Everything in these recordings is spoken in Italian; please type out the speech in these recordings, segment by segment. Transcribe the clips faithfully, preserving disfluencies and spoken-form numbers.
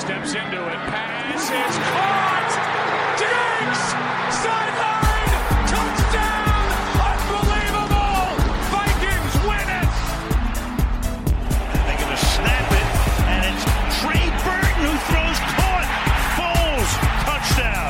steps into it. Pass is caught. Diggs, sideline, touchdown, unbelievable. Vikings win it. They're going to snap it, and it's Trey Burton who throws caught. Foles, touchdown.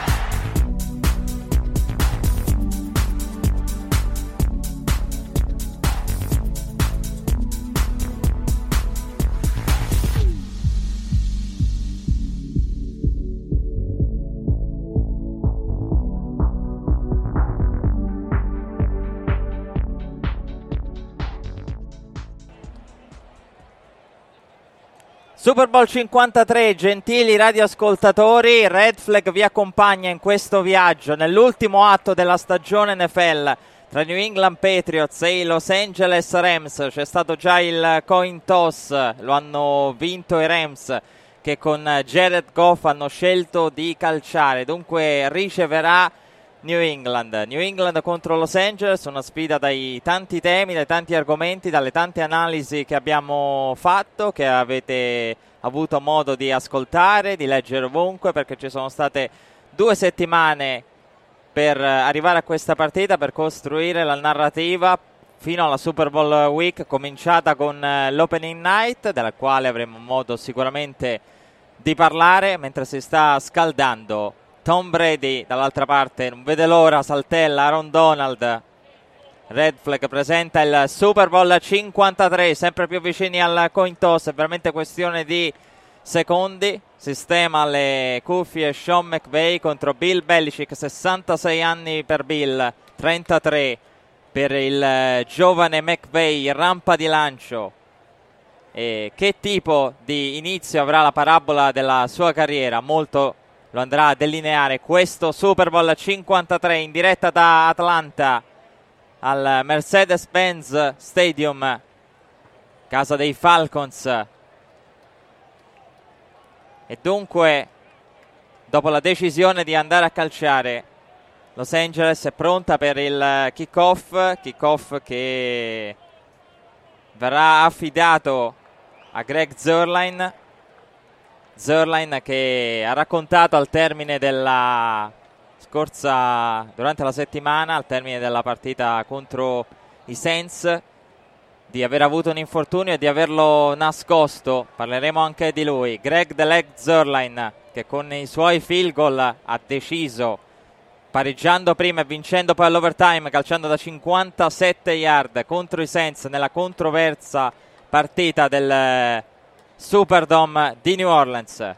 Super Bowl cinquantatré, gentili radioascoltatori, Red Flag vi accompagna in questo viaggio nell'ultimo atto della stagione N F L tra New England Patriots e i Los Angeles Rams. C'è stato già il coin toss, lo hanno vinto i Rams che con Jared Goff hanno scelto di calciare, dunque riceverà New England. New England contro Los Angeles, una sfida dai tanti temi, dai tanti argomenti, dalle tante analisi che abbiamo fatto, che avete avuto modo di ascoltare, di leggere ovunque, perché ci sono state due settimane per arrivare a questa partita, per costruire la narrativa fino alla Super Bowl Week, cominciata con l'Opening Night, della quale avremo modo sicuramente di parlare, mentre si sta scaldando Tom Brady dall'altra parte, non vede l'ora, saltella Aaron Donald. Red Flag presenta il Super Bowl cinquantatré, sempre più vicini al coin toss, è veramente questione di secondi. Sistema le cuffie Sean McVay contro Bill Belichick, sessantasei anni per Bill, trentatré per il giovane McVay, rampa di lancio. E che tipo di inizio avrà la parabola della sua carriera? Molto lo andrà a delineare questo Super Bowl cinquantatré in diretta da Atlanta al Mercedes-Benz Stadium, casa dei Falcons. E dunque, dopo la decisione di andare a calciare, Los Angeles è pronta per il kick-off, kick-off che verrà affidato a Greg Zuerlein. Zuerlein che ha raccontato al termine della scorsa, durante la settimana, al termine della partita contro i Saints, di aver avuto un infortunio e di averlo nascosto. Parleremo anche di lui, Greg The Leg Zuerlein, che con i suoi field goal ha deciso, pareggiando prima e vincendo poi all'overtime, calciando da cinquantasette yard contro i Saints nella controversa partita del Superdome di New Orleans.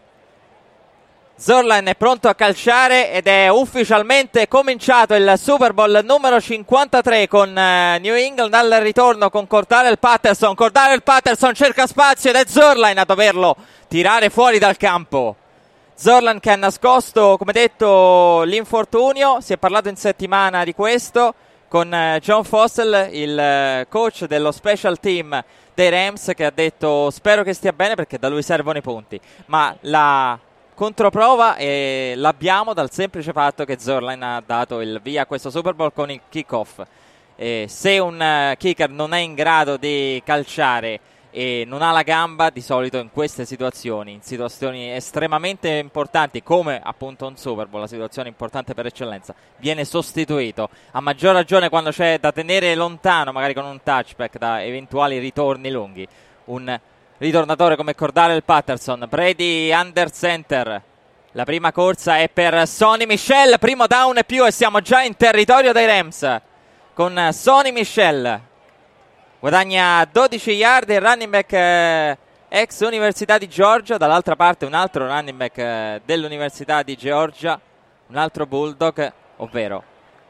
Zuerlein è pronto a calciare ed è ufficialmente cominciato il Super Bowl numero cinquantatré con uh, New England al ritorno con Cordarrelle Patterson. Cordarrelle Patterson cerca spazio ed è Zuerlein a doverlo tirare fuori dal campo. Zuerlein che ha nascosto, come detto, l'infortunio. Si è parlato in settimana di questo con uh, John Fossell, il uh, coach dello special team dei Rams, che ha detto spero che stia bene perché da lui servono i punti, ma la controprova eh, l'abbiamo dal semplice fatto che Zuerlein ha dato il via a questo Super Bowl con il kick-off. Eh, se un uh, kicker non è in grado di calciare e non ha la gamba, di solito in queste situazioni, in situazioni estremamente importanti come appunto un Super Bowl, la situazione importante per eccellenza, viene sostituito, a maggior ragione quando c'è da tenere lontano, magari con un touchback, da eventuali ritorni lunghi, un ritornatore come Cordarrelle Patterson. Brady under center, la prima corsa è per Sonny Michel, primo down e più e siamo già in territorio dei Rams con Sonny Michel. Guadagna dodici yard il running back eh, ex Università di Georgia. Dall'altra parte un altro running back eh, dell'Università di Georgia, un altro Bulldog, ovvero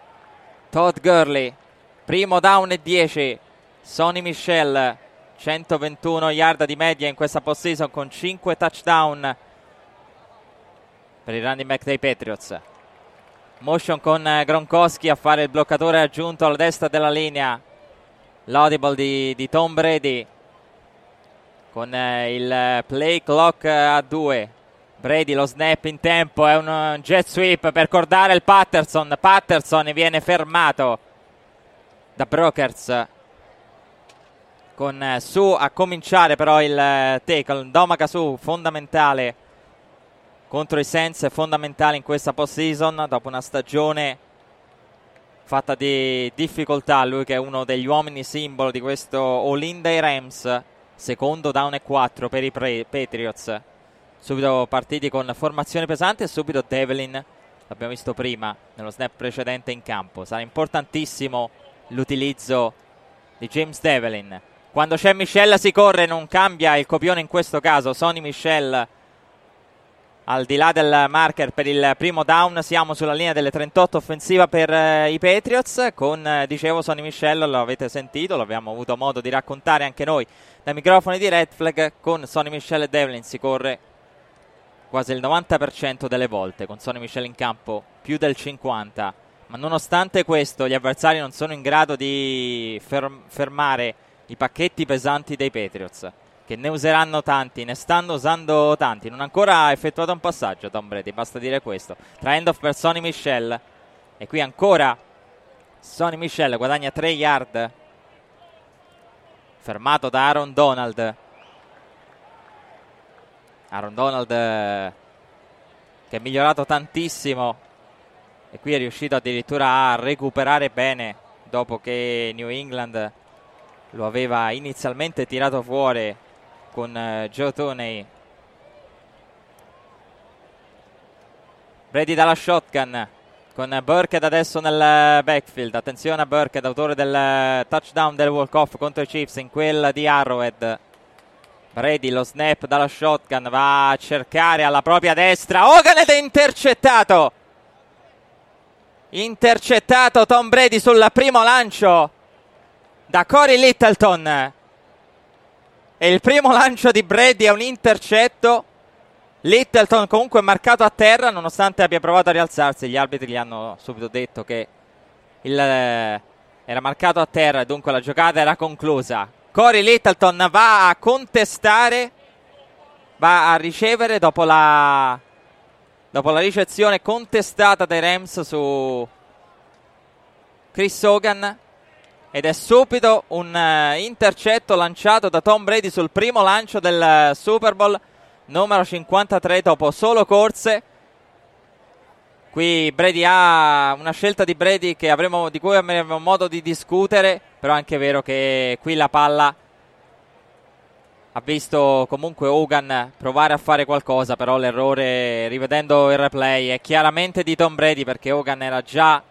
Todd Gurley. Primo down e dieci. Sonny Michel, centoventuno yard di media in questa postseason con cinque touchdown per il running back dei Patriots. Motion con eh, Gronkowski a fare il bloccatore aggiunto alla destra della linea. L'audible di, di Tom Brady con eh, il play clock a due. Brady lo snap in tempo, è un, un jet sweep per Cordarrelle Patterson. Patterson viene fermato da Brokers con eh, su a cominciare però il eh, tackle. Ndamukong Suh, fondamentale contro i Saints è fondamentale in questa postseason, dopo una stagione fatta di difficoltà. Lui che è uno degli uomini simbolo di questo all-in dei Rams. Secondo down e quattro per i pre- Patriots. Subito partiti con formazione pesante e subito Devlin, l'abbiamo visto prima nello snap precedente in campo. Sarà importantissimo l'utilizzo di James Devlin. Quando c'è Michel si corre, non cambia il copione in questo caso. Sonny Michel al di là del marker per il primo down. Siamo sulla linea delle trentotto offensiva per eh, i Patriots con, eh, dicevo, Sonny Michel, lo avete sentito, l'abbiamo avuto modo di raccontare anche noi dai microfoni di Red Flag. Con Sonny Michel e Devlin si corre quasi il novanta per cento delle volte, con Sonny Michel in campo più del cinquanta per cento, ma nonostante questo gli avversari non sono in grado di ferm- fermare i pacchetti pesanti dei Patriots, che ne useranno tanti, ne stanno usando tanti. Non ha ancora effettuato un passaggio Tom Brady, basta dire questo. Tra handoff per Sonny Michel, e qui ancora Sonny Michel guadagna tre yard, fermato da Aaron Donald. Aaron Donald eh, che è migliorato tantissimo, e qui è riuscito addirittura a recuperare bene dopo che New England lo aveva inizialmente tirato fuori con uh, Joe Toney. Brady dalla shotgun con Burkhead adesso nel backfield. Attenzione a Burkhead, autore del touchdown del walk-off contro i Chiefs in quel di Arrowhead. Brady, lo snap dalla shotgun, va a cercare alla propria destra Hogan ed è intercettato. Intercettato Tom Brady sul primo lancio da Corey Littleton. E il primo lancio di Brady è un intercetto. Littleton comunque marcato a terra nonostante abbia provato a rialzarsi. Gli arbitri gli hanno subito detto che il, eh, era marcato a terra e dunque la giocata era conclusa. Corey Littleton va a contestare, va a ricevere dopo la, dopo la ricezione contestata dai Rams su Chris Hogan, ed è subito un uh, intercetto lanciato da Tom Brady sul primo lancio del uh, Super Bowl numero cinquantatré dopo solo corse. Qui Brady ha una scelta di Brady che avremo, di cui avremo modo di discutere, però è anche vero che qui la palla ha visto comunque Hogan provare a fare qualcosa, però l'errore, rivedendo il replay, è chiaramente di Tom Brady, perché Hogan era già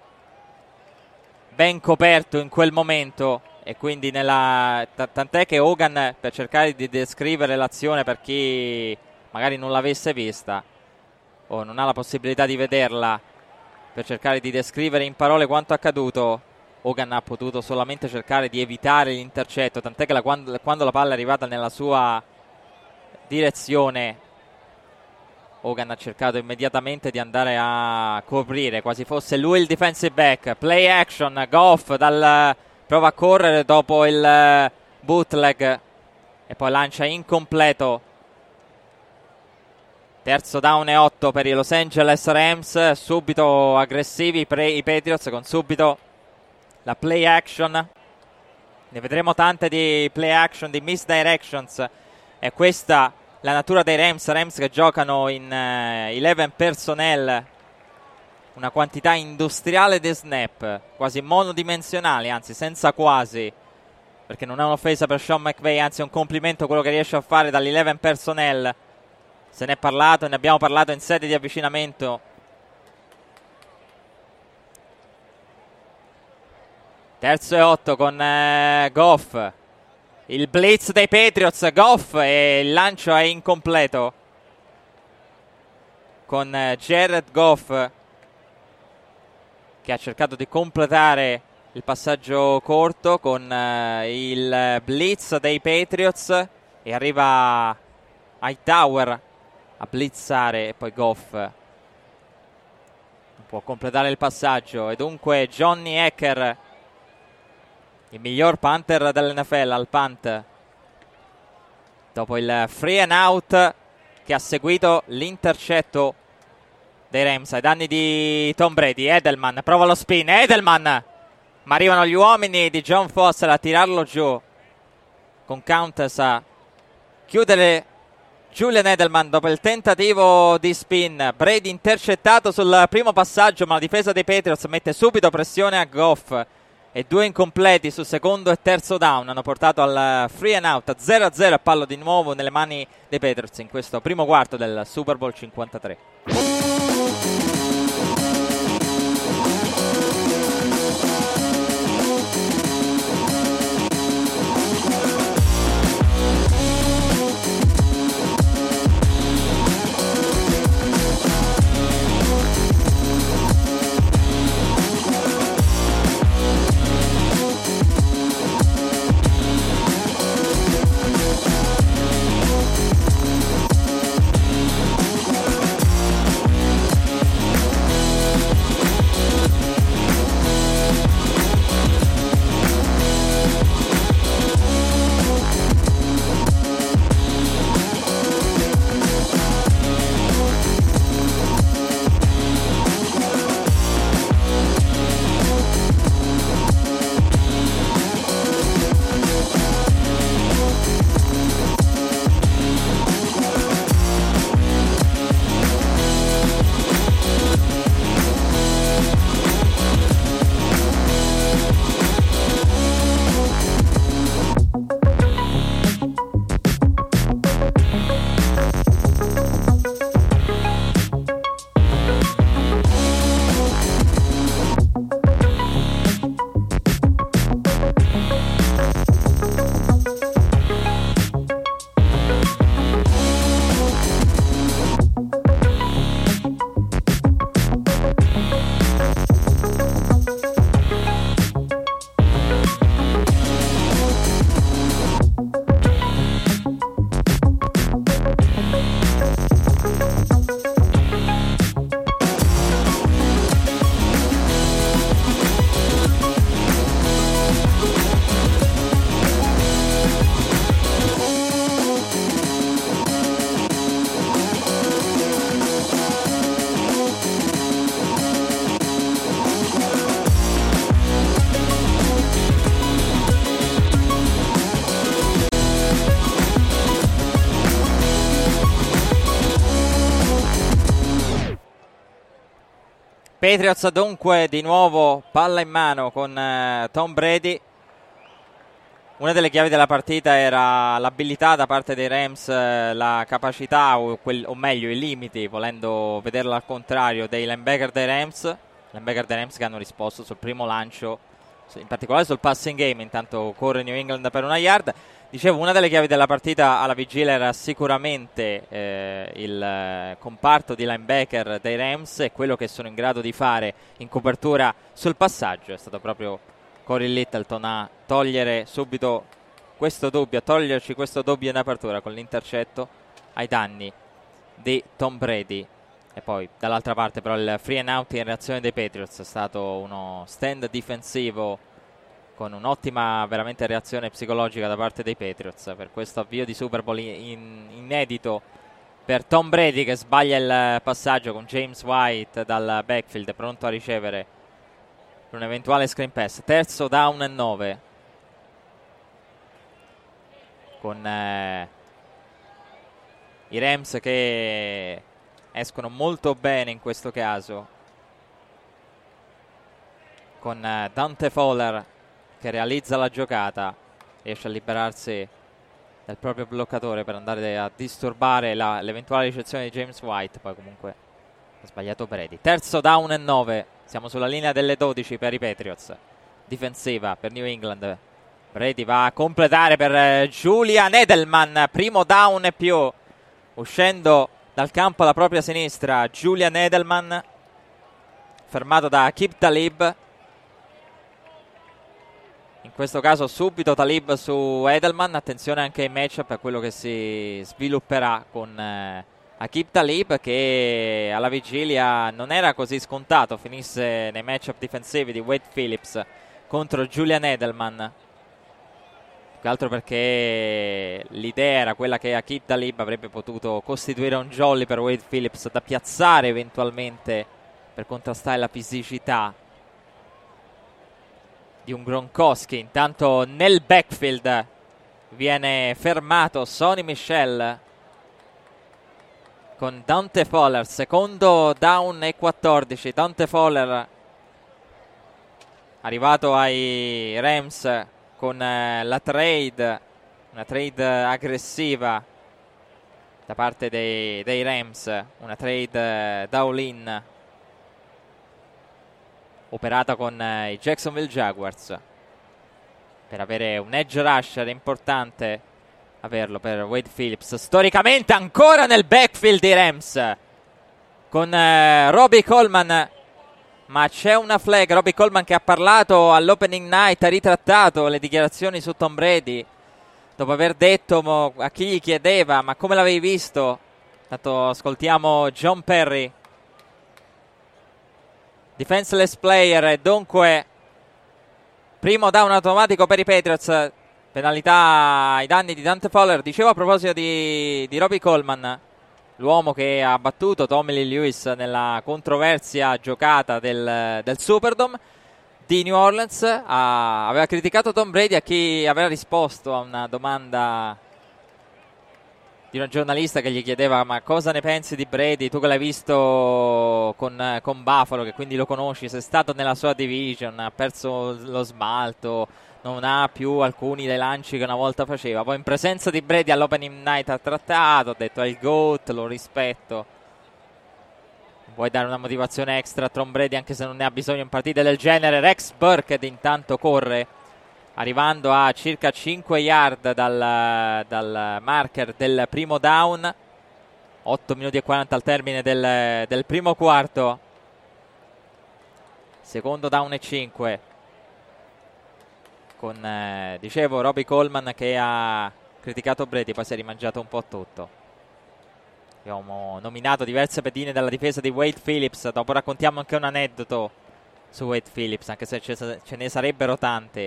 ben coperto in quel momento, e quindi nella t- tant'è che Hogan, per cercare di descrivere l'azione per chi magari non l'avesse vista o non ha la possibilità di vederla, per cercare di descrivere in parole quanto accaduto, Hogan ha potuto solamente cercare di evitare l'intercetto, tant'è che la, quando, quando la palla è arrivata nella sua direzione, Hogan ha cercato immediatamente di andare a coprire, quasi fosse lui il defensive back. Play action, Goff dal, prova a correre dopo il bootleg e poi lancia incompleto. Terzo down e otto per i Los Angeles Rams, subito aggressivi i, pre- i Patriots con subito la play action. Ne vedremo tante di play action, di misdirections, e questa la natura dei Rams. Rams che giocano in uh, eleven personnel, una quantità industriale di snap, quasi monodimensionali, anzi senza quasi, perché non è un'offesa per Sean McVay, anzi è un complimento quello che riesce a fare dall'eleven personnel. Se ne è parlato, ne abbiamo parlato in sede di avvicinamento. Terzo e otto con uh, Goff. Il blitz dei Patriots, Goff, e il lancio è incompleto. Con uh, Jared Goff che ha cercato di completare il passaggio corto con uh, il blitz dei Patriots, e arriva Hightower a blitzare, e poi Goff non può completare il passaggio, e dunque Johnny Hekker, il miglior punter dell'N F L, al punt dopo il free and out che ha seguito l'intercetto dei Rams ai danni di Tom Brady. Edelman prova lo spin, Edelman, ma arrivano gli uomini di John Foster a tirarlo giù, con Countess a chiudere Julian Edelman dopo il tentativo di spin. Brady intercettato sul primo passaggio, ma la difesa dei Patriots mette subito pressione a Goff e due incompleti su secondo e terzo down hanno portato al free and out. Zero a zero, pallo di nuovo nelle mani dei Patriots in questo primo quarto del Super Bowl cinquantatré. Patriots dunque di nuovo palla in mano con uh, Tom Brady. Una delle chiavi della partita era l'abilità da parte dei Rams, eh, la capacità o, quel, o meglio i limiti, volendo vederlo al contrario, dei linebacker dei Rams. Linebacker dei Rams che hanno risposto sul primo lancio, in particolare sul passing game, intanto corre New England per una yard. Dicevo, una delle chiavi della partita alla vigilia era sicuramente eh, il eh, comparto di linebacker dei Rams e quello che sono in grado di fare in copertura sul passaggio. È stato proprio Corey Littleton a togliere subito questo dubbio, a toglierci questo dubbio in apertura con l'intercetto ai danni di Tom Brady. E poi dall'altra parte però il free and out in reazione dei Patriots è stato uno stand difensivo con un'ottima veramente reazione psicologica da parte dei Patriots per questo avvio di Super Bowl in, inedito per Tom Brady, che sbaglia il passaggio con James White dal backfield pronto a ricevere per un eventuale screen pass. Terzo down e nove con eh, i Rams che escono molto bene in questo caso, con eh, Dante Fowler che realizza la giocata, riesce a liberarsi del proprio bloccatore per andare a disturbare la, l'eventuale ricezione di James White. Poi comunque ha sbagliato Brady. Terzo down e nove, siamo sulla linea delle dodici per i Patriots, difensiva per New England. Brady va a completare per eh, Julian Edelman, primo down e più, uscendo dal campo alla propria sinistra Julian Edelman, fermato da Aqib Talib. In questo caso subito Talib su Edelman, attenzione anche ai matchup, a quello che si svilupperà con eh, Aqib Talib, che alla vigilia non era così scontato finisse nei matchup difensivi di Wade Phillips contro Julian Edelman, più che altro perché l'idea era quella che Aqib Talib avrebbe potuto costituire un jolly per Wade Phillips da piazzare eventualmente per contrastare la fisicità di un Gronkowski. Intanto nel backfield viene fermato Sonny Michel con Dante Fowler, secondo down e quattordici. Dante Fowler arrivato ai Rams con eh, la trade, una trade aggressiva da parte dei, dei Rams, una trade eh, all-in operata con eh, i Jacksonville Jaguars per avere un edge rusher importante, averlo per Wade Phillips, storicamente ancora nel backfield dei Rams con eh, Robbie Coleman, ma c'è una flag. Robbie Coleman che ha parlato all'opening night, ha ritrattato le dichiarazioni su Tom Brady dopo aver detto mo, a chi gli chiedeva ma come l'avevi visto. Tanto ascoltiamo John Perry. Defenseless player e dunque primo down automatico per i Patriots, penalità ai danni di Dante Fowler. Dicevo a proposito di, di Robbie Coleman, l'uomo che ha battuto Tommy Lee Lewis nella controversia giocata del, del Superdome di New Orleans, ha, aveva criticato Tom Brady a chi aveva risposto a una domanda di una giornalista che gli chiedeva ma cosa ne pensi di Brady, tu che l'hai visto con, con Buffalo, che quindi lo conosci, sei stato nella sua division, ha perso lo smalto, non ha più alcuni dei lanci che una volta faceva. Poi in presenza di Brady all'opening night ha trattato, ha detto è il GOAT, lo rispetto. Vuoi dare una motivazione extra a Tom Brady anche se non ne ha bisogno in partite del genere. Rex Burkhead intanto corre, arrivando a circa cinque yard dal, dal marker del primo down. otto minuti e quaranta al termine del, del primo quarto. Secondo down e cinque. Con, eh, dicevo, Robbie Coleman che ha criticato Brady, poi si è rimangiato un po' tutto. Abbiamo nominato diverse pedine dalla difesa di Wade Phillips. Dopo raccontiamo anche un aneddoto su Wade Phillips, anche se ce, ce ne sarebbero tante.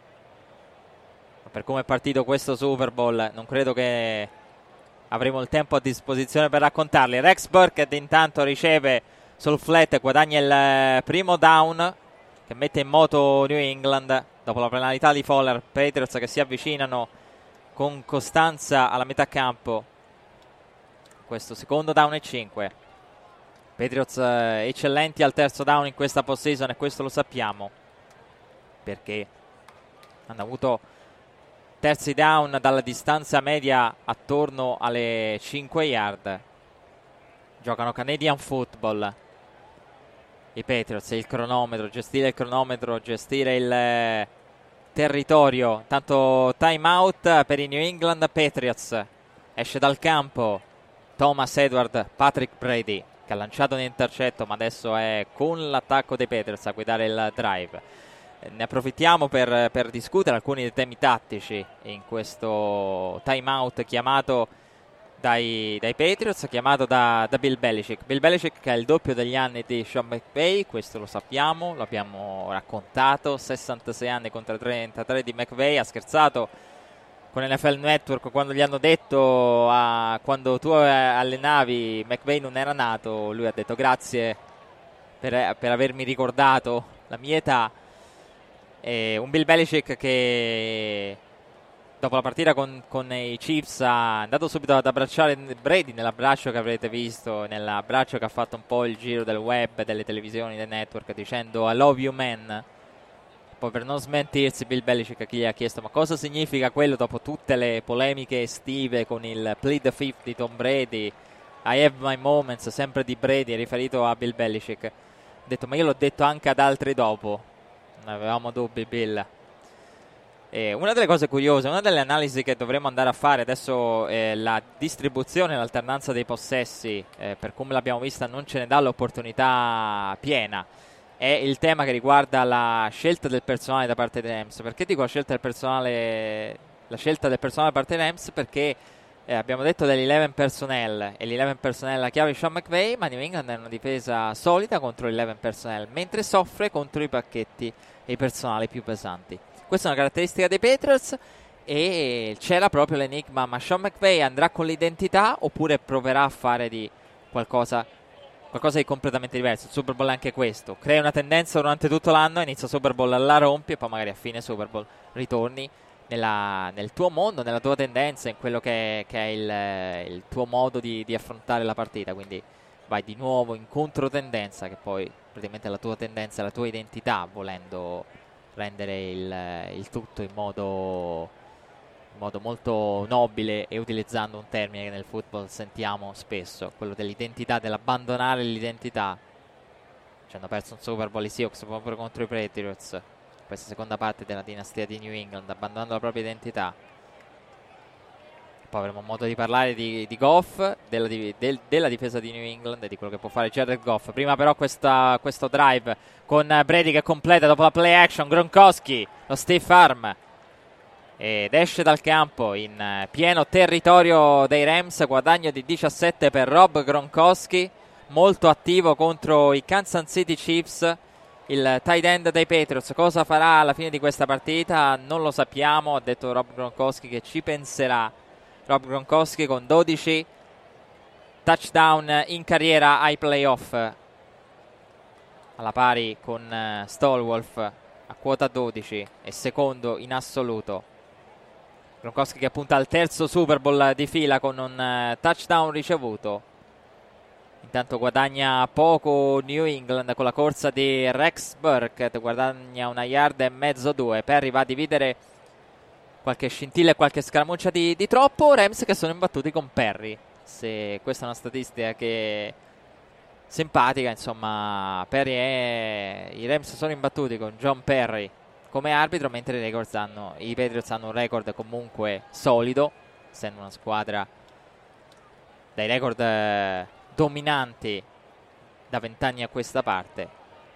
Ma per come è partito questo Super Bowl non credo che avremo il tempo a disposizione per raccontarli. Rex Burkhead intanto riceve sul flat, guadagna il primo down che mette in moto New England dopo la penalità di Fowler. Patriots che si avvicinano con costanza alla metà campo. Questo secondo down e cinque. Patriots eh, eccellenti al terzo down in questa postseason, e questo lo sappiamo perché hanno avuto terzi down dalla distanza media attorno alle cinque yard. Giocano Canadian Football i Patriots, il cronometro, gestire il cronometro, gestire il eh, territorio. Tanto time out per i New England Patriots. Esce dal campo Thomas Edward Patrick Brady, che ha lanciato un intercetto, ma adesso è con l'attacco dei Patriots a guidare il drive. Ne approfittiamo per, per discutere alcuni dei temi tattici in questo time out chiamato dai, dai Patriots, chiamato da, da Bill Belichick. Bill Belichick che è il doppio degli anni di Sean McVay, questo lo sappiamo, lo abbiamo raccontato, sessantasei anni contro trentatré di McVay. Ha scherzato con N F L Network quando gli hanno detto ah, quando tu allenavi McVay non era nato, lui ha detto grazie per, per avermi ricordato la mia età. E un Bill Belichick che dopo la partita con, con i Chiefs è andato subito ad abbracciare Brady nell'abbraccio che avrete visto, nell'abbraccio che ha fatto un po' il giro del web, delle televisioni, dei network, dicendo I love you man. Poi per non smentirsi Bill Belichick chi gli ha chiesto ma cosa significa quello dopo tutte le polemiche estive con il plead the fifth di Tom Brady, I have my moments, sempre di Brady, riferito a Bill Belichick. Ha detto ma io l'ho detto anche ad altri dopo, non avevamo dubbi Bill. E una delle cose curiose, una delle analisi che dovremmo andare a fare adesso è la distribuzione e l'alternanza dei possessi, eh, per come l'abbiamo vista non ce ne dà l'opportunità piena. È il tema che riguarda la scelta del personale da parte dei Rams. Perché dico la scelta del personale la scelta del personale da parte dei Rams? Perché eh, abbiamo detto dell'eleven personnel, e l'eleven personnel la chiave di Sean McVay, ma New England è una difesa solida contro l'eleven personnel, mentre soffre contro i pacchetti e i personali più pesanti. Questa è una caratteristica dei Patriots e c'era proprio l'enigma, ma Sean McVay andrà con l'identità oppure proverà a fare di qualcosa qualcosa di completamente diverso? Il Super Bowl è anche questo, crea una tendenza durante tutto l'anno, inizia Super Bowl, la rompi e poi magari a fine Super Bowl ritorni nella, nel tuo mondo, nella tua tendenza, in quello che, che è il, il tuo modo di, di affrontare la partita. Quindi vai di nuovo in controtendenza, che poi praticamente la tua tendenza è la tua identità, volendo rendere il, il tutto in modo, in modo molto nobile, e utilizzando un termine che nel football sentiamo spesso, quello dell'identità, dell'abbandonare l'identità. Ci hanno perso un Super Bowl i Seahawks proprio contro i Patriots, questa seconda parte della dinastia di New England, abbandonando la propria identità. Poi avremo modo di parlare di, di Goff, della, di, del, della difesa di New England e di quello che può fare Jared Goff. Prima però questa, questo drive con Brady che completa dopo la play action, Gronkowski, lo stiff arm, ed esce dal campo in pieno territorio dei Rams. Guadagno di diciassette per Rob Gronkowski, molto attivo contro i Kansas City Chiefs. Il tight end dei Patriots cosa farà alla fine di questa partita non lo sappiamo, ha detto Rob Gronkowski che ci penserà. Rob Gronkowski con dodici touchdown in carriera ai playoff, alla pari con uh, Stallwolf a quota dodici e secondo in assoluto. Gronkowski che punta al terzo Super Bowl di fila con un uh, touchdown ricevuto. Intanto guadagna poco New England con la corsa di Rex Burkhead, guadagna una yard e mezzo, due. Perry va a dividere qualche scintilla e qualche scaramuccia di, di troppo. Rams che sono imbattuti con Perry. Se questa è una statistica che simpatica, insomma, Perry è... i Rams sono imbattuti con John Perry come arbitro, mentre i, records hanno, i Patriots hanno un record comunque solido, essendo una squadra dai record eh, dominanti da vent'anni a questa parte.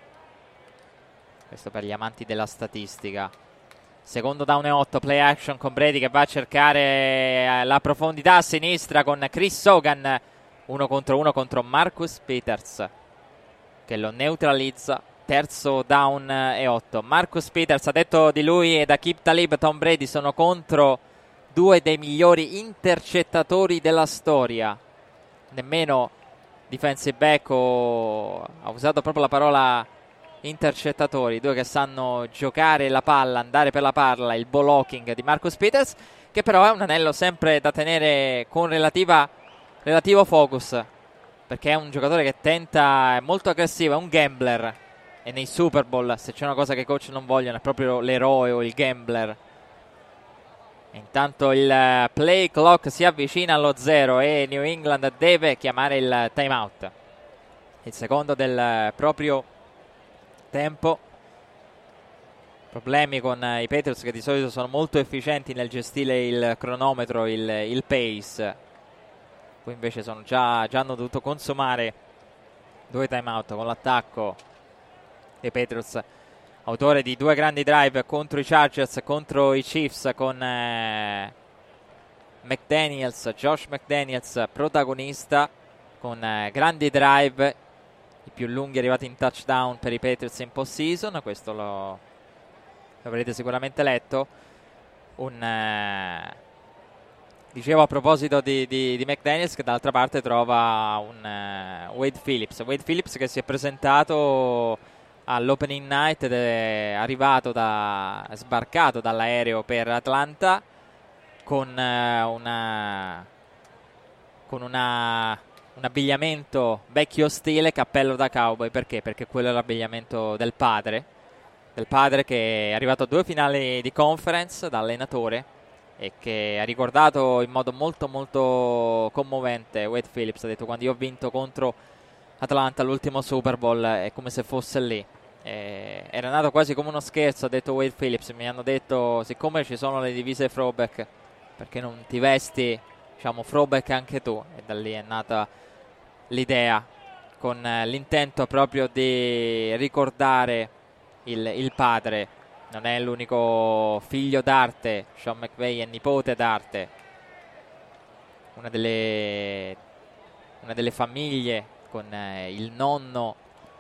Questo per gli amanti della statistica. Secondo down e otto, play action con Brady che va a cercare la profondità a sinistra con Chris Hogan, uno contro uno contro Marcus Peters che lo neutralizza. Terzo down e otto. Marcus Peters ha detto di lui e da Aqib Talib, Tom Brady sono contro due dei migliori intercettatori della storia. Nemmeno defensive back o... ha usato proprio la parola intercettatori, due che sanno giocare la palla, andare per la palla, il ball hawking di Marcus Peters, che però è un anello sempre da tenere con relativa, relativo focus, perché è un giocatore che tenta, è molto aggressivo, è un gambler, e nei Super Bowl se c'è una cosa che i coach non vogliono è proprio l'eroe o il gambler. E intanto il play clock si avvicina allo zero e New England deve chiamare il timeout, il secondo del proprio tempo. Problemi con uh, i Patriots che di solito sono molto efficienti nel gestire il cronometro, il, il pace. Qui invece sono già, già hanno dovuto consumare due timeout con l'attacco dei Patriots, autore di due grandi drive contro i Chargers, contro i Chiefs, con eh, McDaniels, Josh McDaniels protagonista, con eh, grandi drive, i più lunghi arrivati in touchdown per i Patriots in postseason. Questo lo, lo avrete sicuramente letto. Un eh, dicevo a proposito di, di, di McDaniels che dall'altra parte trova un uh, Wade Phillips Wade Phillips che si è presentato all'opening night ed è arrivato da sbarcato dall'aereo per Atlanta con uh, una con una un abbigliamento vecchio stile, cappello da cowboy. Perché? Perché quello è l'abbigliamento del padre del padre che è arrivato a due finali di conference da allenatore e che ha ricordato in modo molto molto commovente. Wade Phillips ha detto: quando io ho vinto contro Atlanta l'ultimo Super Bowl è come se fosse lì, eh, era nato quasi come uno scherzo, ha detto Wade Phillips. Mi hanno detto: siccome ci sono le divise throwback, perché non ti vesti, diciamo, throwback anche tu? E da lì è nata l'idea, con eh, l'intento proprio di ricordare il, il padre. Non è l'unico figlio d'arte, Sean McVay è nipote d'arte, una delle, una delle famiglie con eh, il nonno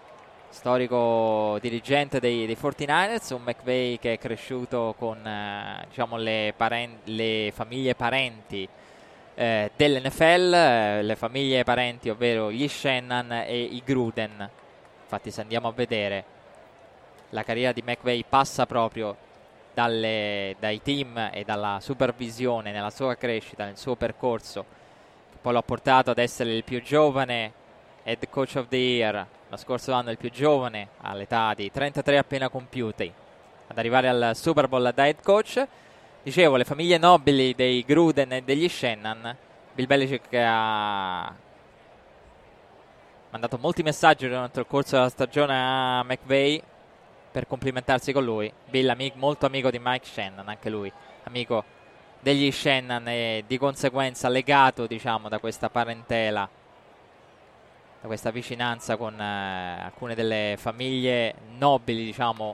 storico dirigente dei, dei quarantanovers, un McVay che è cresciuto con eh, diciamo le, paren- le famiglie parenti eh, dell'N F L, eh, le famiglie parenti ovvero gli Shannon e i Gruden. Infatti se andiamo a vedere la carriera di McVay passa proprio dalle, dai team e dalla supervisione nella sua crescita, nel suo percorso, che poi l'ha portato ad essere il più giovane head coach of the year, lo scorso anno il più giovane all'età di trentatré appena compiuti, ad arrivare al Super Bowl da head coach. Dicevo, le famiglie nobili dei Gruden e degli Shannon. Bill Belichick ha mandato molti messaggi durante il corso della stagione a McVay per complimentarsi con lui. Bill, amico, molto amico di Mike Shannon, anche lui amico degli Shannon e di conseguenza legato, diciamo, da questa parentela, da questa vicinanza con eh, alcune delle famiglie nobili, diciamo,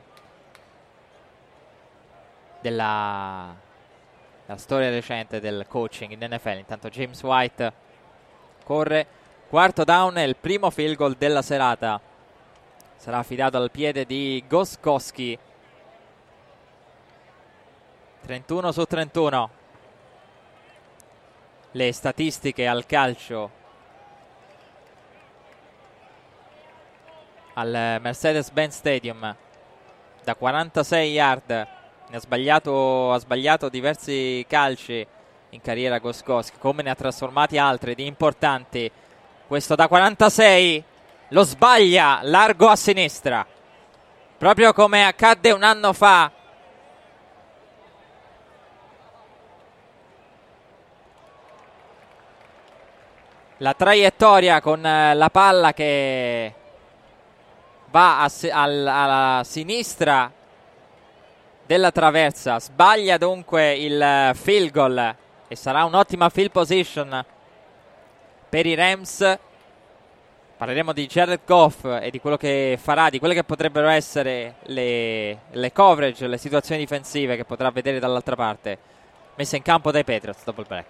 della, della storia recente del coaching in N F L. Intanto James White corre, quarto down e il primo field goal della serata sarà affidato al piede di Gostkowski. trentuno su trentuno le statistiche al calcio al Mercedes-Benz Stadium. Da quarantasei yard ne ha sbagliato, ha sbagliato diversi calci in carriera Gostkowski, come ne ha trasformati altri di importanti. Questo da quarantasei lo sbaglia largo a sinistra, proprio come accadde un anno fa la traiettoria con eh, la palla che va a si- al- alla sinistra della traversa, sbaglia dunque il field goal e sarà un'ottima field position per i Rams. Parleremo di Jared Goff e di quello che farà, di quelle che potrebbero essere le, le coverage, le situazioni difensive che potrà vedere dall'altra parte, messe in campo dai Patriots dopo il break.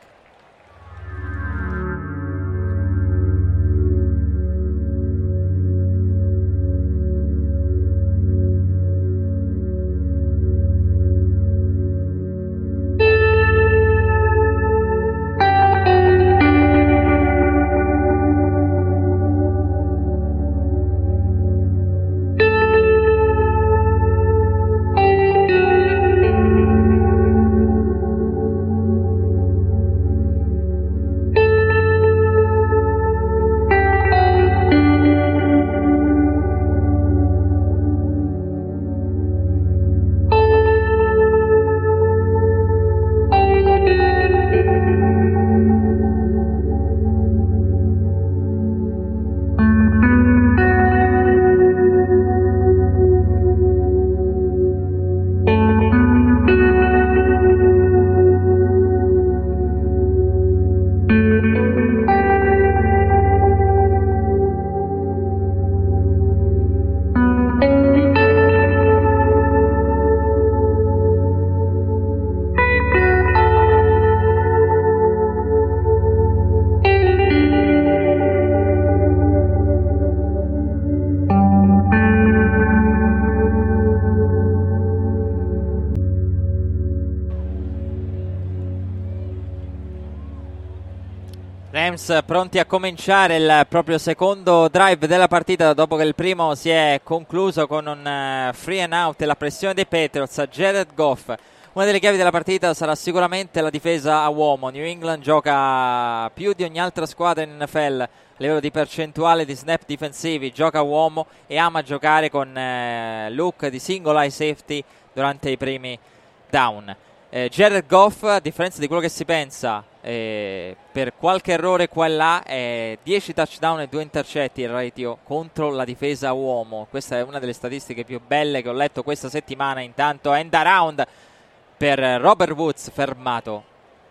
Rams pronti a cominciare il proprio secondo drive della partita dopo che il primo si è concluso con un uh, free and out e la pressione dei Patriots a Jared Goff. Una delle chiavi della partita sarà sicuramente la difesa a uomo. New England gioca più di ogni altra squadra in N F L a livello di percentuale di snap difensivi, gioca a uomo e ama giocare con uh, look di single high safety durante i primi down. Eh, Jared Goff, a differenza di quello che si pensa, eh, per qualche errore qua e là, è dieci touchdown e due intercetti il ratio contro la difesa a uomo. Questa è una delle statistiche più belle che ho letto questa settimana. Intanto end around per Robert Woods, fermato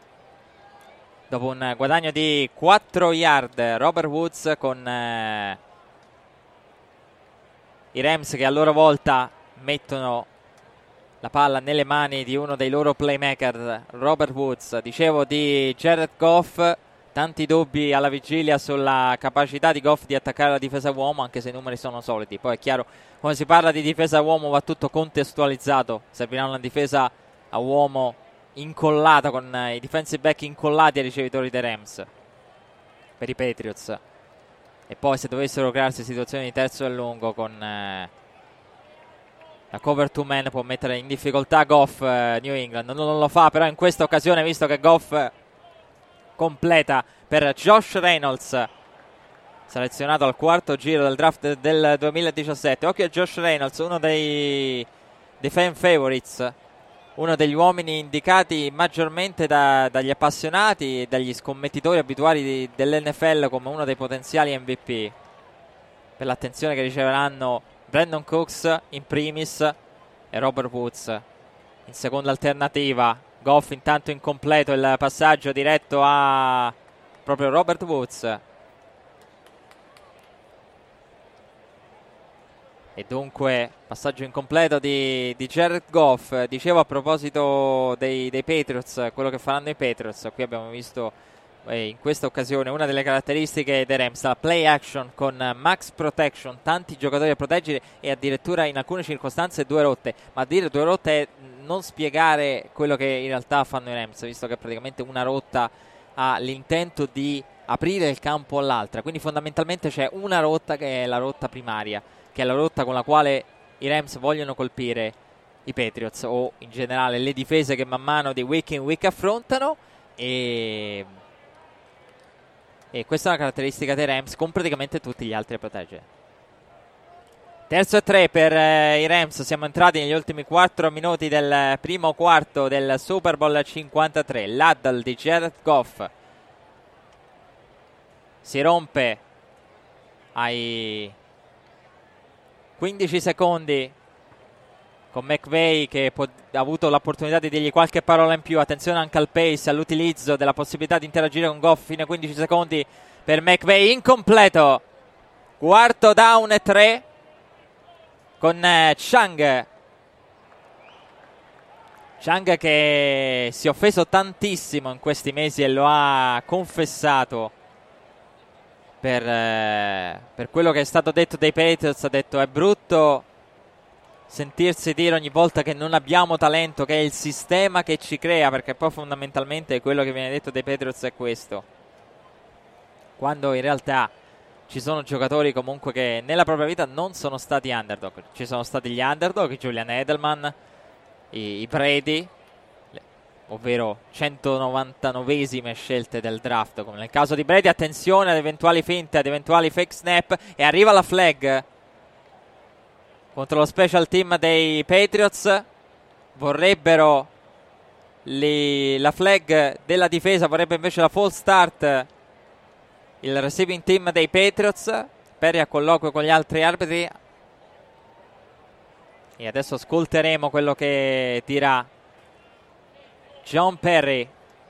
dopo un guadagno di quattro yard. Robert Woods con eh, i Rams che a loro volta mettono la palla nelle mani di uno dei loro playmaker, Robert Woods. Dicevo di Jared Goff, tanti dubbi alla vigilia sulla capacità di Goff di attaccare la difesa uomo, anche se i numeri sono solidi. Poi è chiaro, quando si parla di difesa uomo va tutto contestualizzato. Servirà una difesa a uomo incollata, con i defensive back incollati ai ricevitori dei Rams per i Patriots. E poi se dovessero crearsi situazioni di terzo e lungo con... Eh, la cover two man può mettere in difficoltà Goff, eh, New England. Non, non lo fa però in questa occasione, visto che Goff completa per Josh Reynolds, selezionato al quarto giro del draft del duemiladiciassette. Occhio a Josh Reynolds, uno dei, dei fan favorites, uno degli uomini indicati maggiormente da, dagli appassionati e dagli scommettitori abituali di, dell'N F L come uno dei potenziali M V P, per l'attenzione che riceveranno Brandon Cooks in primis e Robert Woods in seconda alternativa. Goff intanto incompleto, il passaggio diretto a proprio Robert Woods. E dunque passaggio incompleto di, di Jared Goff. Dicevo a proposito dei, dei Patriots, quello che faranno i Patriots. Qui abbiamo visto eh, in questa occasione una delle caratteristiche dei Rams, la play action con max protection, tanti giocatori a proteggere e addirittura in alcune circostanze due rotte. Ma dire due rotte è non spiegare quello che in realtà fanno i Rams, visto che praticamente una rotta ha l'intento di aprire il campo all'altra. Quindi fondamentalmente c'è una rotta che è la rotta primaria, che è la rotta con la quale i Rams vogliono colpire i Patriots, o in generale le difese che man mano di week in week affrontano, e, e questa è una caratteristica dei Rams con praticamente tutti gli altri a proteggere. Terzo e tre per eh, i Rams. Siamo entrati negli ultimi quattro minuti del primo quarto del Super Bowl cinquantatré. L'addle di Jared Goff si rompe ai quindici secondi con McVay, che può, ha avuto l'opportunità di dirgli qualche parola in più. Attenzione anche al pace, all'utilizzo della possibilità di interagire con Goff fino a quindici secondi per McVay, incompleto. Quarto down e tre con eh, Chang Chang che si è offeso tantissimo in questi mesi e lo ha confessato per, eh, per quello che è stato detto dai Patriots. Ha detto: è brutto sentirsi dire ogni volta che non abbiamo talento, che è il sistema che ci crea, perché poi fondamentalmente quello che viene detto dai Patriots è questo, quando in realtà ci sono giocatori comunque che nella propria vita non sono stati underdog. Ci sono stati gli underdog, Julian Edelman, i, i Brady, le, ovvero centonovantanovesime scelte del draft, come nel caso di Brady. Attenzione ad eventuali finte, ad eventuali fake snap, e arriva la flag contro lo special team dei Patriots. Vorrebbero li, la flag della difesa, vorrebbe invece la false start il receiving team dei Patriots. Perry a colloquio con gli altri arbitri e adesso ascolteremo quello che dirà John Perry.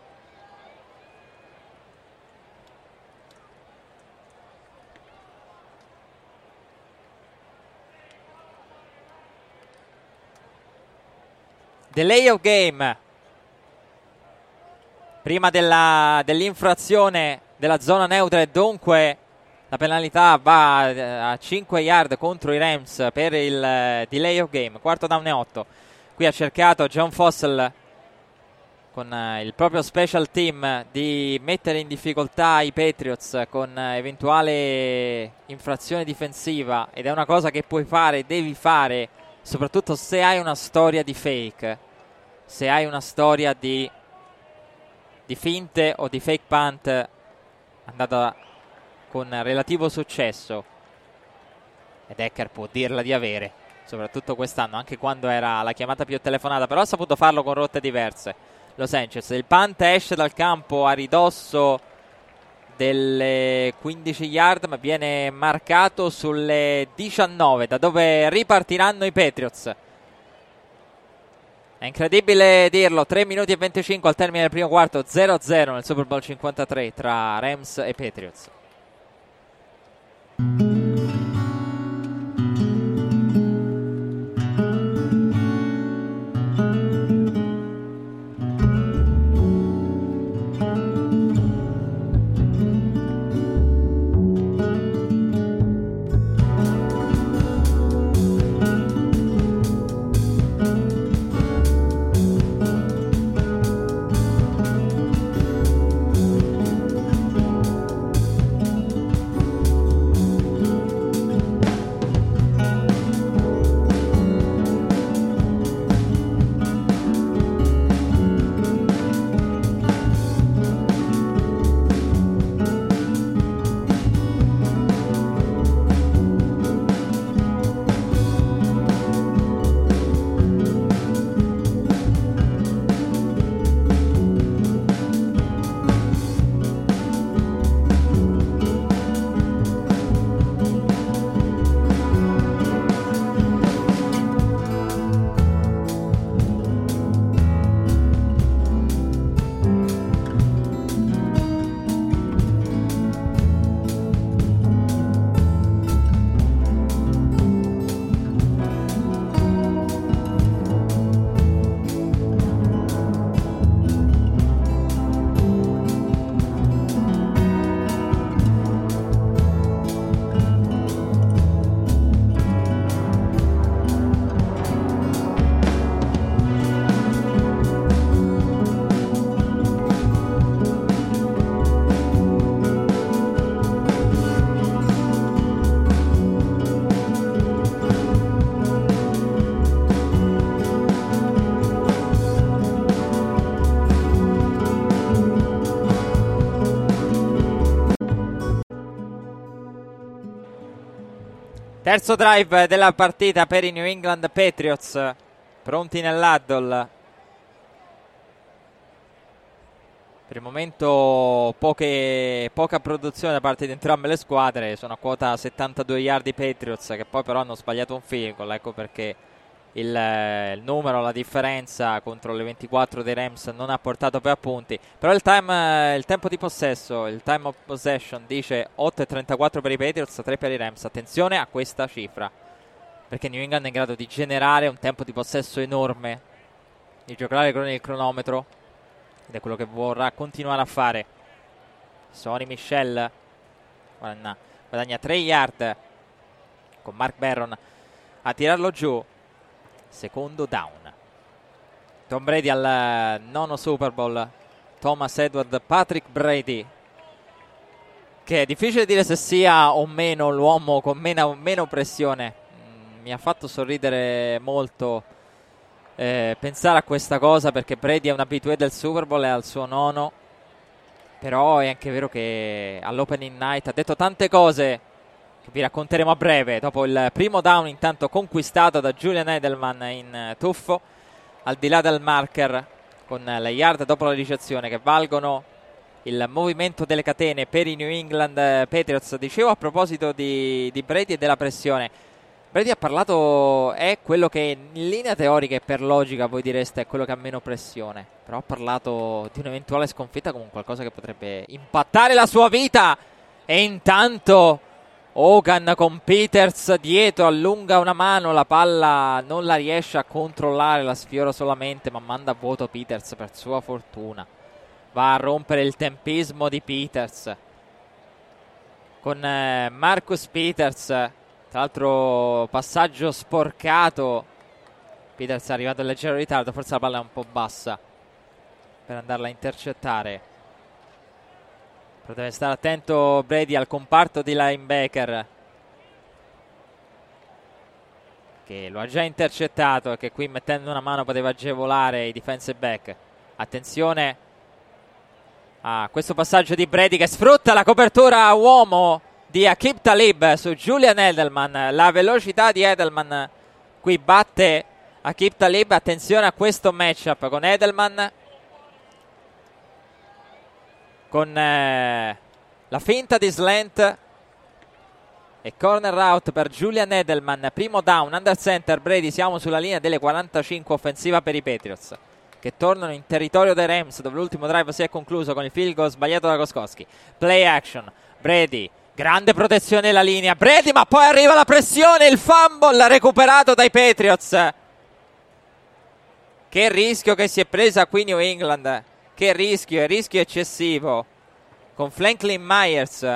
Delay of game prima della, dell'infrazione della zona neutra, e dunque la penalità va a cinque yard contro i Rams per il uh, delay of game. Quarto down e otto. Qui ha cercato John Fossell con uh, il proprio special team di mettere in difficoltà i Patriots con uh, eventuale infrazione difensiva, ed è una cosa che puoi fare, devi fare, soprattutto se hai una storia di fake, se hai una storia di, di finte o di fake punt andata con relativo successo, ed Ecker può dirla di avere, soprattutto quest'anno, anche quando era la chiamata più telefonata, però ha saputo farlo con rotte diverse. Los Angeles, il punt esce dal campo a ridosso delle quindici yard, ma viene marcato sulle diciannove, da dove ripartiranno i Patriots. È incredibile dirlo, tre minuti e venticinque al termine del primo quarto, zero a zero nel Super Bowl cinquantatré tra Rams e Patriots. Terzo drive della partita per i New England Patriots, pronti nell'huddle. Per il momento poche, poca produzione da parte di entrambe le squadre, sono a quota settantadue yard i Patriots, che poi però hanno sbagliato un field goal, ecco perché il, il numero, la differenza contro le ventiquattro dei Rams non ha portato poi a punti. Però il, time, il tempo di possesso, il time of possession dice otto e trentaquattro per i Patriots, tre per i Rams. Attenzione a questa cifra, perché New England è in grado di generare un tempo di possesso enorme, di giocare con il cronometro, ed è quello che vorrà continuare a fare. Sonny Michel guadagna, guadagna tre yard con Mark Barron a tirarlo giù. Secondo down. Tom Brady al nono Super Bowl. Thomas Edward Patrick Brady, che è difficile dire se sia o meno l'uomo con meno, meno pressione. Mm, mi ha fatto sorridere molto eh, pensare a questa cosa, perché Brady è un abitué del Super Bowl e al suo nono. Però è anche vero che all'opening night ha detto tante cose che vi racconteremo a breve. Dopo il primo down intanto conquistato da Julian Edelman in tuffo, al di là del marker, con le yard dopo la ricezione che valgono il movimento delle catene per i New England Patriots. Dicevo a proposito di, di Brady e della pressione, Brady ha parlato, è quello che in linea teorica e per logica voi direste è quello che ha meno pressione, però ha parlato di un'eventuale sconfitta come qualcosa che potrebbe impattare la sua vita. E intanto Hogan con Peters dietro allunga una mano, la palla non la riesce a controllare, la sfiora solamente, ma manda a vuoto Peters per sua fortuna. Va a rompere il tempismo di Peters con eh, Marcus Peters, tra l'altro passaggio sporcato. Peters è arrivato in leggero ritardo, forse la palla è un po' bassa per andarla a intercettare. Però deve stare attento Brady al comparto di linebacker, che lo ha già intercettato e che qui mettendo una mano poteva agevolare i defensive back. Attenzione a questo passaggio di Brady che sfrutta la copertura a uomo di Aqib Talib su Julian Edelman. La velocità di Edelman qui batte Aqib Talib. Attenzione a questo matchup con Edelman, con eh, la finta di slant e corner out per Julian Edelman. Primo down, under center Brady. Siamo sulla linea delle quarantacinque, offensiva per i Patriots, che tornano in territorio dei Rams, dove l'ultimo drive si è concluso con il field goal sbagliato da Gostkowski. Play action, Brady, grande protezione della linea, Brady, ma poi arriva la pressione, il fumble recuperato dai Patriots. Che rischio che si è presa qui New England, che rischio, è rischio eccessivo con Franklin Myers,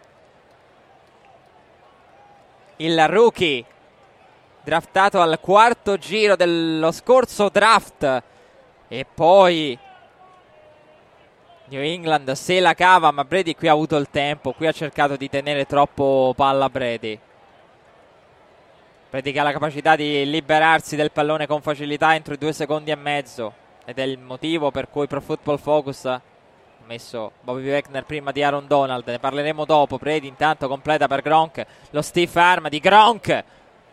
il rookie draftato al quarto giro dello scorso draft. E poi New England se la cava, ma Brady qui ha avuto il tempo, qui ha cercato di tenere troppo palla Brady. Brady che ha la capacità di liberarsi del pallone con facilità entro i due secondi e mezzo, ed è il motivo per cui Pro Football Focus ha messo Bobby Wagner prima di Aaron Donald. Ne parleremo dopo. Brady intanto completa per Gronk, lo stiff arm di Gronk,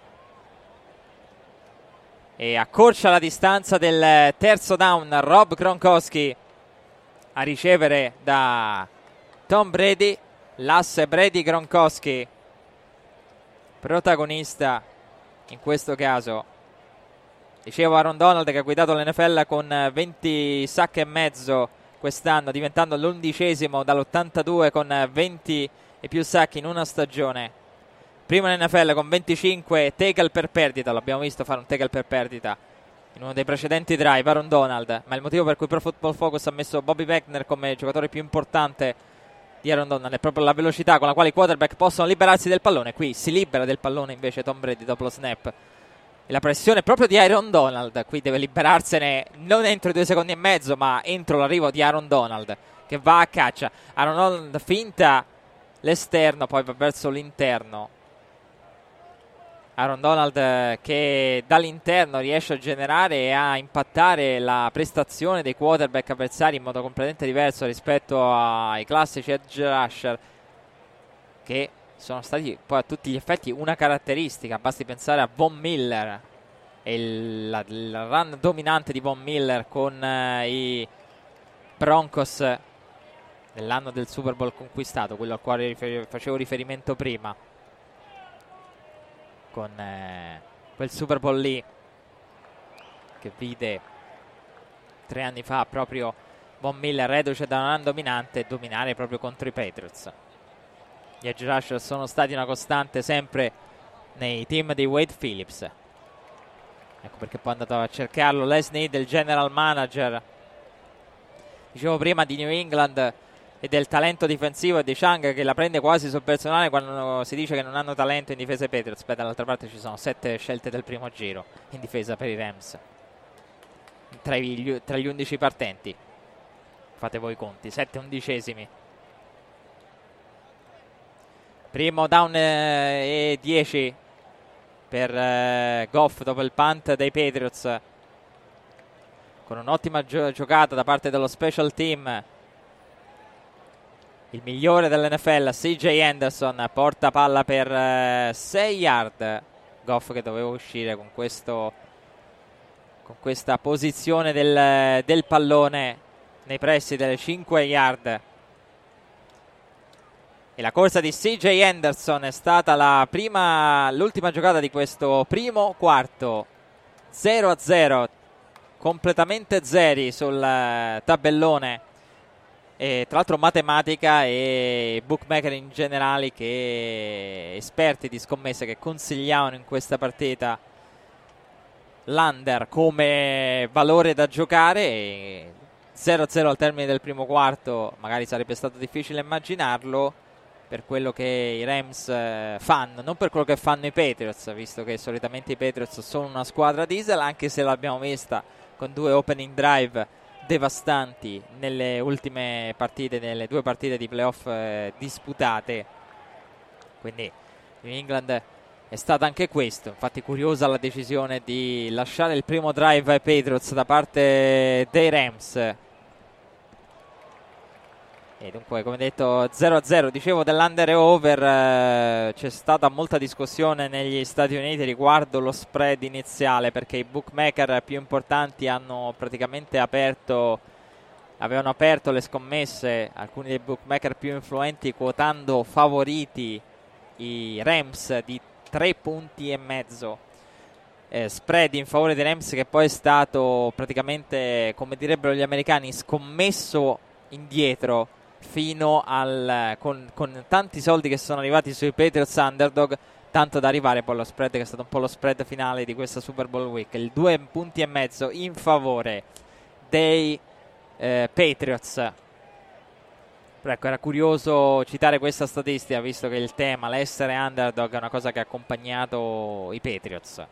e accorcia la distanza del terzo down Rob Gronkowski a ricevere da Tom Brady. L'asse Brady-Gronkowski protagonista in questo caso. Dicevo Aaron Donald che ha guidato l'N F L con venti sack e mezzo quest'anno, diventando l'undicesimo dall'ottantadue con venti e più sack in una stagione. Primo in N F L con venticinque tackle per perdita, l'abbiamo visto fare un tackle per perdita in uno dei precedenti drive Aaron Donald, ma il motivo per cui Pro Football Focus ha messo Bobby Wagner come giocatore più importante di Aaron Donald è proprio la velocità con la quale i quarterback possono liberarsi del pallone. Qui si libera del pallone invece Tom Brady dopo lo snap, e la pressione proprio di Aaron Donald, qui deve liberarsene non entro i due secondi e mezzo ma entro l'arrivo di Aaron Donald, che va a caccia. Aaron Donald finta l'esterno, poi va verso l'interno. Aaron Donald che dall'interno riesce a generare e a impattare la prestazione dei quarterback avversari in modo completamente diverso rispetto ai classici edge rusher, che sono stati poi a tutti gli effetti una caratteristica. Basti pensare a Von Miller e il, la, il run dominante di Von Miller con eh, i Broncos nell'anno del Super Bowl conquistato, quello al quale rifer- facevo riferimento prima, con eh, quel Super Bowl lì che vide tre anni fa proprio Von Miller reduce da un run dominante dominare proprio contro i Patriots. Gli edge rusher sono stati una costante sempre nei team di Wade Phillips. Ecco perché poi è andato a cercarlo Les Snead, il general manager. Dicevo prima di New England e del talento difensivo di Chang, che la prende quasi sul personale quando si dice che non hanno talento in difesa ai Patriots. Beh, dall'altra parte ci sono sette scelte del primo giro in difesa per i Rams tra, i, tra gli undici partenti. Fate voi i conti, sette undicesimi. Primo down eh, e dieci per eh, Goff dopo il punt dei Patriots, con un'ottima gio- giocata da parte dello special team. Il migliore dell'N F L, C J Anderson, porta palla per eh, sei yard. Goff che doveva uscire con questo con questa posizione del, del pallone nei pressi delle cinque yard. E la corsa di C J Anderson è stata la prima, l'ultima giocata di questo primo quarto. zero a zero, completamente zeri sul uh, tabellone. E tra l'altro matematica e bookmaker in generale, che esperti di scommesse, che consigliavano in questa partita l'under come valore da giocare. E zero a zero al termine del primo quarto magari sarebbe stato difficile immaginarlo per quello che i Rams eh, fanno, non per quello che fanno i Patriots, visto che solitamente i Patriots sono una squadra diesel, anche se l'abbiamo vista con due opening drive devastanti nelle ultime partite, nelle due partite di playoff eh, disputate. Quindi New England è stata anche questo. Infatti curiosa la decisione di lasciare il primo drive ai Patriots da parte dei Rams. E dunque, come detto, zero a zero. Dicevo dell'under e over, eh, c'è stata molta discussione negli Stati Uniti riguardo lo spread iniziale, perché i bookmaker più importanti hanno praticamente aperto avevano aperto le scommesse, alcuni dei bookmaker più influenti quotando favoriti i Rams di tre punti e mezzo, eh, spread in favore dei Rams, che poi è stato praticamente, come direbbero gli americani, scommesso indietro fino al con, con tanti soldi che sono arrivati sui Patriots underdog, tanto da arrivare poi allo spread che è stato un po' lo spread finale di questa Super Bowl week, il due punti e mezzo in favore dei eh, Patriots. Però ecco, era curioso citare questa statistica, visto che il tema, l'essere underdog, è una cosa che ha accompagnato i Patriots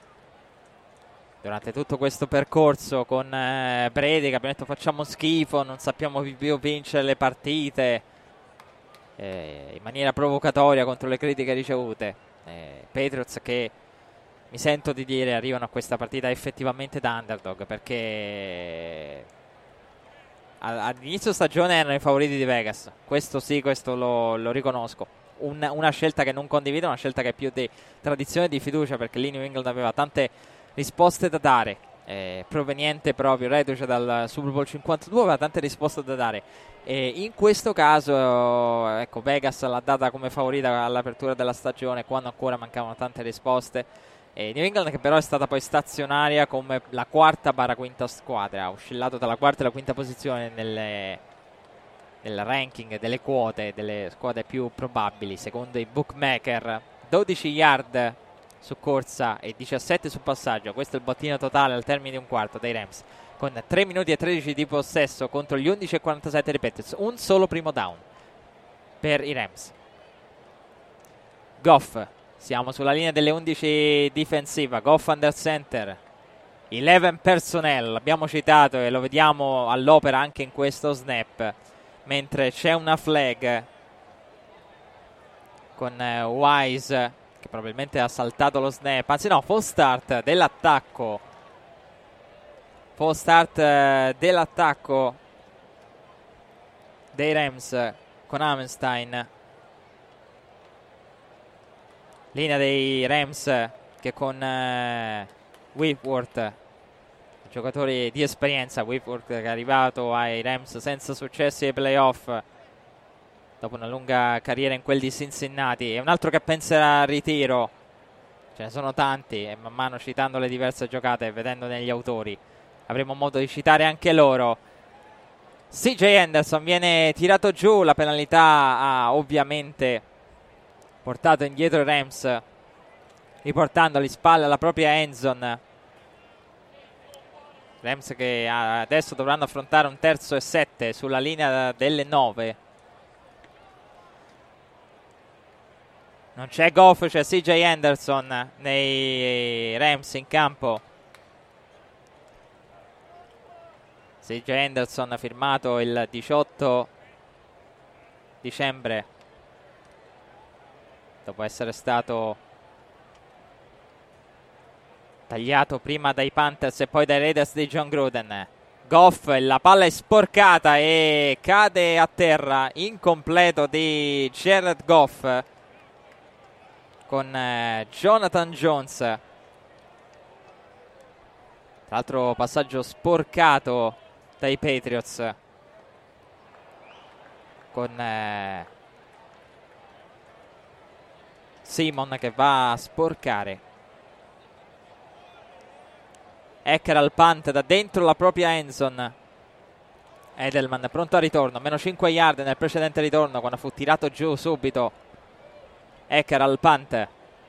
durante tutto questo percorso con eh, Brady, che abbiamo detto facciamo schifo, non sappiamo più vincere le partite, eh, in maniera provocatoria contro le critiche ricevute. eh, Patriots che, mi sento di dire, arrivano a questa partita effettivamente da underdog, perché all'inizio stagione erano i favoriti di Vegas, questo sì, questo lo, lo riconosco. Un, una scelta che non condivido, una scelta che è più di tradizione e di fiducia, perché lì New England aveva tante risposte da dare, eh, proveniente proprio reduce dal Super Bowl cinquantadue, aveva tante risposte da dare, e in questo caso ecco, Vegas l'ha data come favorita all'apertura della stagione, quando ancora mancavano tante risposte. E New England, che però è stata poi stazionaria come la quarta barra quinta squadra, ha oscillato tra la quarta e la quinta posizione nelle, nel ranking delle quote delle squadre più probabili secondo i bookmaker. Dodici yard su corsa e diciassette su passaggio, questo è il bottino totale al termine di un quarto dei Rams, con tre minuti e tredici di possesso contro gli undici e quarantasette dei Patriots. Un solo primo down per i Rams. Goff, siamo sulla linea delle undici difensiva. Goff under center, undici personnel, l'abbiamo citato e lo vediamo all'opera anche in questo snap, mentre c'è una flag con uh, Wise che probabilmente ha saltato lo snap, anzi no, false start dell'attacco false start uh, dell'attacco dei Rams con Amenstein. Linea dei Rams che con eh, Whitworth, giocatori di esperienza, Whitworth che è arrivato ai Rams senza successi ai playoff dopo una lunga carriera in quel di Cincinnati, e un altro che penserà al ritiro. Ce ne sono tanti e man mano citando le diverse giocate e vedendo negli autori avremo modo di citare anche loro. C J Henderson viene tirato giù, la penalità ha ovviamente portato indietro i Rams, riportandoli spalle alla propria end zone. Rams che adesso dovranno affrontare un terzo e sette sulla linea delle nove. Non c'è Goff, c'è C J Henderson nei Rams in campo. C J Henderson firmato il diciotto dicembre dopo essere stato tagliato prima dai Panthers e poi dai Raiders di John Gruden. Goff, la palla è sporcata e cade a terra, incompleto di Jared Goff con eh, Jonathan Jones. Tra l'altro passaggio sporcato dai Patriots con eh, Simon che va a sporcare. Ecker al punt da dentro la propria end zone. Edelman pronto al ritorno, meno cinque yard nel precedente ritorno quando fu tirato giù subito. Ecker al punt.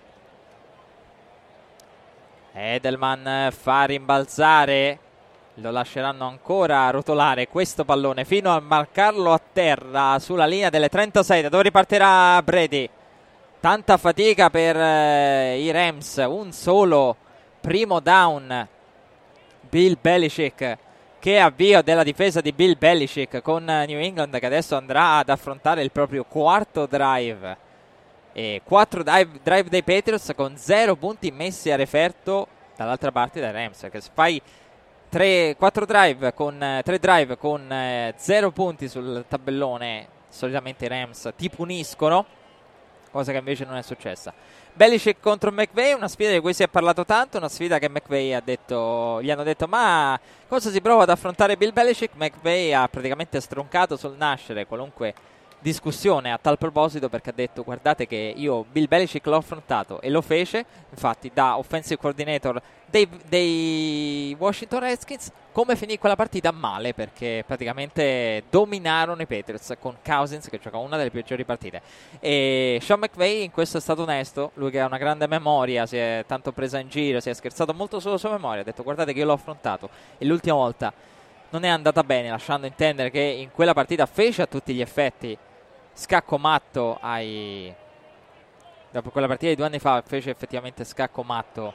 Edelman fa rimbalzare, lo lasceranno ancora rotolare questo pallone fino a marcarlo a terra sulla linea delle trentasei, da dove ripartirà Brady. Tanta fatica per eh, i Rams, un solo primo down. Bill Belichick, che avvio della difesa di Bill Belichick con New England che adesso andrà ad affrontare il proprio quarto drive. E quattro drive, drive dei Patriots con zero punti messi a referto dall'altra parte dai Rams, che se fai tre, quattro drive con tre drive con eh, zero punti sul tabellone, solitamente i Rams ti puniscono, cosa che invece non è successa. Belichick contro McVay, una sfida di cui si è parlato tanto, una sfida che McVay ha detto, gli hanno detto ma cosa si prova ad affrontare Bill Belichick? McVay ha praticamente stroncato sul nascere qualunque discussione a tal proposito, perché ha detto guardate che io Bill Belichick l'ho affrontato, e lo fece infatti da offensive coordinator dei, dei Washington Redskins. Come finì quella partita? Male, perché praticamente dominarono i Patriots con Cousins che giocò una delle peggiori partite. E Sean McVay in questo è stato onesto, lui che ha una grande memoria, si è tanto presa in giro, si è scherzato molto sulla sua memoria, ha detto guardate che io l'ho affrontato e l'ultima volta non è andata bene, lasciando intendere che in quella partita fece a tutti gli effetti scacco matto ai dopo quella partita di due anni fa fece effettivamente scacco matto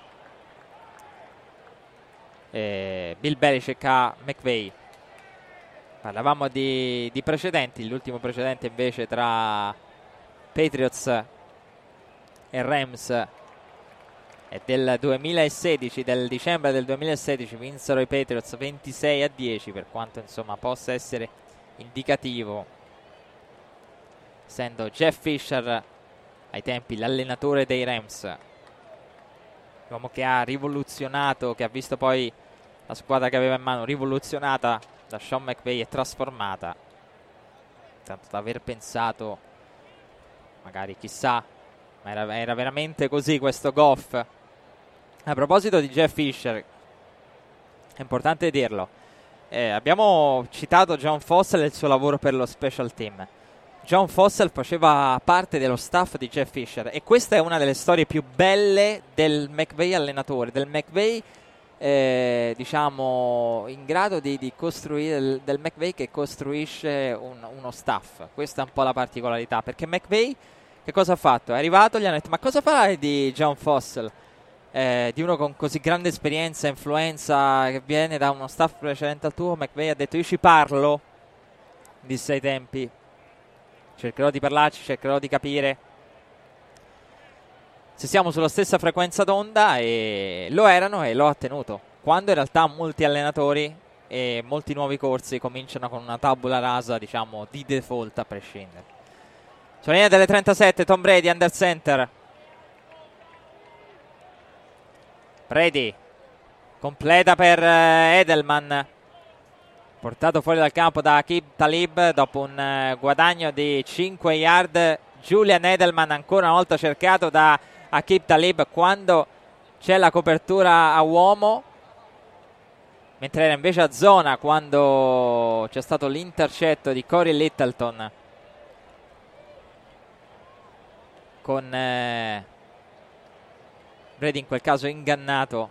eh, Bill Belichick a McVay. Parlavamo di, di precedenti, l'ultimo precedente invece tra Patriots e Rams è del duemilasedici, del dicembre del duemilasedici. Vinsero i Patriots ventisei a dieci, per quanto insomma possa essere indicativo, essendo Jeff Fisher ai tempi l'allenatore dei Rams, l'uomo che ha rivoluzionato, che ha visto poi la squadra che aveva in mano rivoluzionata da Sean McVay e trasformata, tanto da aver pensato magari chissà, ma era, era veramente così questo Goff. A proposito di Jeff Fisher, è importante dirlo, eh, abbiamo citato John Fossell e il suo lavoro per lo special team. John Fossell faceva parte dello staff di Jeff Fisher, e questa è una delle storie più belle del McVay allenatore, del McVay eh, diciamo in grado di, di costruire, del McVay che costruisce un, uno staff. Questa è un po' la particolarità, perché McVay che cosa ha fatto? È arrivato, gli hanno detto ma cosa farai di John Fossell? Eh, di uno con così grande esperienza e influenza che viene da uno staff precedente al tuo. McVay ha detto io ci parlo, disse ai tempi, cercherò di parlarci, cercherò di capire se siamo sulla stessa frequenza d'onda, e lo erano e lo ha tenuto, quando in realtà molti allenatori e molti nuovi corsi cominciano con una tabula rasa, diciamo, di default a prescindere. Sulla linea delle trentasette Tom Brady under center, Brady completa per Edelman, portato fuori dal campo da Aqib Talib dopo un guadagno di cinque yard. Julian Edelman ancora una volta cercato da Aqib Talib quando c'è la copertura a uomo, mentre era invece a zona quando c'è stato l'intercetto di Corey Littleton con eh, Brady in quel caso ingannato.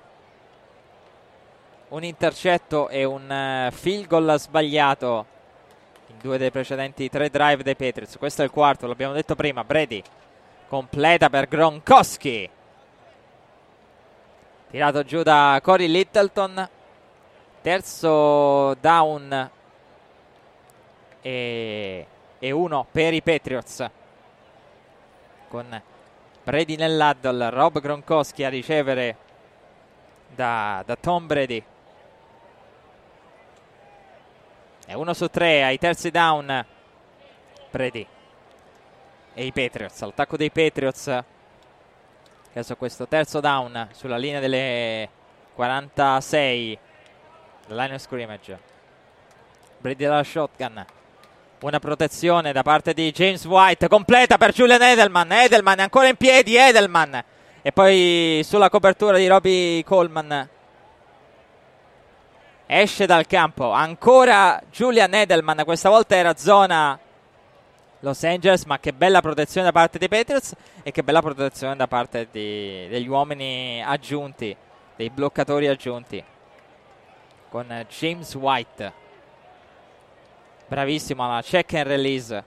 Un intercetto e un uh, field goal sbagliato in due dei precedenti tre drive dei Patriots. Questo è il quarto, l'abbiamo detto prima. Brady completa per Gronkowski, tirato giù da Corey Littleton. Terzo down e, e uno per i Patriots, con Brady nell'huddle, Rob Gronkowski a ricevere da, da Tom Brady. È uno su tre ai terzi down Brady e i Patriots. L'attacco dei Patriots che su questo terzo down sulla linea delle quarantasei, la line of scrimmage. Brady dalla shotgun, una protezione da parte di James White, completa per Julian Edelman. Edelman è ancora in piedi, Edelman, e poi sulla copertura di Robbie Coleman esce dal campo. Ancora Julian Edelman, questa volta era zona Los Angeles, ma che bella protezione da parte dei Patriots e che bella protezione da parte di, degli uomini aggiunti, dei bloccatori aggiunti, con James White bravissimo alla check and release,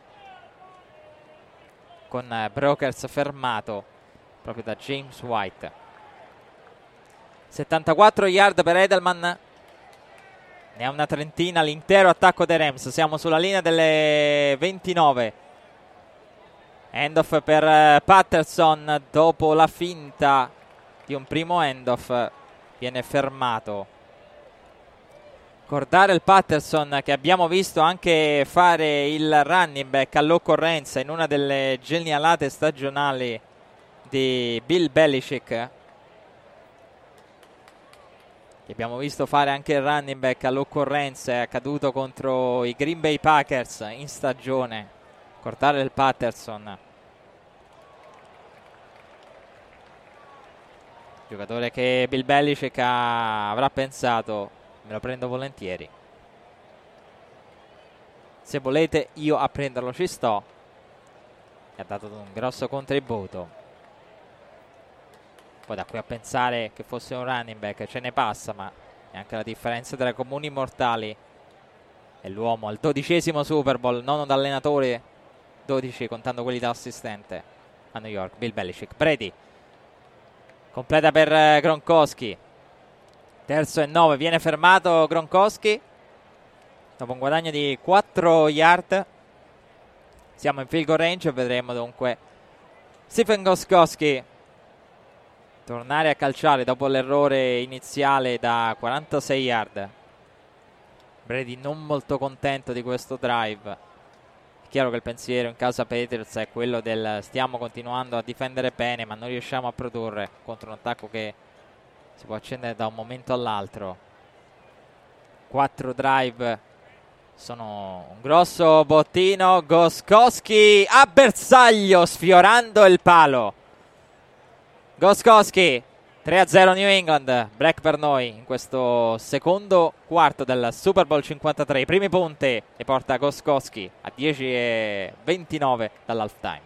con Brokers fermato proprio da James White. settantaquattro yard per Edelman, ne ha una trentina l'intero attacco dei Rams. Siamo sulla linea delle ventinove. Handoff per Patterson dopo la finta di un primo handoff, viene fermato Cordarrelle Patterson, che abbiamo visto anche fare il running back all'occorrenza in una delle genialate stagionali di Bill Belichick, che abbiamo visto fare anche il running back all'occorrenza, è accaduto contro i Green Bay Packers in stagione. Cordarrelle Patterson, giocatore che Bill Belichick ha, avrà pensato: me lo prendo volentieri, se volete io a prenderlo ci sto, e ha dato un grosso contributo. Poi da qui a pensare che fosse un running back ce ne passa, ma è anche la differenza tra comuni mortali e l'uomo al dodicesimo Super Bowl, nono da allenatore, dodici contando quelli da assistente a New York, Bill Belichick. Brady completa per uh, Gronkowski, terzo e nove, viene fermato Gronkowski dopo un guadagno di quattro yard. Siamo in field goal range e vedremo dunque Stephen Gostkowski tornare a calciare dopo l'errore iniziale da quarantasei yard. Brady non molto contento di questo drive. È chiaro che il pensiero in casa Patriots è quello del stiamo continuando a difendere bene, ma non riusciamo a produrre contro un attacco che si può accendere da un momento all'altro. Quattro drive sono un grosso bottino. Gostkowski a bersaglio, sfiorando il palo. Gostkowski, tre a zero New England, black per noi in questo secondo quarto del Super Bowl cinquantatré. I primi punti li porta Gostkowski a dieci e ventinove dall'halftime.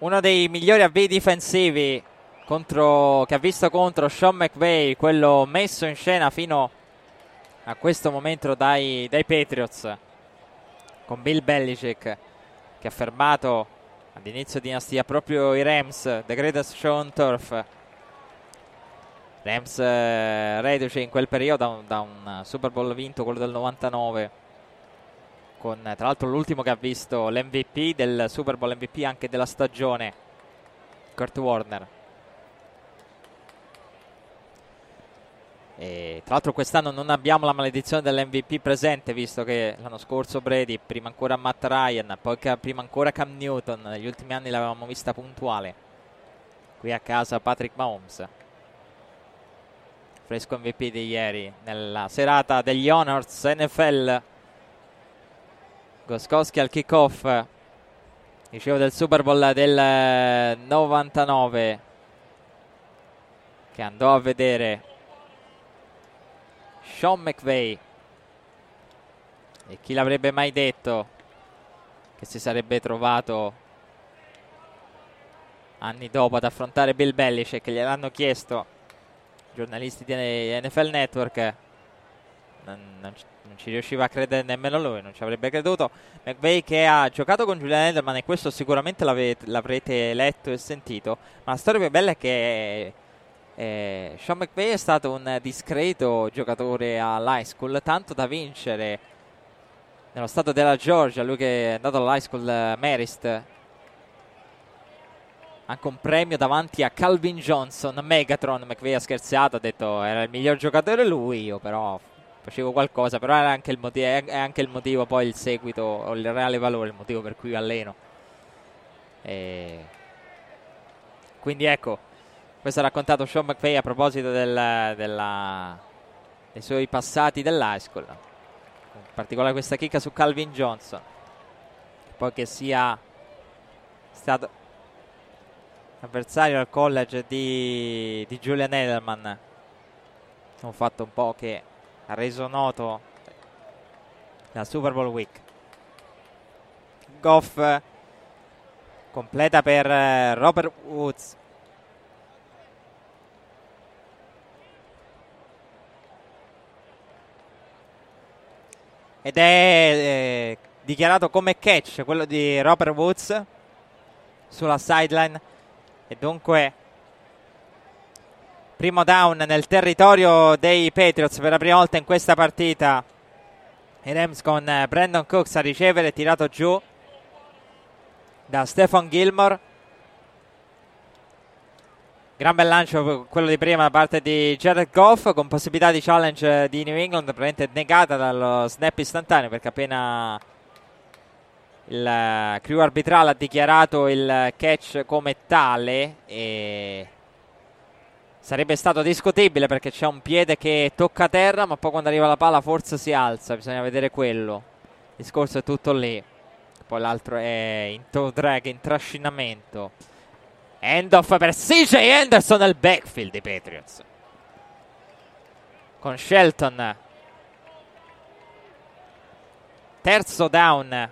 uno dei migliori avvii difensivi contro, che ha visto contro Sean McVay, quello messo in scena fino a questo momento dai, dai Patriots, con Bill Belichick che ha fermato all'inizio dinastia proprio i Rams, The Greatest Show on Turf. Rams eh, reduce in quel periodo da un, da un Super Bowl vinto, quello del novantanove, con tra l'altro l'ultimo che ha visto l'M V P del Super Bowl, M V P anche della stagione, Kurt Warner. E tra l'altro quest'anno non abbiamo la maledizione dell'M V P presente, visto che l'anno scorso Brady, prima ancora Matt Ryan, poi prima ancora Cam Newton, negli ultimi anni l'avevamo vista puntuale. Qui a casa Patrick Mahomes, fresco M V P di ieri nella serata degli Honors N F L. Gostkowski al kickoff, dicevo, del Super Bowl del novantanove, che andò a vedere Sean McVay. E chi l'avrebbe mai detto che si sarebbe trovato anni dopo ad affrontare Bill Belichick, che gliel'hanno chiesto giornalisti di N F L Network. Non, non, non ci riusciva a credere nemmeno lui, non ci avrebbe creduto. McVay, che ha giocato con Julian Edelman, e questo sicuramente l'avrete letto e sentito, ma la storia più bella è che eh, Sean McVay è stato un discreto giocatore all'high school, tanto da vincere nello stato della Georgia, lui che è andato all'high school Marist, anche un premio davanti a Calvin Johnson, Megatron. McVay ha scherzato, ha detto era il miglior giocatore lui, io però facevo qualcosa, però era anche il motivo, è anche il motivo poi il seguito o il reale valore, il motivo per cui alleno. E quindi ecco, questo ha raccontato Sean McVay a proposito del, della, dei suoi passati dell'high school, in particolare questa chicca su Calvin Johnson, poi che sia stato avversario al college di, di Julian Edelman, un fatto un po' che ha reso noto la Super Bowl Week. Goff completa per eh, Robert Woods, ed è eh, dichiarato come catch quello di Robert Woods sulla sideline, e dunque primo down nel territorio dei Patriots per la prima volta in questa partita. I Rams con eh, Brandon Cooks a ricevere, tirato giù da Stephon Gilmore. Gran bel lancio quello di prima da parte di Jared Goff, con possibilità di challenge di New England, praticamente negata dallo snap istantaneo, perché appena il crew arbitrale ha dichiarato il catch come tale, e sarebbe stato discutibile perché c'è un piede che tocca terra, ma poi quando arriva la palla forse si alza, bisogna vedere quello. Il discorso è tutto lì. Poi l'altro è in toe drag, in trascinamento. Handoff per C J Henderson nel backfield dei Patriots, con Shelton. Terzo down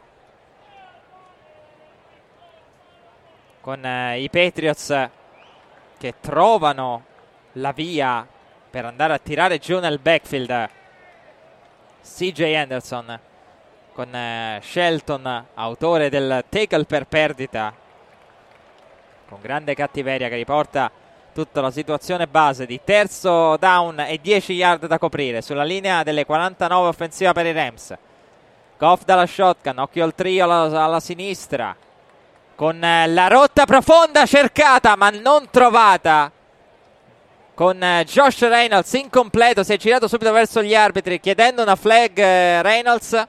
con eh, i Patriots che trovano la via per andare a tirare giù nel backfield C J Henderson, con eh, Shelton, autore del tackle per perdita, con grande cattiveria, che riporta tutta la situazione base di terzo down e dieci yard da coprire sulla linea delle quarantanove offensiva per i Rams. Goff dalla shotgun, occhio al trio alla, alla sinistra, con eh, la rotta profonda cercata ma non trovata, con eh, Josh Reynolds incompleto, si è girato subito verso gli arbitri chiedendo una flag. eh, Reynolds,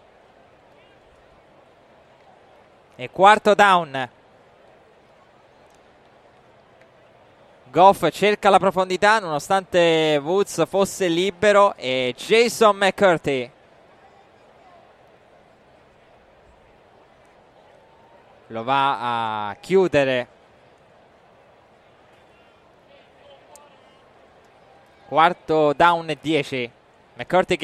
e quarto down. Goff cerca la profondità nonostante Woods fosse libero, e Jason McCourty lo va a chiudere. Quarto down e dieci. McCourty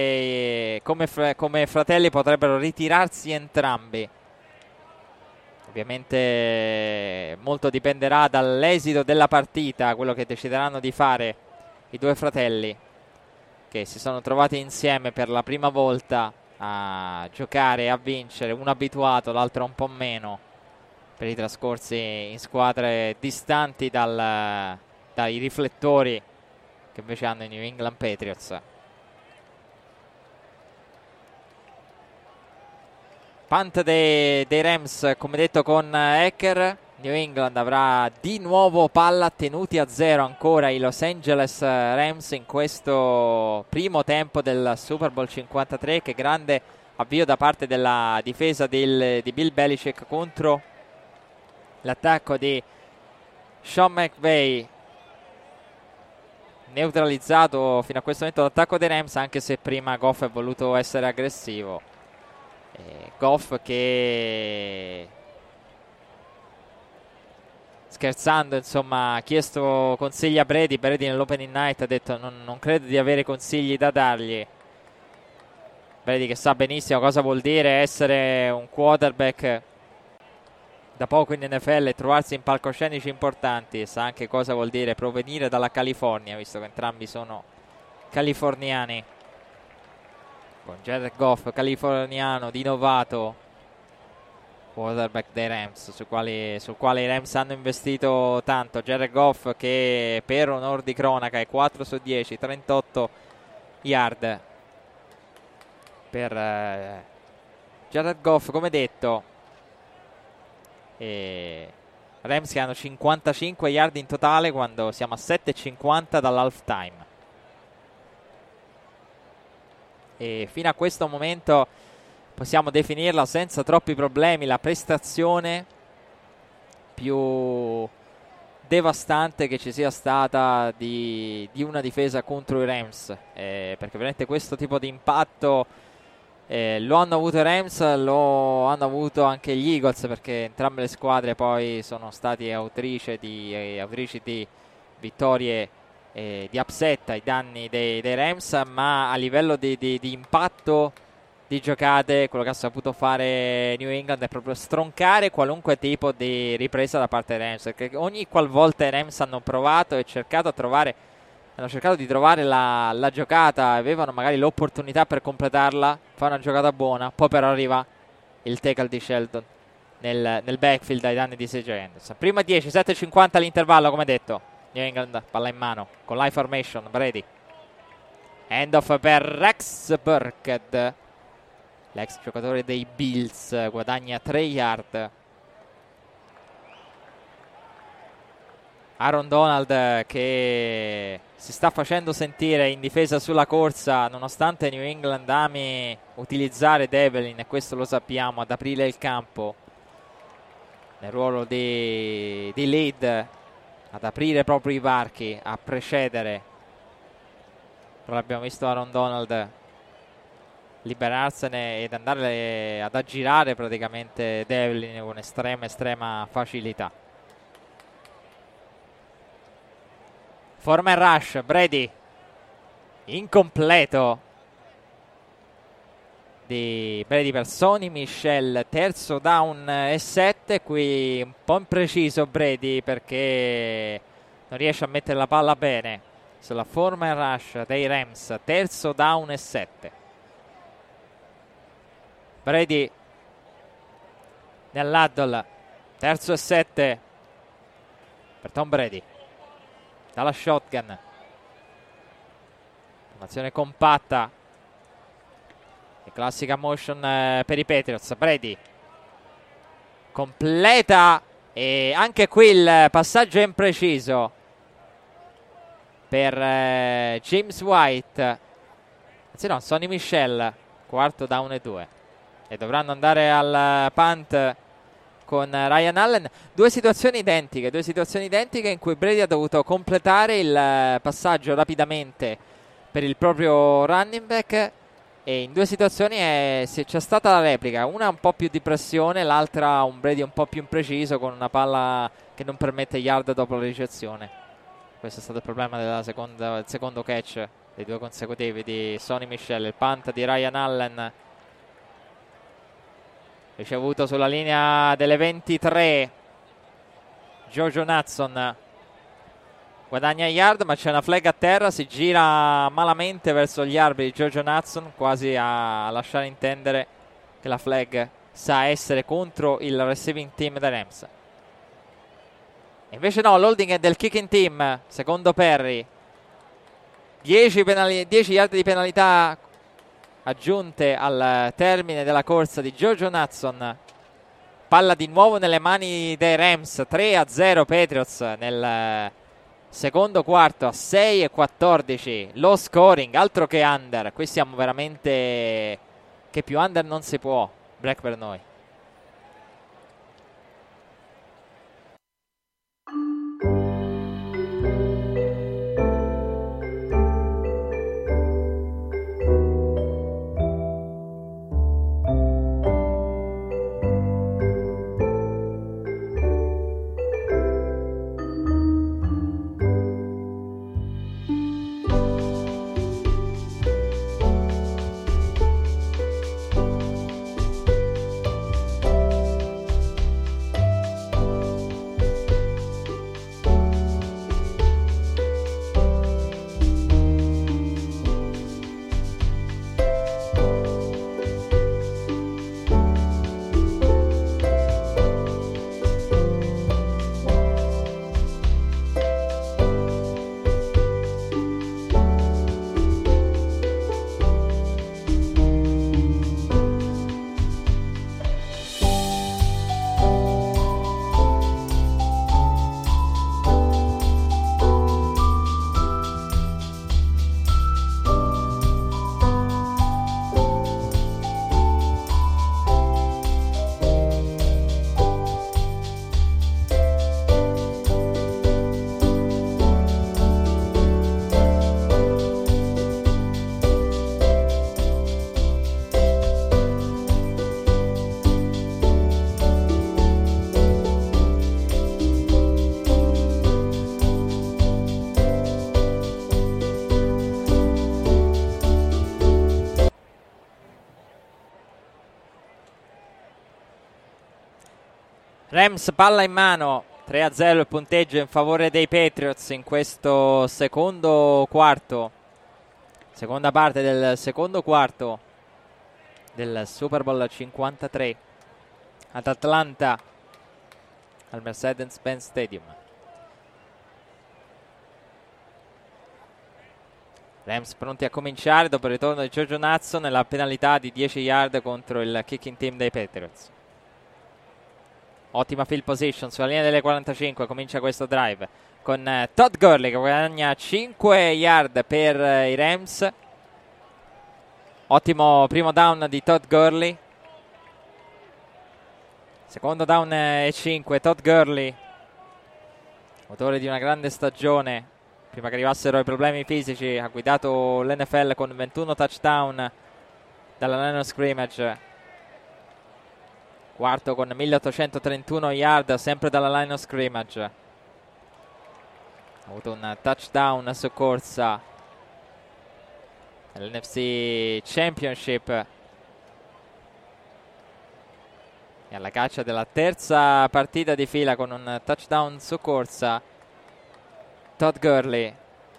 che come, fr- come fratelli potrebbero ritirarsi entrambi. Ovviamente molto dipenderà dall'esito della partita, quello che decideranno di fare i due fratelli, che si sono trovati insieme per la prima volta a giocare e a vincere, uno abituato, l'altro un po' meno, per i trascorsi in squadre distanti dal, dai riflettori che invece hanno i New England Patriots. Punt dei, dei Rams, come detto, con Ecker. New England avrà di nuovo palla, tenuti a zero ancora i Los Angeles Rams in questo primo tempo del Super Bowl cinquantatré. Che grande avvio da parte della difesa del, di Bill Belichick contro l'attacco di Sean McVay. Neutralizzato fino a questo momento l'attacco dei Rams, anche se prima Goff è voluto essere aggressivo. Eh, Goff che, scherzando, insomma, ha chiesto consigli a Brady. Brady nell'opening night ha detto non, non credo di avere consigli da dargli. Brady che sa benissimo cosa vuol dire essere un quarterback da poco in N F L e trovarsi in palcoscenici importanti. Sa anche cosa vuol dire provenire dalla California, visto che entrambi sono californiani, con Jared Goff californiano di novato, quarterback dei Rams, su quali, sul quale i Rams hanno investito tanto. Jared Goff che per onor di cronaca è quattro su dieci, trentotto yard per eh, Jared Goff, come detto. E Rams che hanno cinquantacinque yard in totale quando siamo a sette e cinquanta dall'half time. E fino a questo momento possiamo definirla senza troppi problemi la prestazione più devastante che ci sia stata di, di una difesa contro i Rams, eh, perché veramente questo tipo di impatto eh, lo hanno avuto i Rams, lo hanno avuto anche gli Eagles, perché entrambe le squadre poi sono stati autrici di, eh, autrici di vittorie, Eh, di upset ai danni dei, dei Rams, ma a livello di, di, di impatto di giocate quello che ha saputo fare New England è proprio stroncare qualunque tipo di ripresa da parte dei Rams, perché ogni qualvolta i Rams hanno provato e cercato a trovare hanno cercato di trovare la, la giocata, avevano magari l'opportunità per completarla, fare una giocata buona, poi però arriva il tackle di Shelton nel, nel backfield ai danni di C J Anderson. Prima dieci, sette e cinquanta all'intervallo, come detto. New England palla in mano con l'high formation. Brady, hand off per Rex Burkhead, l'ex giocatore dei Bills, guadagna tre yard. Aaron Donald che si sta facendo sentire in difesa sulla corsa, nonostante New England ami utilizzare Devlin, e questo lo sappiamo, ad aprire il campo nel ruolo di, di lead, ad aprire proprio i varchi, a precedere. Però abbiamo visto Aaron Donald liberarsene ed andare ad aggirare praticamente Devlin con estrema estrema facilità. Forma e rush, Brady incompleto di Brady per Sony Michel, terzo down e sette. Qui un po' impreciso Brady perché non riesce a mettere la palla bene sulla forma e rush dei Rams, terzo down e sette. Brady nell'huddle, terzo e sette per Tom Brady dalla shotgun, formazione compatta, classica motion eh, per i Patriots. Brady completa, e anche qui il passaggio è impreciso per eh, James White, anzi no, Sonny Michel, quarto down e due, e dovranno andare al punt con Ryan Allen. Due situazioni identiche, due situazioni identiche in cui Brady ha dovuto completare il passaggio rapidamente per il proprio running back, e in due situazioni è, se c'è stata la replica, una un po' più di pressione, l'altra un Brady un po' più impreciso con una palla che non permette yard dopo la ricezione. Questo è stato il problema della seconda, del secondo catch dei due consecutivi di Sonny Michel. Il punt di Ryan Allen ricevuto sulla linea delle ventitré. Giorgio Natson guadagna yard, ma c'è una flag a terra, si gira malamente verso gli arbitri Giorgio Natson, quasi a lasciare intendere che la flag sa essere contro il receiving team dei Rams. Invece no, l'holding è del kicking team, secondo Perry. dieci, penali- dieci yard di penalità aggiunte al termine della corsa di Giorgio Natson. Palla di nuovo nelle mani dei Rams, tre a zero Patriots nel secondo quarto, a sei e quattordici lo scoring, altro che under. Qui siamo veramente, che più under non si può, Black per noi. Rams palla in mano, tre a zero il punteggio in favore dei Patriots in questo secondo quarto, seconda parte del secondo quarto del Super Bowl cinquantatré ad Atlanta al Mercedes-Benz Stadium. Rams pronti a cominciare dopo il ritorno di Giorgio Natson e la penalità di dieci yard contro il kicking team dei Patriots. Ottima field position sulla linea delle quarantacinque, comincia questo drive con eh, Todd Gurley che guadagna cinque yard per eh, i Rams. Ottimo primo down di Todd Gurley. Secondo down e cinque, Todd Gurley, autore di una grande stagione prima che arrivassero i problemi fisici, ha guidato l'N F L con ventuno touchdown dalla line of scrimmage. Quarto con milleottocentotrentuno yard sempre dalla line of scrimmage. Ha avuto un touchdown su corsa nell'N F C Championship e alla caccia della terza partita di fila con un touchdown su corsa. Todd Gurley,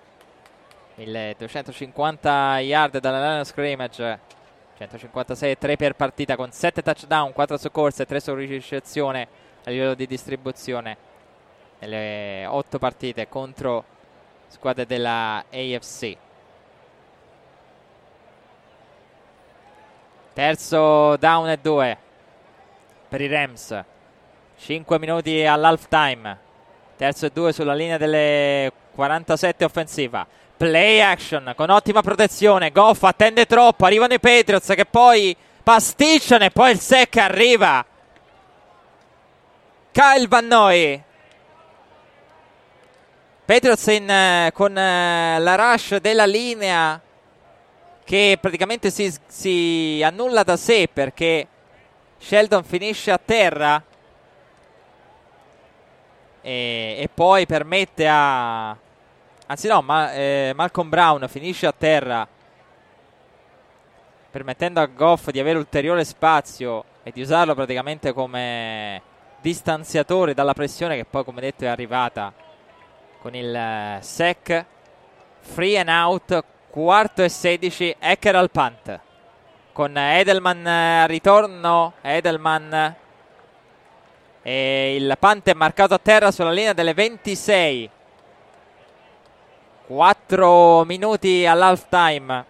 milleduecentocinquanta yard dalla line of scrimmage, centocinquantasei e tre per partita con sette touchdown, quattro su corsa e tre su ricezione a livello di distribuzione nelle otto partite contro squadre della A F C. Terzo down e due per i Rams, cinque minuti all'halftime. Terzo e due sulla linea delle quarantasette offensiva. Play action con ottima protezione. Goff attende troppo, arrivano i Patriots che poi pasticciano e poi il sack arriva. Kyle Van Noy. Patriots in, eh, con eh, la rush della linea che praticamente si, si annulla da sé perché Sheldon finisce a terra e, e poi permette a anzi no ma, eh, Malcolm Brown finisce a terra permettendo a Goff di avere ulteriore spazio e di usarlo praticamente come distanziatore dalla pressione che poi, come detto, è arrivata con il sack. Free and out, quarto e sedici, Ecker al punt con Edelman al ritorno. Edelman, e il punt è marcato a terra sulla linea delle ventisei. quattro minuti all'half time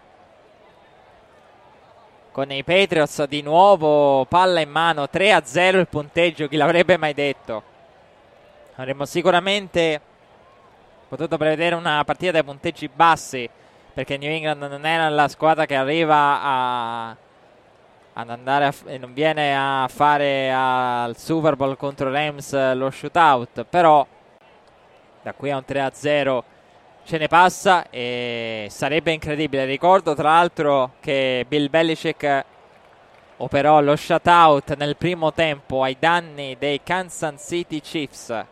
con i Patriots di nuovo palla in mano, tre a zero il punteggio, chi l'avrebbe mai detto. Avremmo sicuramente potuto prevedere una partita dai punteggi bassi, perché New England non era la squadra che arriva a ad andare e non viene a fare al Super Bowl contro Rams lo shootout, però da qui a un tre a zero ce ne passa e sarebbe incredibile. Ricordo tra l'altro che Bill Belichick operò lo shutout nel primo tempo ai danni dei Kansas City Chiefs.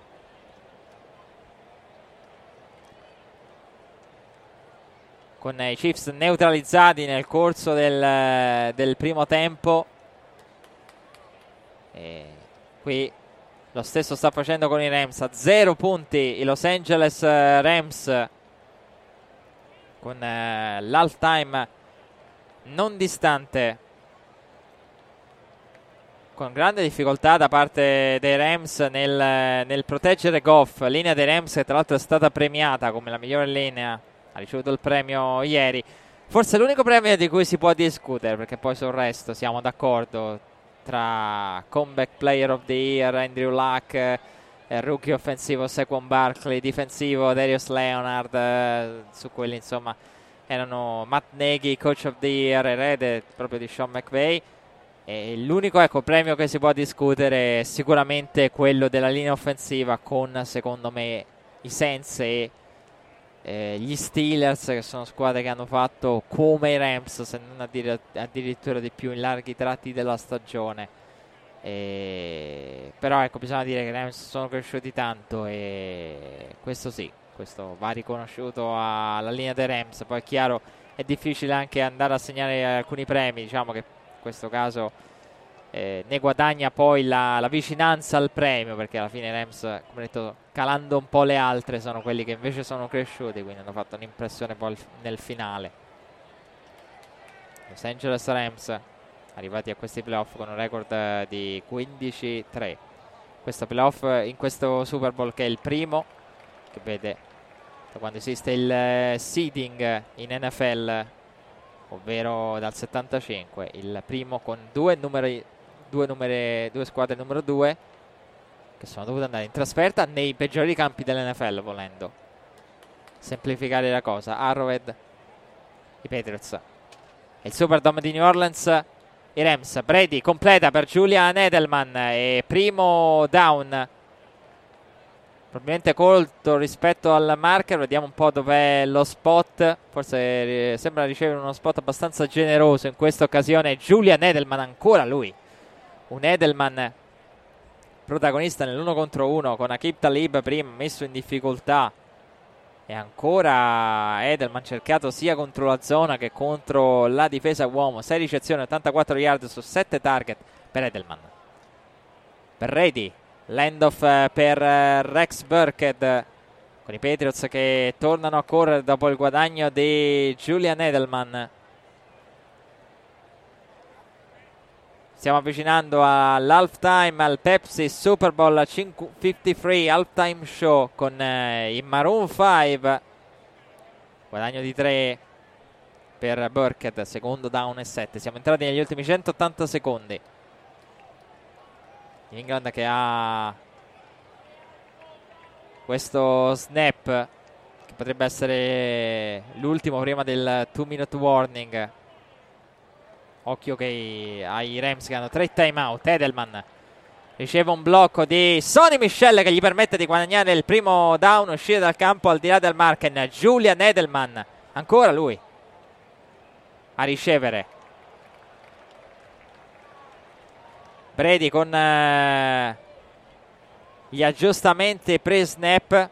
Con i Chiefs neutralizzati nel corso del, del primo tempo. E qui lo stesso sta facendo con i Rams. A zero punti i Los Angeles Rams, con eh, l'half time non distante, con grande difficoltà da parte dei Rams nel, nel proteggere Goff. Linea dei Rams che tra l'altro è stata premiata come la migliore linea, ha ricevuto il premio ieri, forse l'unico premio di cui si può discutere, perché poi sul resto siamo d'accordo, tra Comeback Player of the Year Andrew Luck, eh, rookie offensivo Saquon Barkley, difensivo Darius Leonard, eh, su quelli insomma erano Matt Nagy, Coach of the Year, erede proprio di Sean McVay. E l'unico ecco premio che si può discutere è sicuramente quello della linea offensiva, con secondo me i Saints e Eh, gli Steelers, che sono squadre che hanno fatto come i Rams, se non addir- addirittura di più in larghi tratti della stagione. E... però ecco, bisogna dire che i Rams sono cresciuti tanto e questo sì, questo va riconosciuto alla linea dei Rams. Poi è chiaro, è difficile anche andare a segnare alcuni premi, diciamo che in questo caso Eh, ne guadagna poi la, la vicinanza al premio, perché alla fine i Rams, come detto, calando un po' le altre, sono quelli che invece sono cresciuti, quindi hanno fatto un'impressione poi nel finale. Los Angeles Rams arrivati a questi playoff con un record di quindici tre. Questo playoff in questo Super Bowl, che è il primo che vede da quando esiste il seeding in N F L, ovvero dal settantacinque, il primo con due numeri Due, numere, due squadre numero due che sono dovute andare in trasferta nei peggiori campi dell'N F L, volendo semplificare la cosa. Arrowhead, i Patriots, il Superdome di New Orleans, i Rams. Brady completa per Julian Edelman e primo down probabilmente colto rispetto al marker. Vediamo un po' dov'è lo spot, forse sembra ricevere uno spot abbastanza generoso in questa occasione. Julian Edelman, ancora lui, un Edelman protagonista nell'uno contro uno con Aqib Talib prima messo in difficoltà, e ancora Edelman cercato sia contro la zona che contro la difesa uomo. Sei ricezioni, ottantaquattro yard su sette target per Edelman. Per Brady, l'handoff per Rex Burkhead, con i Patriots che tornano a correre dopo il guadagno di Julian Edelman. Stiamo avvicinando all'halftime, al Pepsi Super Bowl cinquantatré halftime show con eh, i Maroon cinque. Guadagno di tre per Burkhead, secondo down e sette. Siamo entrati negli ultimi centottanta secondi. England che ha questo snap che potrebbe essere l'ultimo prima del two minute warning. Occhio che ai Rams che hanno tre timeout. Edelman riceve un blocco di Sonny Michel che gli permette di guadagnare il primo down, uscire dal campo al di là del marken. Julian Edelman, ancora lui a ricevere. Brady con eh, gli aggiustamenti pre-snap.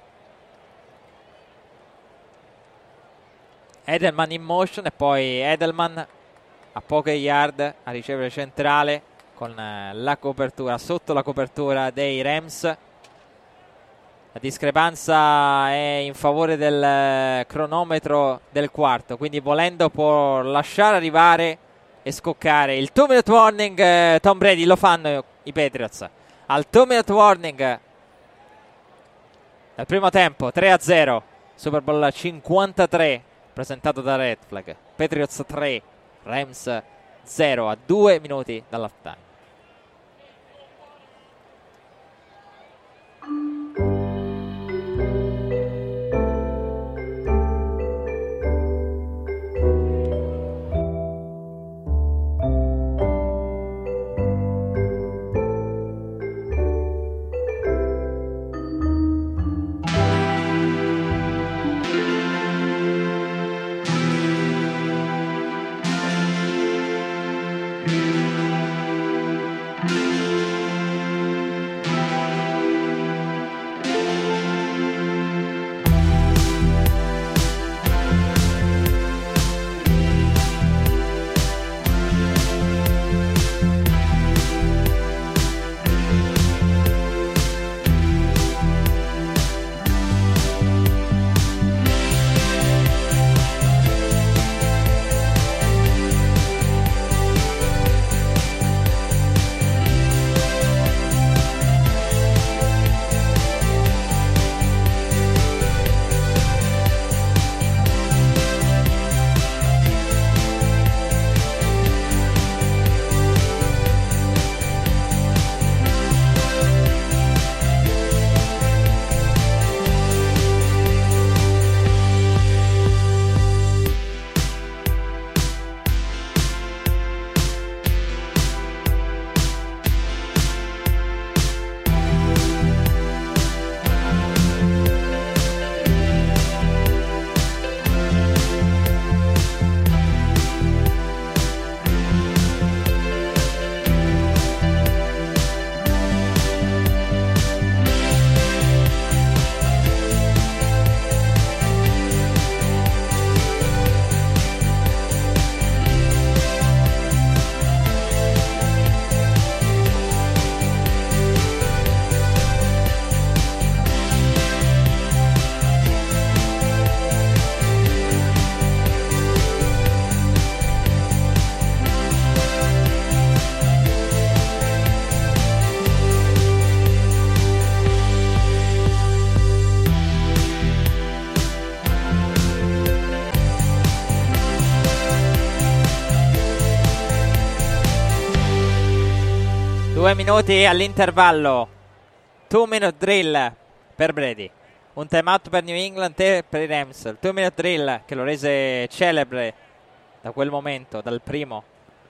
Edelman in motion e poi Edelman a poche yard a ricevere centrale con la copertura, sotto la copertura dei Rams. La discrepanza è in favore del cronometro del quarto, quindi volendo può lasciare arrivare e scoccare il two minute warning. eh, Tom Brady, lo fanno i Patriots al two minute warning dal primo tempo. Tre a zero, Super Bowl cinquantatré presentato da Red Flag. Patriots tre, Rams zero a due minuti dall'halftime. Due minuti all'intervallo. Two minute drill per Brady. Un time out per New England e per i Rams. Il two minute drill che lo rese celebre da quel momento, dal primo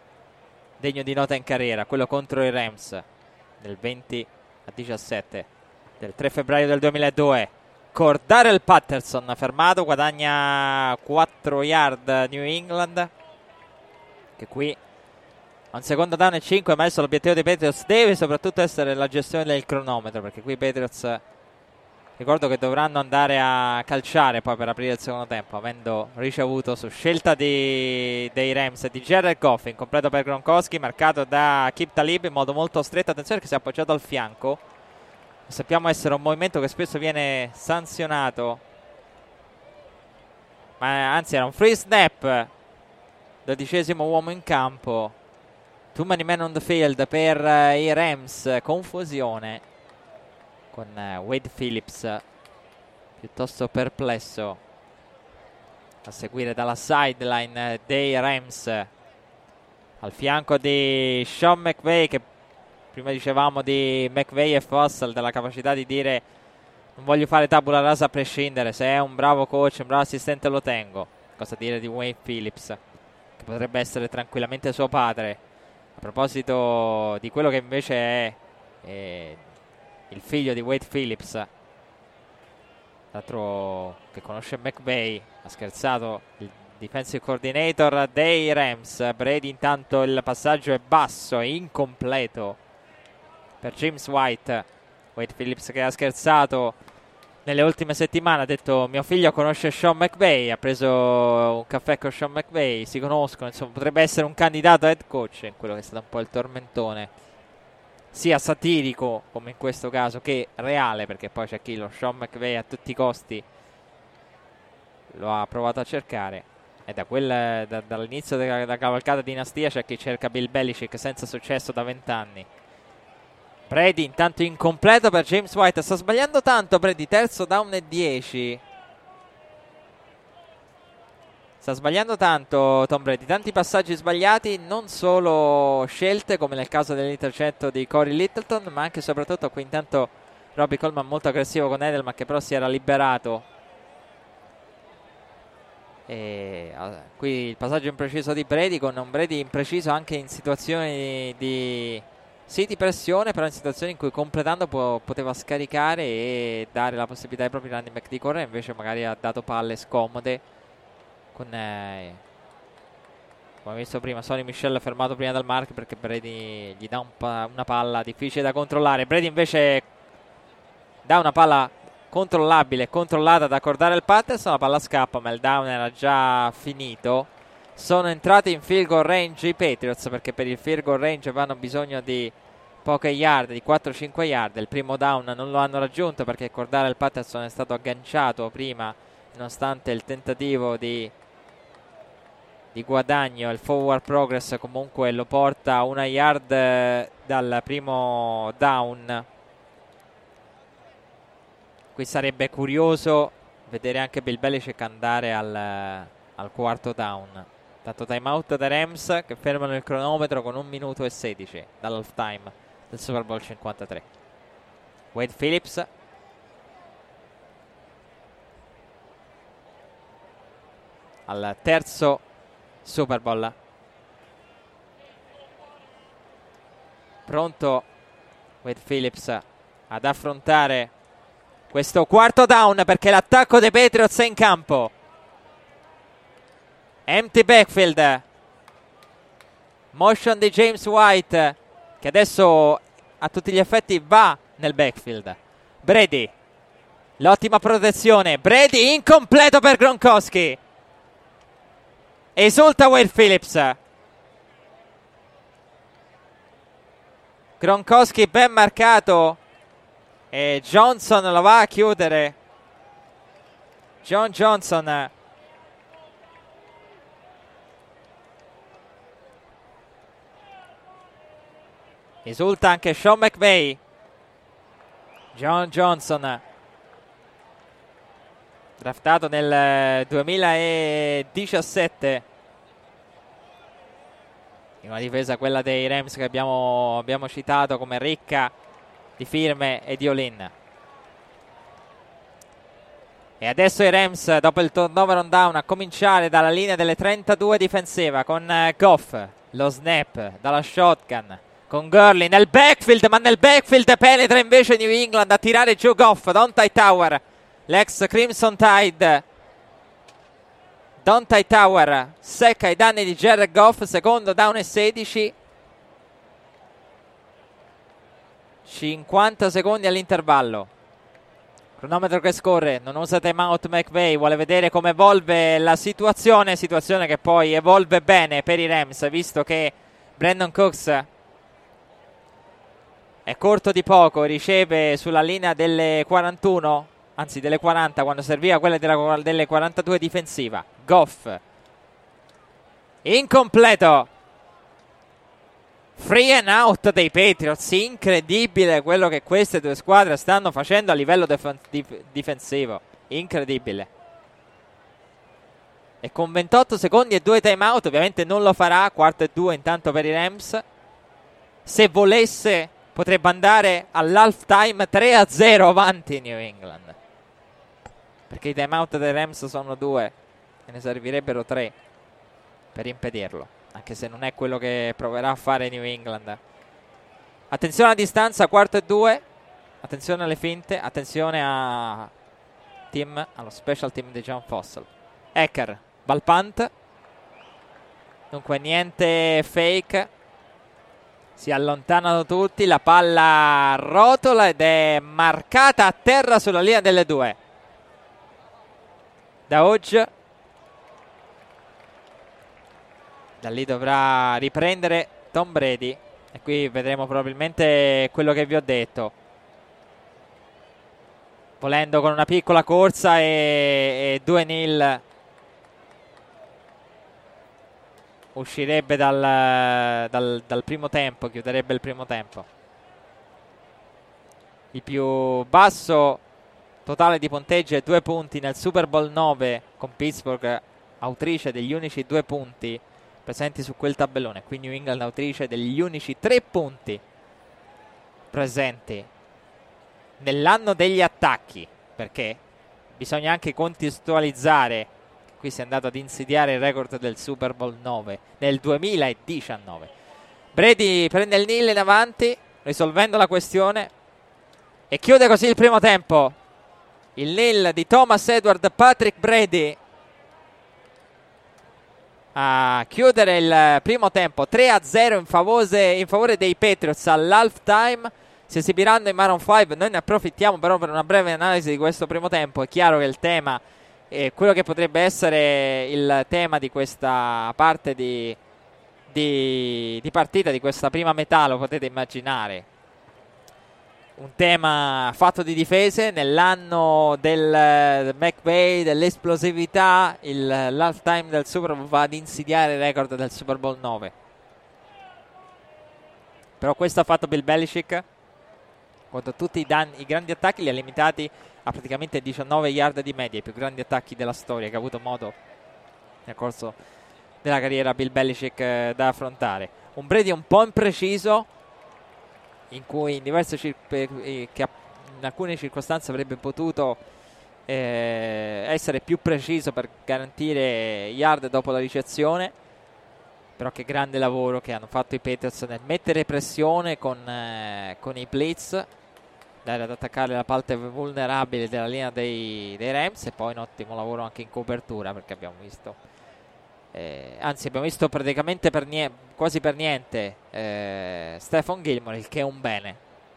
degno di nota in carriera, quello contro i Rams del venti a diciassette del tre febbraio del duemiladue. Cordarrelle Patterson fermato, guadagna quattro yard New England, che qui a un secondo down e cinque, ma adesso l'obiettivo dei Patriots deve soprattutto essere la gestione del cronometro, perché qui i Patriots, ricordo che dovranno andare a calciare poi per aprire il secondo tempo, avendo ricevuto su scelta di, dei Rams di Jared Goff, incompleto per Gronkowski, marcato da Aqib Talib in modo molto stretto. Attenzione che si è appoggiato al fianco, sappiamo essere un movimento che spesso viene sanzionato, ma anzi era un free snap, dodicesimo uomo in campo. Too many men on the field per uh, i Rams, confusione con uh, Wade Phillips piuttosto perplesso a seguire dalla sideline uh, dei Rams, al fianco di Sean McVay, che prima dicevamo di McVay e Fossil, della capacità di dire non voglio fare tabula rasa a prescindere, se è un bravo coach, un bravo assistente lo tengo. Cosa dire di Wade Phillips, che potrebbe essere tranquillamente suo padre. A proposito di quello che invece è eh, il figlio di Wade Phillips, l'altro che conosce McVay, ha scherzato il defensive coordinator dei Rams. Brady intanto il passaggio è basso, è incompleto per James White. Wade Phillips che ha scherzato nelle ultime settimane ha detto mio figlio conosce Sean McVay, ha preso un caffè con Sean McVay, si conoscono, insomma potrebbe essere un candidato head coach, in quello che è stato un po' il tormentone, sia satirico come in questo caso che reale, perché poi c'è chi lo Sean McVay a tutti i costi lo ha provato a cercare, e da quel, da, dall'inizio della, della cavalcata dinastia c'è chi cerca Bill Belichick senza successo da vent'anni. Brady intanto incompleto per James White, sta sbagliando tanto Brady, terzo down e dieci, sta sbagliando tanto Tom Brady, tanti passaggi sbagliati, non solo scelte come nel caso dell'intercetto di Corey Littleton, ma anche e soprattutto qui intanto Robbie Coleman molto aggressivo con Edelman, che però si era liberato. E, uh, qui il passaggio impreciso di Brady, con un Brady impreciso anche in situazioni di sì di pressione, però in situazioni in cui completando po- poteva scaricare e dare la possibilità ai propri running back di correre, invece magari ha dato palle scomode con eh, come visto prima Sonny Michel fermato prima dal mark perché Brady gli dà un pa- una palla difficile da controllare. Brady invece dà una palla controllabile, controllata da Cordell Patterson, la palla scappa ma il down era già finito. Sono entrati in field goal range i Patriots, perché per il field goal range vanno bisogno di poche yard, di quattro cinque yard. Il primo down non lo hanno raggiunto perché Cordell Patterson è stato agganciato prima, nonostante il tentativo di, di guadagno. Il forward progress comunque lo porta a una yard eh, dal primo down. Qui sarebbe curioso vedere anche Bill Belichick andare al, al quarto down. Tanto timeout dai Rams che fermano il cronometro con un minuto e sedici dall'half time del Super Bowl cinquantatré. Wade Phillips al terzo Super Bowl, pronto Wade Phillips ad affrontare questo quarto down, perché l'attacco dei Patriots è in campo. Empty backfield, motion di James White che adesso a tutti gli effetti va nel backfield. Brady, l'ottima protezione, Brady incompleto per Gronkowski, esulta Wade Phillips. Gronkowski ben marcato e Johnson lo va a chiudere. John Johnson esulta anche Sean McVay. John Johnson, draftato nel duemiladiciassette, in una difesa, quella dei Rams, che abbiamo, abbiamo citato come ricca di firme e di all-in. E adesso i Rams, dopo il turnover on down, a cominciare dalla linea delle trentadue difensiva, con Goff, lo snap dalla shotgun, con Gurley nel backfield, ma nel backfield penetra invece New England a tirare giù Goff. Donta Hightower, l'ex Crimson Tide, Donta Hightower secca i danni di Jared Goff. Secondo down e sedici, cinquanta secondi all'intervallo, cronometro che scorre, non usa timeout McVay, vuole vedere come evolve la situazione, situazione che poi evolve bene per i Rams, visto che Brandon Cooks è corto di poco, riceve sulla linea delle quarantuno, anzi delle quaranta, quando serviva quella della, delle quarantadue difensiva. Goff incompleto, free and out dei Patriots. Incredibile quello che queste due squadre stanno facendo a livello def- dif- difensivo, incredibile. E con ventotto secondi e due timeout ovviamente non lo farà. Quarto e due intanto per i Rams. Se volesse potrebbe andare all'half time tre a zero avanti New England, perché i timeout dei Rams sono due e ne servirebbero tre per impedirlo, anche se non è quello che proverà a fare New England. Attenzione alla distanza, quarto e due, attenzione alle finte, attenzione a team, allo special team di John Fossel. Ecker, Valpant, dunque niente fake, Si allontanano tutti, la palla rotola ed è marcata a terra sulla linea delle due da Hodge. Da lì dovrà riprendere Tom Brady e qui vedremo probabilmente quello che vi ho detto. Volendo con una piccola corsa e, e due nil uscirebbe dal, dal, dal primo tempo, chiuderebbe il primo tempo. Il più basso totale di punteggio è due punti nel Super Bowl nove, con Pittsburgh autrice degli unici due punti presenti su quel tabellone. Qui New England autrice degli unici tre punti presenti nell'anno degli attacchi, perché bisogna anche contestualizzare. Qui si è andato ad insidiare il record del Super Bowl nove nel duemiladiciannove. Brady prende il nil in avanti, risolvendo la questione, e chiude così il primo tempo. Il nil di Thomas Edward Patrick Brady a chiudere il primo tempo tre a zero in favore, in favore dei Patriots all'halftime. Si esibiranno in Maroon cinque. Noi ne approfittiamo però per una breve analisi di questo primo tempo. È chiaro che il tema, eh, quello che potrebbe essere il tema di questa parte di, di, di partita, di questa prima metà, lo potete immaginare. Un tema fatto di difese. Nell'anno del McVay, dell'esplosività, il, l'halftime del Super Bowl va ad insidiare il record del Super Bowl nove. Però questo ha fatto Bill Belichick. Contro tutti i, danni, i grandi attacchi li ha limitati a praticamente diciannove yard di media, i più grandi attacchi della storia che ha avuto modo nel corso della carriera Bill Belichick eh, da affrontare. Un Brady un po' impreciso, in cui in diverse circ- eh, che in alcune circostanze avrebbe potuto eh, essere più preciso per garantire yard dopo la ricezione. Però che grande lavoro che hanno fatto i Patriots nel mettere pressione con, eh, con i blitz, dare ad attaccare la parte vulnerabile della linea dei, dei Rams, e poi un ottimo lavoro anche in copertura, perché abbiamo visto eh, anzi abbiamo visto praticamente per nie- quasi per niente eh, Stephon Gilmore, il che è un bene.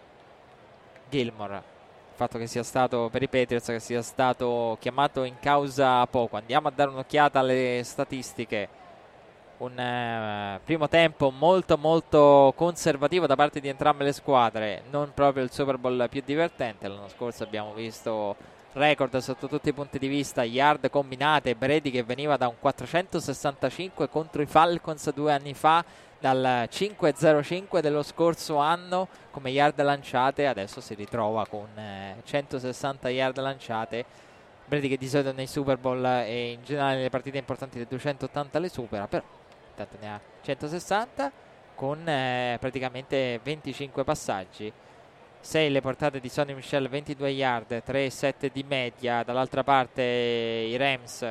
Gilmore, il fatto che sia stato per i Patriots, che sia stato chiamato in causa poco. Andiamo a dare un'occhiata alle statistiche. Un eh, primo tempo molto molto conservativo da parte di entrambe le squadre, non proprio il Super Bowl più divertente. L'anno scorso abbiamo visto record sotto tutti i punti di vista, yard combinate, Brady che veniva da un quattrocentosessantacinque contro i Falcons due anni fa, dal cinque virgola zero cinque dello scorso anno come yard lanciate, adesso si ritrova con eh, centosessanta yard lanciate. Brady che di solito nei Super Bowl e in generale nelle partite importanti le duecentottanta le supera, però intanto ne ha centosessanta con eh, praticamente venticinque passaggi, sei le portate di Sonny Michel, ventidue yard, tre virgola sette di media. Dall'altra parte i Rams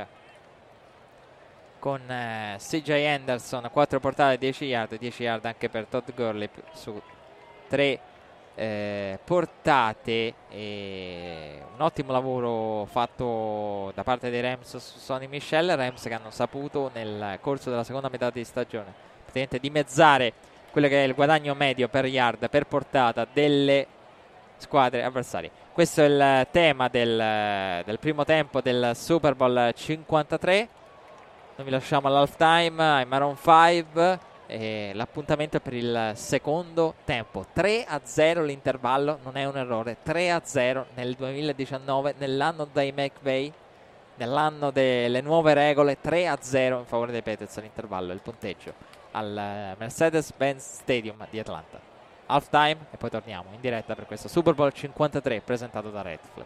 con eh, C J Henderson, quattro portate, dieci yard, dieci yard anche per Todd Gurley su tre eh, portate. E un ottimo lavoro fatto da parte dei Rams su Sonny Michel. Rams che hanno saputo nel corso della seconda metà di stagione praticamente dimezzare quello che è il guadagno medio per yard, per portata delle squadre avversarie. Questo è il tema del, del primo tempo del Super Bowl cinquantatré. Noi vi lasciamo all'halftime ai Maroon cinque e l'appuntamento è per il secondo tempo. Tre a zero l'intervallo, non è un errore, tre a zero nel duemiladiciannove, nell'anno dei McVay, nell'anno delle nuove regole. Tre a zero in favore dei Patriots all'intervallo, il punteggio al Mercedes-Benz Stadium di Atlanta. Halftime e poi torniamo in diretta per questo Super Bowl cinquantatré presentato da Redflip.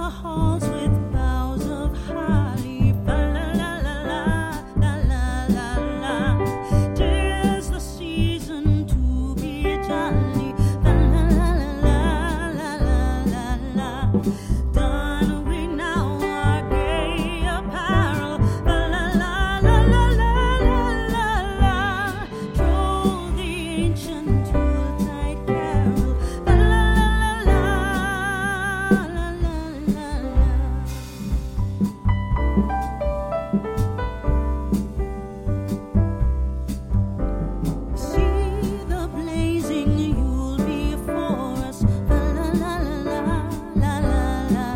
La la la la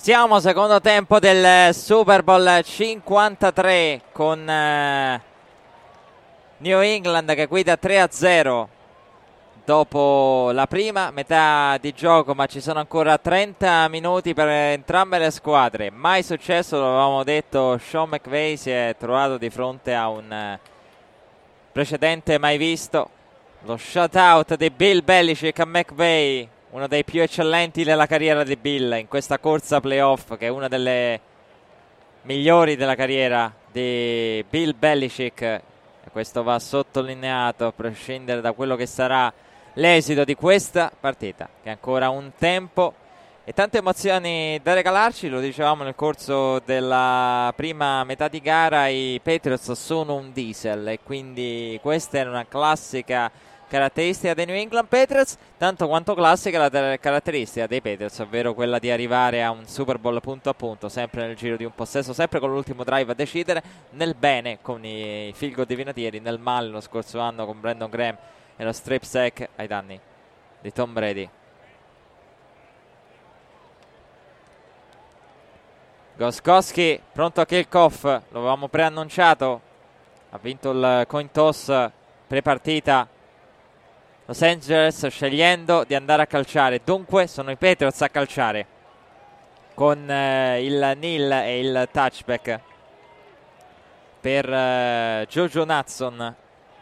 Siamo secondo tempo del Super Bowl cinquantatré con uh, New England che guida tre a zero dopo la prima metà di gioco, ma ci sono ancora trenta minuti per entrambe le squadre. Mai successo, lo avevamo detto, Sean McVay si è trovato di fronte a un uh, precedente mai visto, lo shutout di Bill Belichick a McVay, uno dei più eccellenti della carriera di Bill in questa corsa playoff, che è una delle migliori della carriera di Bill Belichick, e questo va sottolineato a prescindere da quello che sarà l'esito di questa partita, che ha ancora un tempo e tante emozioni da regalarci. Lo dicevamo nel corso della prima metà di gara, i Patriots sono un diesel e quindi questa è una classica caratteristica dei New England Patriots, tanto quanto classica la ter- caratteristica dei Patriots, ovvero quella di arrivare a un Super Bowl punto a punto, sempre nel giro di un possesso, sempre con l'ultimo drive a decidere, nel bene con i field goal divinatieri, nel male lo scorso anno con Brandon Graham e lo strip sack ai danni di Tom Brady. Gostkowski pronto a kickoff, lo avevamo preannunciato, ha vinto il coin toss pre-partita. Los Angeles scegliendo di andare a calciare, dunque sono i Patriots a calciare con eh, il kneel e il touchback per eh, Jojo Natson.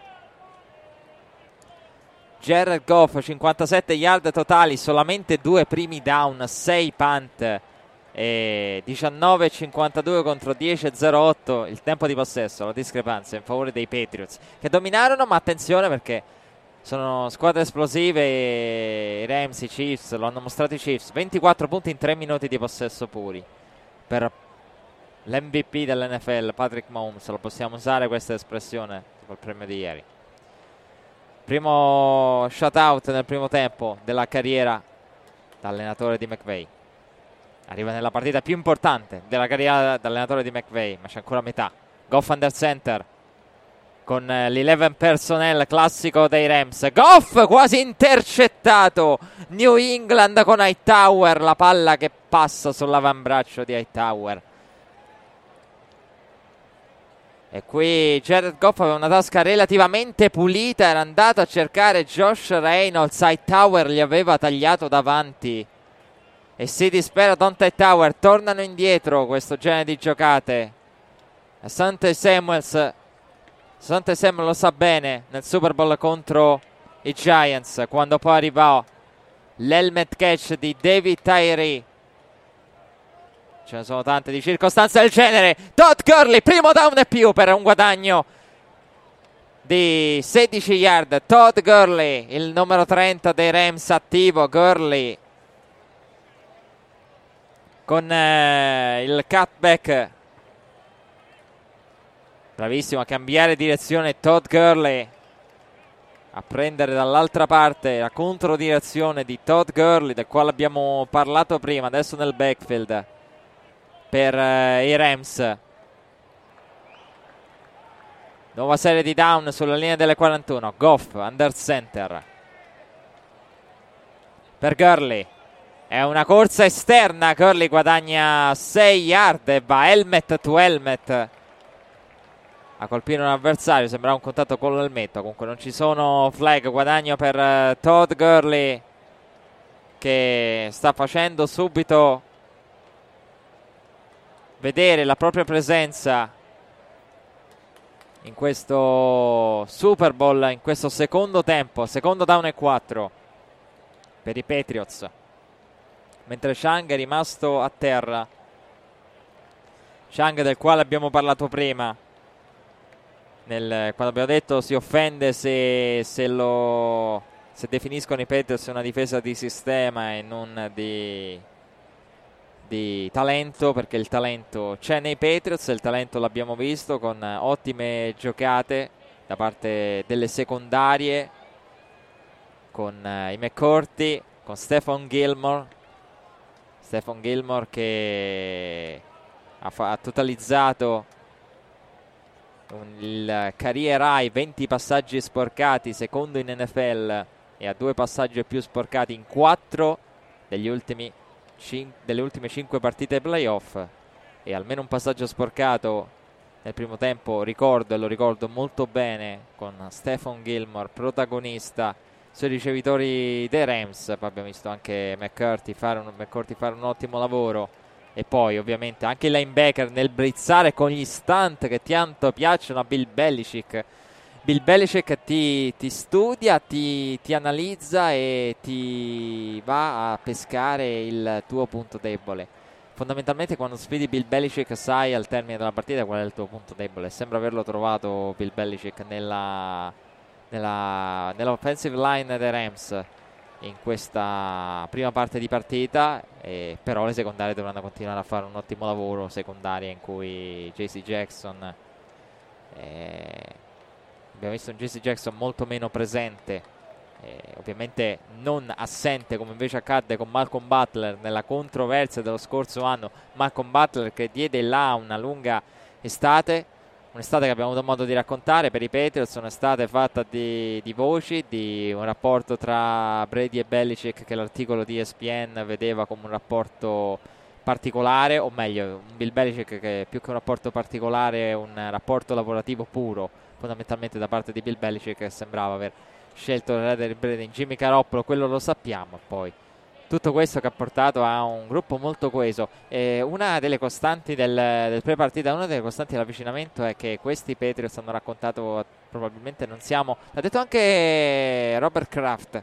Jared Goff, cinquantasette yard totali, solamente due primi down, sei punt e diciannove cinquantadue contro dieci zero otto il tempo di possesso, la discrepanza in favore dei Patriots che dominarono, ma attenzione perché sono squadre esplosive e i Rams, i Chiefs, lo hanno mostrato i Chiefs, ventiquattro punti in tre minuti di possesso puri per l'M V P dell'N F L Patrick Mahomes, lo possiamo usare questa espressione col premio di ieri. Primo shutout nel primo tempo della carriera da allenatore di McVay, arriva nella partita più importante della carriera da allenatore di McVay, ma c'è ancora metà. Goff under center con l'eleven personnel classico dei Rams. Goff quasi intercettato. New England con Hightower, la palla che passa sull'avambraccio di Hightower. E qui Jared Goff aveva una tasca relativamente pulita, era andato a cercare Josh Reynolds, Hightower gli aveva tagliato davanti e si dispera Dante Hightower. Tornano indietro questo genere di giocate. Asante Samuels Asante Samuel lo sa bene nel Super Bowl contro i Giants, quando poi arrivò l'helmet catch di David Tyree. Ce ne sono tante di circostanze del genere. Todd Gurley, primo down e più per un guadagno di sedici yard. Todd Gurley, il numero trenta dei Rams attivo. Gurley con eh, il cutback, bravissimo a cambiare direzione Todd Gurley, a prendere dall'altra parte la controdirezione di Todd Gurley, del quale abbiamo parlato prima, adesso nel backfield per eh, i Rams. Nuova serie di down sulla linea delle quarantuno. Goff under center per Gurley, è una corsa esterna, Gurley guadagna sei yard e va helmet to helmet a colpire un avversario, sembrava un contatto con l'elmetto, comunque non ci sono flag, guadagno per uh, Todd Gurley che sta facendo subito vedere la propria presenza in questo Super Bowl, in questo secondo tempo, secondo down e quattro per i Patriots, mentre Chang è rimasto a terra. Chang, del quale abbiamo parlato prima, nel, quando abbiamo detto si offende se, se, lo, se definiscono i Patriots una difesa di sistema e non di, di talento, perché il talento c'è nei Patriots, il talento l'abbiamo visto con ottime giocate da parte delle secondarie, con uh, i McCourty, con Stephon Gilmore Stephon Gilmore che ha, fa- ha totalizzato il career high, venti passaggi sporcati, secondo in N F L, e ha due passaggi più sporcati in quattro degli ultimi cin- delle ultime cinque partite playoff, e almeno un passaggio sporcato nel primo tempo ricordo, e lo ricordo molto bene, con Stephon Gilmore protagonista sui ricevitori dei Rams. Poi abbiamo visto anche McCourty fare un, McCourty fare un ottimo lavoro, e poi ovviamente anche i linebacker nel blitzare con gli stunt che tanto piacciono a Bill Belichick. Bill Belichick ti, ti studia, ti, ti analizza e ti va a pescare il tuo punto debole. Fondamentalmente quando sfidi Bill Belichick sai al termine della partita qual è il tuo punto debole. Sembra averlo trovato Bill Belichick nella, nella, nell'offensive line dei Rams in questa prima parte di partita, e però le secondarie dovranno continuare a fare un ottimo lavoro, secondarie in cui J C Jackson eh, abbiamo visto un J C Jackson molto meno presente, eh, ovviamente non assente come invece accadde con Malcolm Butler nella controversia dello scorso anno. Malcolm Butler che diede là una lunga estate, un'estate che abbiamo avuto modo di raccontare per i Patriots, un'estate fatta di, di voci, di un rapporto tra Brady e Belichick che l'articolo di E S P N vedeva come un rapporto particolare, o meglio un Bill Belichick che più che un rapporto particolare è un rapporto lavorativo puro, fondamentalmente da parte di Bill Belichick, che sembrava aver scelto il Brady in Jimmy Garoppolo, quello lo sappiamo. Poi tutto questo che ha portato a un gruppo molto coeso. E una delle costanti del, del pre-partita, una delle costanti dell'avvicinamento è che questi Patriots hanno raccontato, probabilmente non siamo, l'ha detto anche Robert Kraft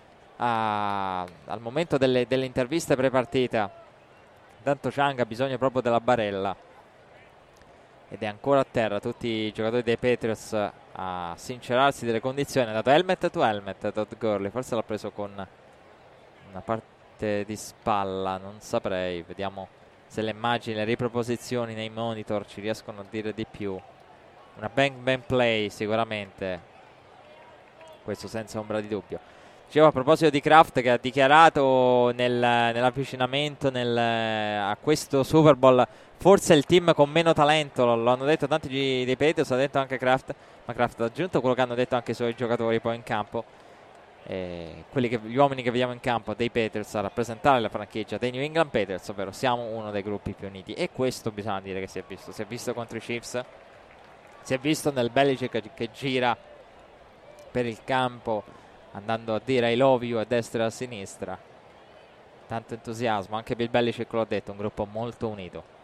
a, al momento delle, delle interviste pre-partita, tanto Chang ha bisogno proprio della barella ed è ancora a terra. Tutti i giocatori dei Patriots a sincerarsi delle condizioni. Ha dato helmet to helmet Todd Gurley, forse l'ha preso con una parte di spalla, non saprei, vediamo se le immagini, le riproposizioni nei monitor ci riescono a dire di più. Una bang bang play sicuramente, questo senza ombra di dubbio. Dicevo a proposito di Kraft, che ha dichiarato nel, nell'avvicinamento nel, a questo Super Bowl forse il team con meno talento, lo, lo hanno detto tanti dei Patriots, ha detto anche Kraft, ma Kraft ha aggiunto quello che hanno detto anche i suoi giocatori poi in campo. Eh, quelli che, gli uomini che vediamo in campo dei Patriots a rappresentare la franchigia dei New England Patriots, ovvero siamo uno dei gruppi più uniti, e questo bisogna dire che si è visto, si è visto contro i Chiefs, si è visto nel Belichick che, che gira per il campo andando a dire I love you a destra e a sinistra, tanto entusiasmo. Anche Bill Belichick l'ha detto, un gruppo molto unito.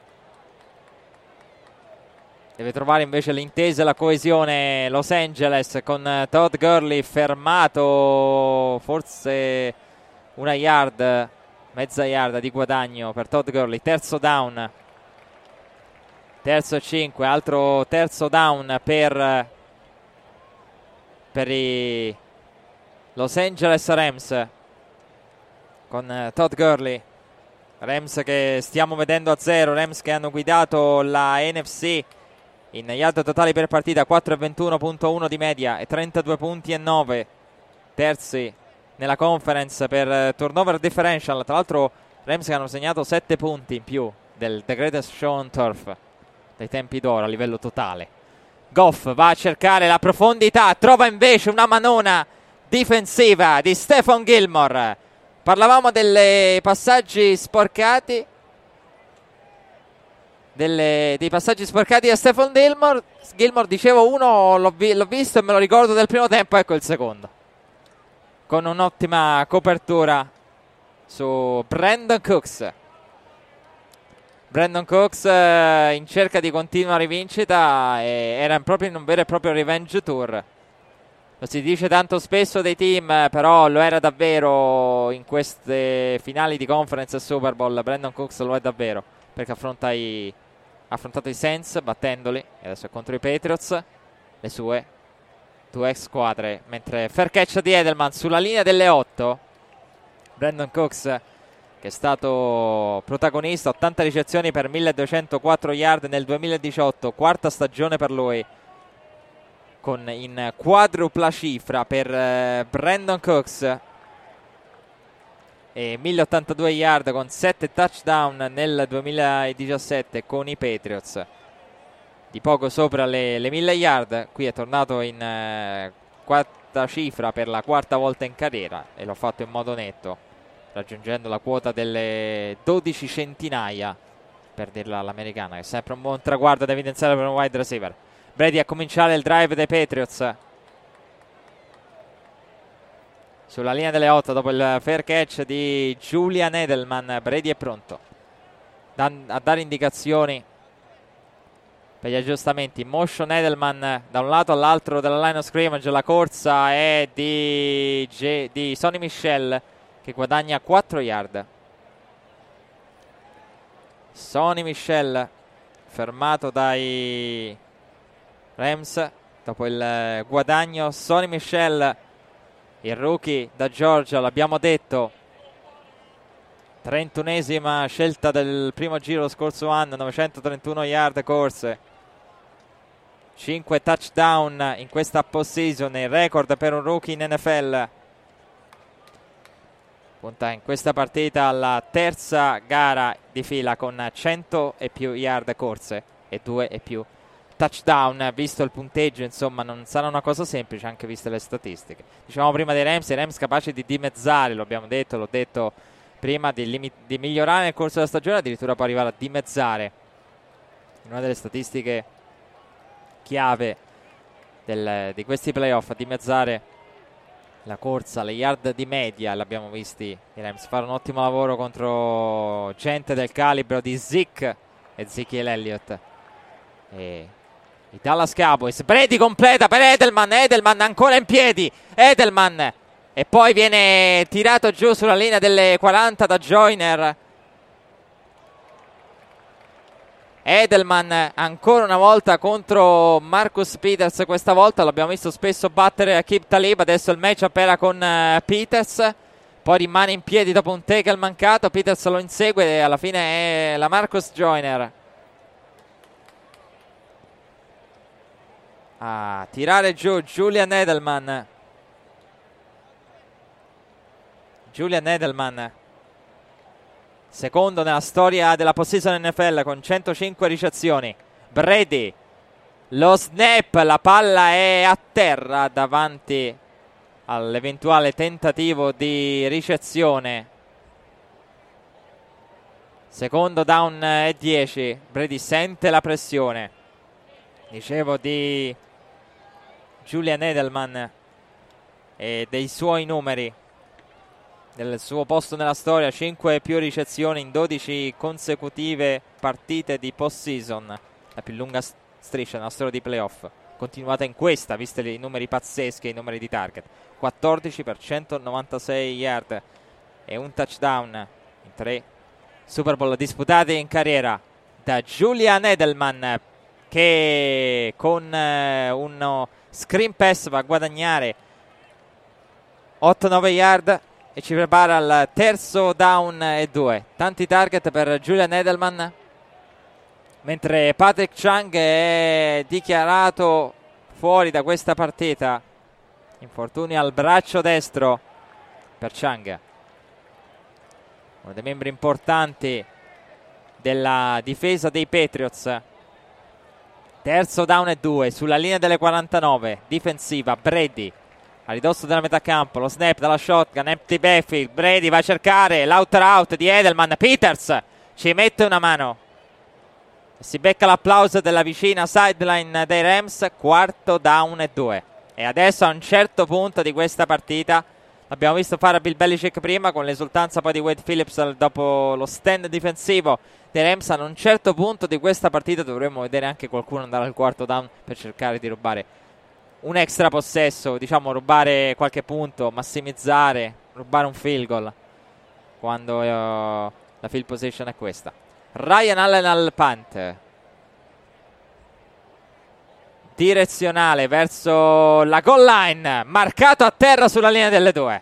Deve trovare invece l'intesa e la coesione Los Angeles, con Todd Gurley fermato, forse una yard, mezza yard di guadagno per Todd Gurley. Terzo down, terzo e cinque, altro terzo down per, per i Los Angeles Rams, con Todd Gurley. Rams che stiamo vedendo a zero, Rams che hanno guidato la N F C in yard totali per partita, quattro e ventuno virgola uno di media e trentadue punti e nove, terzi nella conference per turnover differential. Tra l'altro Rams che hanno segnato sette punti in più del The Greatest Show on Turf dei tempi d'oro a livello totale. Goff va a cercare la profondità, trova invece una manona difensiva di Stephon Gilmore. Parlavamo dei passaggi sporcati Delle, dei passaggi sporcati da Stephon Gilmore. Gilmore, dicevo, uno l'ho, vi, l'ho visto e me lo ricordo del primo tempo, ecco il secondo, con un'ottima copertura su Brandon Cooks. Brandon Cooks eh, in cerca di continua rivincita, e era proprio in un vero e proprio revenge tour. Lo si dice tanto spesso dei team, però lo era davvero in queste finali di conference e Super Bowl. Brandon Cooks lo è davvero, perché affronta i ha affrontato i Saints battendoli, e adesso è contro i Patriots, le sue due ex squadre. Mentre fair catch di Edelman sulla linea delle otto. Brandon Cooks, che è stato protagonista, ottanta ricezioni per milleduecentoquattro yard nel duemiladiciotto, quarta stagione per lui, con in quadrupla cifra per eh, Brandon Cooks, e mille ottantadue yard con sette touchdown nel duemiladiciassette con i Patriots, di poco sopra le, le mille yard. Qui è tornato in eh, quarta cifra per la quarta volta in carriera, e l'ho fatto in modo netto, raggiungendo la quota delle dodici centinaia, per dirla all'americana, che è sempre un buon traguardo da evidenziare per un wide receiver. Brady a cominciare il drive dei Patriots. Sulla linea delle otto, dopo il fair catch di Julian Edelman, Brady è pronto a dare indicazioni per gli aggiustamenti. Motion Edelman da un lato all'altro della line of scrimmage. La corsa è di, G- di Sonny Michel, che guadagna quattro yard. Sonny Michel fermato dai Rams dopo il guadagno. Sonny Michel, il rookie da Georgia, l'abbiamo detto, trentunesima scelta del primo giro lo scorso anno, novecentotrentuno yard corse, cinque touchdown in questa postseason, il record per un rookie in N F L. Punta in questa partita alla terza gara di fila con cento e più yard corse e due e più touchdown. Visto il punteggio, insomma, non sarà una cosa semplice, anche viste le statistiche. Dicevamo prima dei Rams, i Rams capaci di dimezzare, lo abbiamo detto, l'ho detto prima, di, limi- di migliorare nel corso della stagione, addirittura può arrivare a dimezzare. Una delle statistiche chiave del, di questi playoff, a dimezzare la corsa, le yard di media. L'abbiamo visti i Rams fare un ottimo lavoro contro gente del calibro di Zeke e Ezekiel Elliott e i Dallas Cowboys. Brady completa per Edelman, Edelman ancora in piedi, Edelman, e poi viene tirato giù sulla linea delle quaranta da Joyner. Edelman ancora una volta contro Marcus Peters, questa volta l'abbiamo visto spesso battere Aqib Talib, adesso il matchup era con uh, Peters, poi rimane in piedi dopo un tackle mancato, Peters lo insegue e alla fine è la Marcus Joyner a tirare giù Julian Edelman. Julian Edelman, secondo nella storia della postseason N F L con centocinque ricezioni. Brady, lo snap, la palla è a terra davanti all'eventuale tentativo di ricezione. Secondo down e dieci. Brady sente la pressione, dicevo, di Julian Edelman e dei suoi numeri, del suo posto nella storia, cinque più ricezioni in dodici consecutive partite di postseason, la più lunga striscia nella storia di playoff, continuata in questa, viste i numeri pazzeschi, i numeri di target, quattordici per centonovantasei yard e un touchdown in tre Super Bowl disputati in carriera da Julian Edelman, che con eh, uno screen pass va a guadagnare otto nove yard e ci prepara al terzo down e due. Tanti target per Julian Edelman, mentre Patrick Chung è dichiarato fuori da questa partita, infortuni al braccio destro per Chung, uno dei membri importanti della difesa dei Patriots. Terzo down e due sulla linea delle quarantanove difensiva. Brady a ridosso della metà campo, lo snap dalla shotgun, empty backfield, Brady va a cercare l'outer out di Edelman, Peters ci mette una mano e si becca l'applauso della vicina sideline dei Rams. Quarto down e due, e adesso a un certo punto di questa partita, l'abbiamo visto fare a Bill Belichick prima con l'esultanza poi di Wade Phillips dopo lo stand difensivo dei Rams, ad un certo punto di questa partita dovremmo vedere anche qualcuno andare al quarto down per cercare di rubare un extra possesso, diciamo rubare qualche punto, massimizzare, rubare un field goal quando uh, la field position è questa. Ryan Allen al punt, direzionale verso la goal line, marcato a terra sulla linea delle due.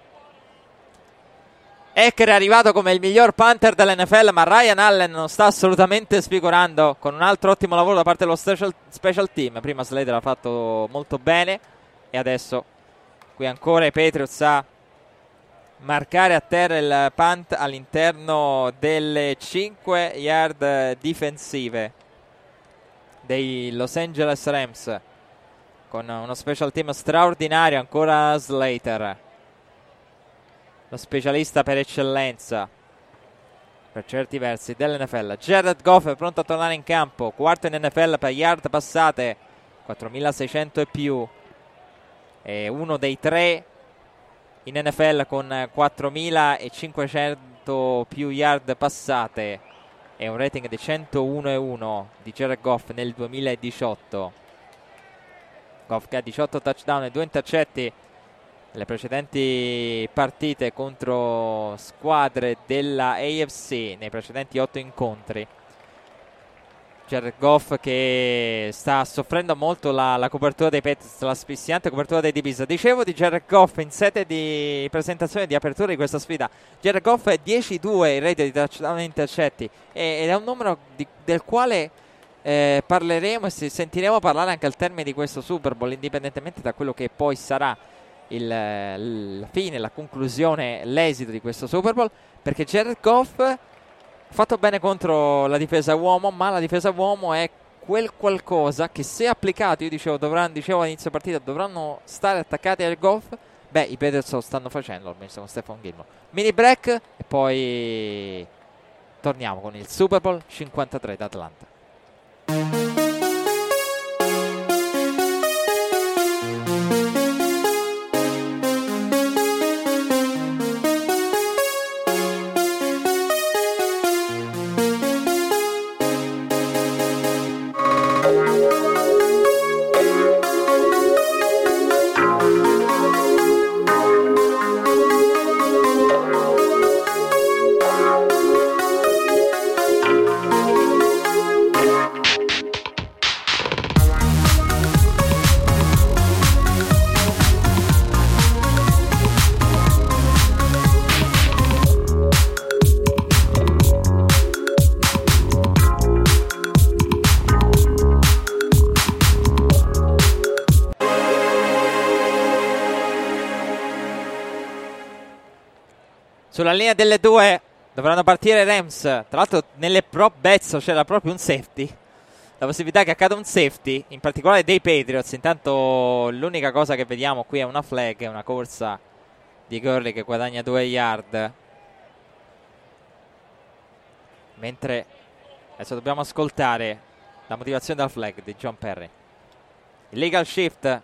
Ecker è arrivato come il miglior punter dell'N F L, ma Ryan Allen non sta assolutamente sfigurando, con un altro ottimo lavoro da parte dello special, special team. Prima Slater l'ha fatto molto bene e adesso qui ancora i Patriots a marcare a terra il punt all'interno delle cinque yard difensive dei Los Angeles Rams, con uno special team straordinario ancora Slater. lo specialista per eccellenza per certi versi dell'N F L. Jared Goff è pronto a tornare in campo, quarto in N F L per yard passate, quattromilaseicento e più, è uno dei tre in N F L con quattromilacinquecento più yard passate e un rating di centouno e uno di Jared Goff nel duemiladiciotto. Goff che ha diciotto touchdown e due intercetti nelle precedenti partite contro squadre della A F C, nei precedenti otto incontri. Jared Goff che sta soffrendo molto la, la copertura dei Patriots, la asfissiante copertura dei D Bs. Dicevo di Jared Goff in sede di presentazione di apertura di questa sfida. Jared Goff è dieci due in rete di touchdown e intercetti ed è un numero di, del quale eh, parleremo e sentiremo parlare anche al termine di questo Super Bowl, indipendentemente da quello che poi sarà il, la fine, la conclusione, l'esito di questo Super Bowl, perché Jared Goff ha fatto bene contro la difesa uomo, ma la difesa uomo è quel qualcosa che, se applicato, io dicevo, dovranno, dicevo all'inizio partita, dovranno stare attaccati al Goff. Beh, i Patriots lo stanno facendo, almeno con Stephon Gilmore. Mini break e poi torniamo con il Super Bowl cinquantatré d'Atlanta. Sulla linea delle due dovranno partire Rams. Tra l'altro nelle prop bets c'era proprio un safety, la possibilità che accada un safety, in particolare dei Patriots. Intanto l'unica cosa che vediamo qui è una flag, una corsa di Gurley che guadagna due yard. Mentre adesso dobbiamo ascoltare la motivazione della flag di John Perry. Illegal shift,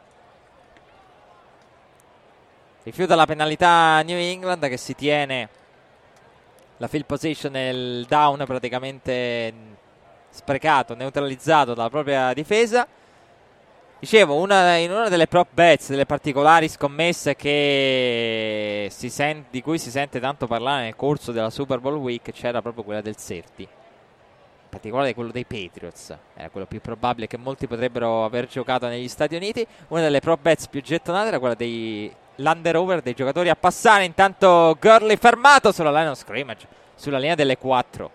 rifiuta la penalità New England, che si tiene la field position e il down praticamente sprecato, neutralizzato dalla propria difesa. Dicevo, una, in una delle prop bets, delle particolari scommesse che si sent, di cui si sente tanto parlare nel corso della Super Bowl Week, c'era proprio quella del safety, in particolare quello dei Patriots. Era quello più probabile che molti potrebbero aver giocato negli Stati Uniti. Una delle prop bets più gettonate era quella dei l'under over dei giocatori a passare. Intanto Gurley fermato sulla line of scrimmage, sulla linea delle quattro.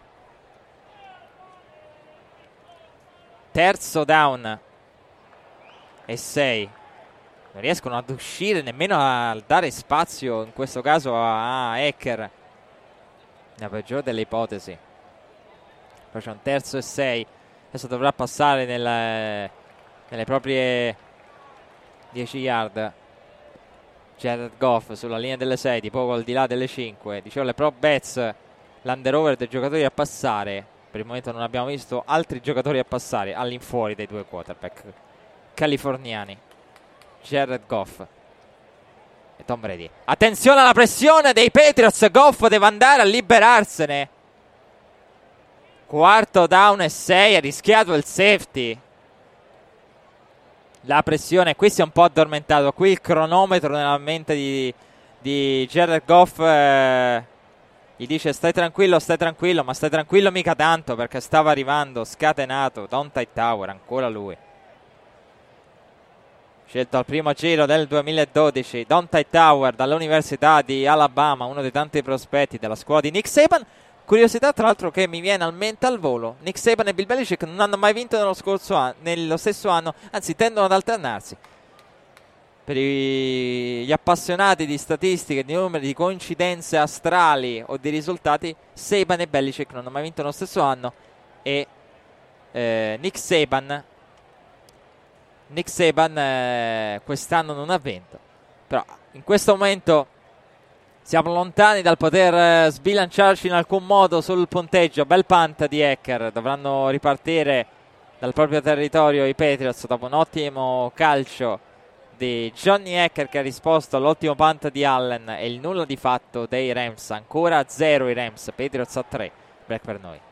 Terzo down e sei. Non riescono ad uscire nemmeno a dare spazio, in questo caso a Ecker, la peggiore delle ipotesi. Poi c'è un terzo e sei. Adesso dovrà passare nelle, nelle proprie dieci yard Jared Goff sulla linea delle sei, di poco al di là delle cinque. Dicevo, le pro bets, l'under over dei giocatori a passare. Per il momento non abbiamo visto altri giocatori a passare all'infuori dei due quarterback californiani, Jared Goff e Tom Brady. Attenzione alla pressione dei Patriots, Goff deve andare a liberarsene. Quarto down e sei, ha rischiato il safety. La pressione, qui si è un po' addormentato, qui il cronometro nella mente di, di Jared Goff eh, gli dice stai tranquillo, stai tranquillo, ma stai tranquillo mica tanto, perché stava arrivando scatenato Dante Hightower, ancora lui, scelto al primo giro del duemiladodici. Dante Hightower dall'Università di Alabama, uno dei tanti prospetti della scuola di Nick Saban. Curiosità tra l'altro che mi viene al mente al volo: Nick Saban e Bill Belichick non hanno mai vinto nello scorso anno, nello stesso anno, anzi tendono ad alternarsi. Per i, gli appassionati di statistiche, di numeri, di coincidenze astrali o di risultati, Saban e Belichick non hanno mai vinto nello stesso anno e eh, Nick Saban Nick Saban eh, quest'anno non ha vinto. Però in questo momento Siamo lontani dal poter sbilanciarci in alcun modo sul punteggio. Bel punt di Ecker, dovranno ripartire dal proprio territorio i Patriots dopo un ottimo calcio di Johnny Ecker che ha risposto all'ottimo punt di Allen e il nulla di fatto dei Rams. Ancora a zero i Rams, Patriots a tre, break per noi.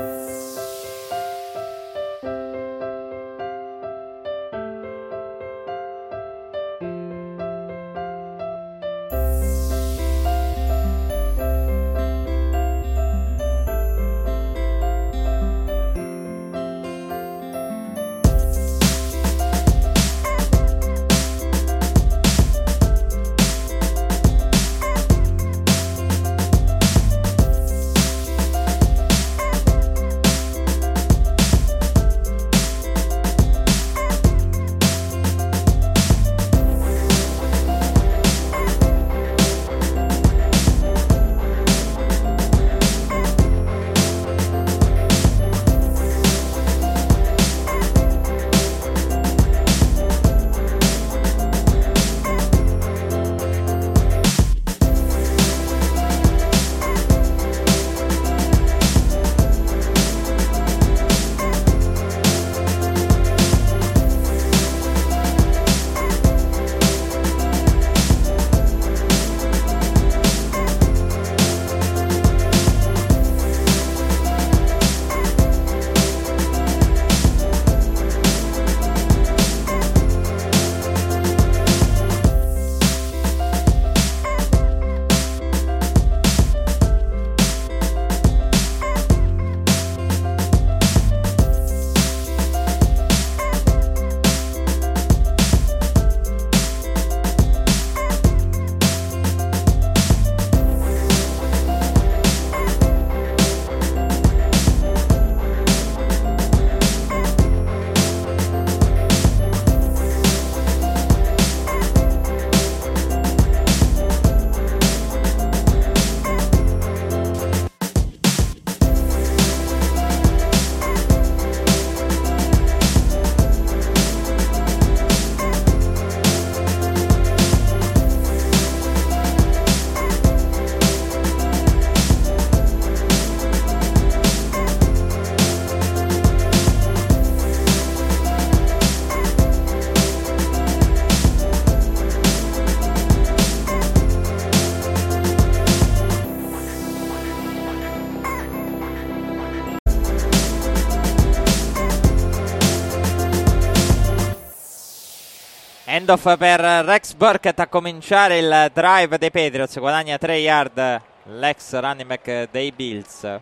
Handoff per Rex Burkhead a cominciare il drive dei Patriots, guadagna tre yard l'ex running back dei Bills.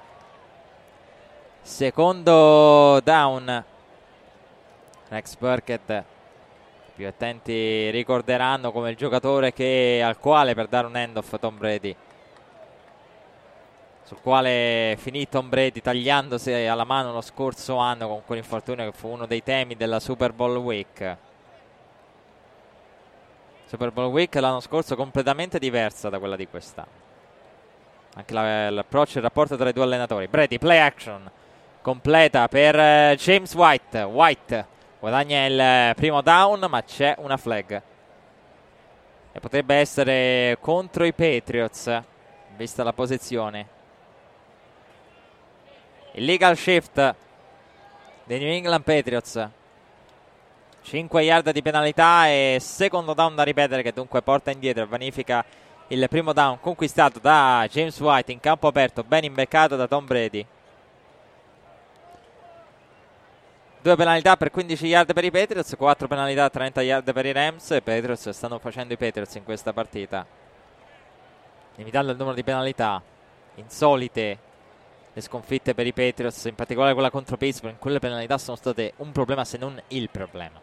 Secondo down. Rex Burkhead, più attenti ricorderanno come il giocatore che, al quale per dare un handoff Tom Brady, sul quale finì Tom Brady tagliandosi alla mano lo scorso anno con quell'infortunio che fu uno dei temi della Super Bowl Week. Super Bowl Week l'anno scorso completamente diversa da quella di quest'anno. Anche la, l'approccio e il rapporto tra i due allenatori. Brady, play action, completa per uh, James White. White guadagna il primo down, ma c'è una flag e potrebbe essere contro i Patriots vista la posizione. Illegal shift dei New England Patriots, cinque yard di penalità e secondo down da ripetere, che dunque porta indietro e vanifica il primo down conquistato da James White in campo aperto, ben imbeccato da Tom Brady. Due penalità per quindici yard per i Patriots, quattro penalità, trenta yard per i Rams. I Patriots stanno facendo i Patriots in questa partita, limitando il numero di penalità. Insolite le sconfitte per i Patriots, in particolare quella contro Pittsburgh. In quelle penalità sono state un problema, se non il problema.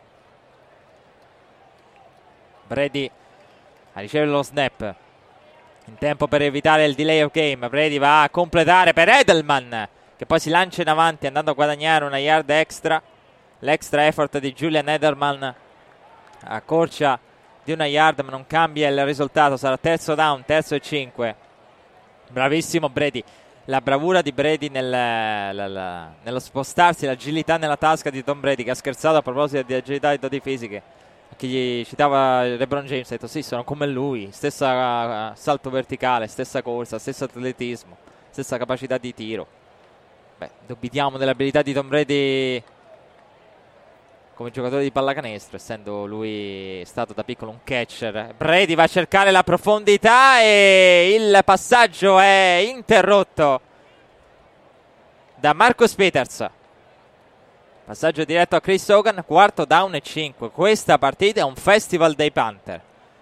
Brady a ricevere lo snap in tempo per evitare il delay of game. Brady va a completare per Edelman, che poi si lancia in avanti andando a guadagnare una yard extra. L'extra effort di Julian Edelman accorcia di una yard, ma non cambia il risultato. Sarà terzo down, terzo e cinque. Bravissimo Brady, la bravura di Brady nel, la, la, nello spostarsi, l'agilità nella tasca di Tom Brady, che ha scherzato a proposito di agilità e doti fisiche. chi citava LeBron James ha detto sì, sono come lui, stessa uh, salto verticale, stessa corsa, stesso atletismo, stessa capacità di tiro. Beh, dubitiamo dell'abilità di Tom Brady come giocatore di pallacanestro, essendo lui stato da piccolo un catcher. Brady va a cercare la profondità e il passaggio è interrotto da Marcus Peters. Passaggio diretto a Chris Hogan, quarto down e cinque. Questa partita è un festival dei Panther.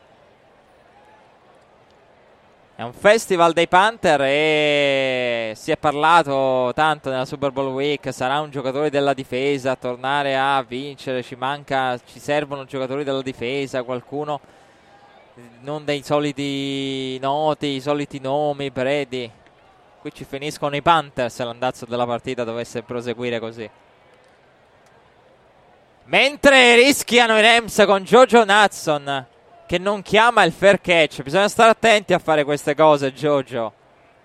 È un festival dei Panther e si è parlato tanto nella Super Bowl Week. Sarà un giocatore della difesa a tornare a vincere. Ci manca, ci servono giocatori della difesa, qualcuno non dei soliti noti, i soliti nomi. Brady. Qui ci finiscono i Panther se l'andazzo della partita dovesse proseguire così. Mentre rischiano i Rams con Jojo Natson che non chiama il fair catch. Bisogna stare attenti a fare queste cose. Jojo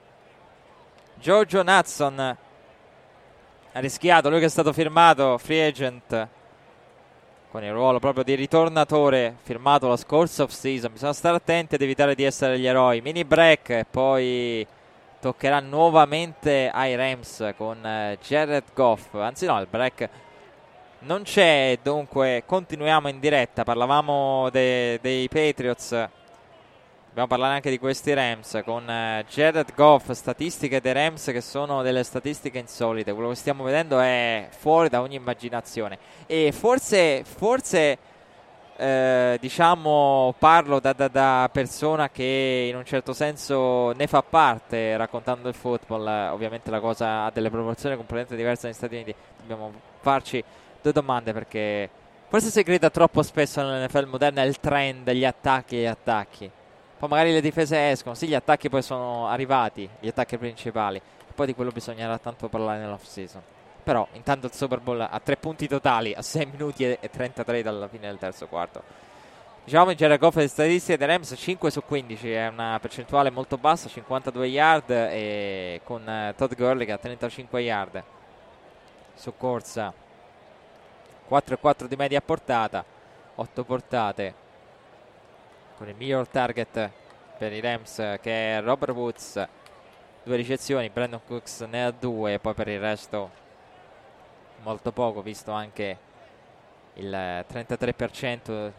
Jojo Natson ha rischiato, lui che è stato firmato free agent con il ruolo proprio di ritornatore, firmato la scorsa off season. Bisogna stare attenti ad evitare di essere gli eroi. Mini break e poi toccherà nuovamente ai Rams con Jared Goff. Anzi no, il break non c'è, dunque continuiamo in diretta. Parlavamo de- dei Patriots, dobbiamo parlare anche di questi Rams con uh, Jared Goff. Statistiche dei Rams che sono delle statistiche insolite. Quello che stiamo vedendo è fuori da ogni immaginazione e forse forse eh, diciamo parlo da, da, da persona che in un certo senso ne fa parte raccontando il football. Eh, ovviamente la cosa ha delle proporzioni completamente diverse negli Stati Uniti. Dobbiamo farci due domande, perché forse si grida troppo spesso nell'N F L moderna il trend degli attacchi e gli attacchi. Poi magari le difese escono, sì, gli attacchi poi sono arrivati, gli attacchi principali, poi di quello bisognerà tanto parlare nell'off season. Però intanto il Super Bowl a tre punti totali a sei minuti e trentatré dalla fine del terzo quarto. Diciamo in Jared Goff le statistiche dei Rams cinque su quindici, è una percentuale molto bassa, cinquantadue yard, e con uh, Todd Gurley che ha trentacinque yard su corsa, quattro e quattro di media portata, otto portate, con il miglior target per i Rams che è Robert Woods, due ricezioni, Brandon Cooks ne ha due, e poi per il resto molto poco, visto anche il trentatré per cento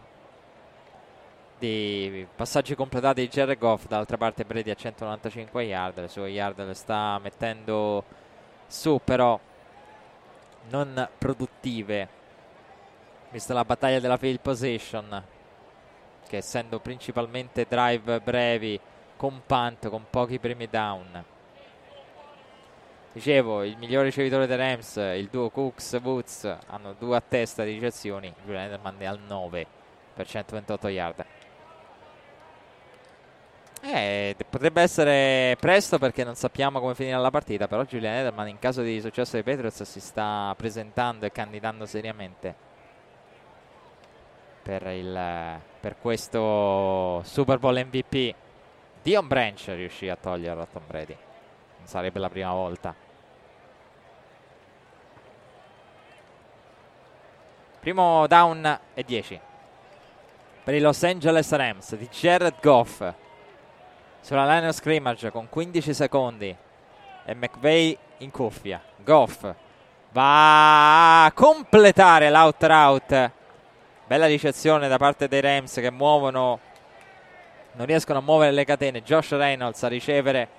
di passaggi completati di Jared Goff. Dall'altra parte Brady a centonovantacinque yard, le sue yard le sta mettendo su, però non produttive, vista la battaglia della field position, che essendo principalmente drive brevi con punt, con pochi primi down. Dicevo, il miglior ricevitore dei Rams, il duo Cooks-Woods, hanno due a testa di ricezioni. Julian Edelman è al nove per centoventotto yard. Eh, potrebbe essere presto perché non sappiamo come finirà la partita, però Julian Edelman in caso di successo dei Patriots si sta presentando e candidando seriamente per, il, per questo Super Bowl M V P. Dion Branch riuscì a toglierlo a Tom Brady, non sarebbe la prima volta. Primo down e dieci per i Los Angeles Rams di Jared Goff sulla line of scrimmage con quindici secondi e McVay in cuffia. Goff va a completare l'out route. Bella ricezione da parte dei Rams che muovono, non riescono a muovere le catene. Josh Reynolds a ricevere.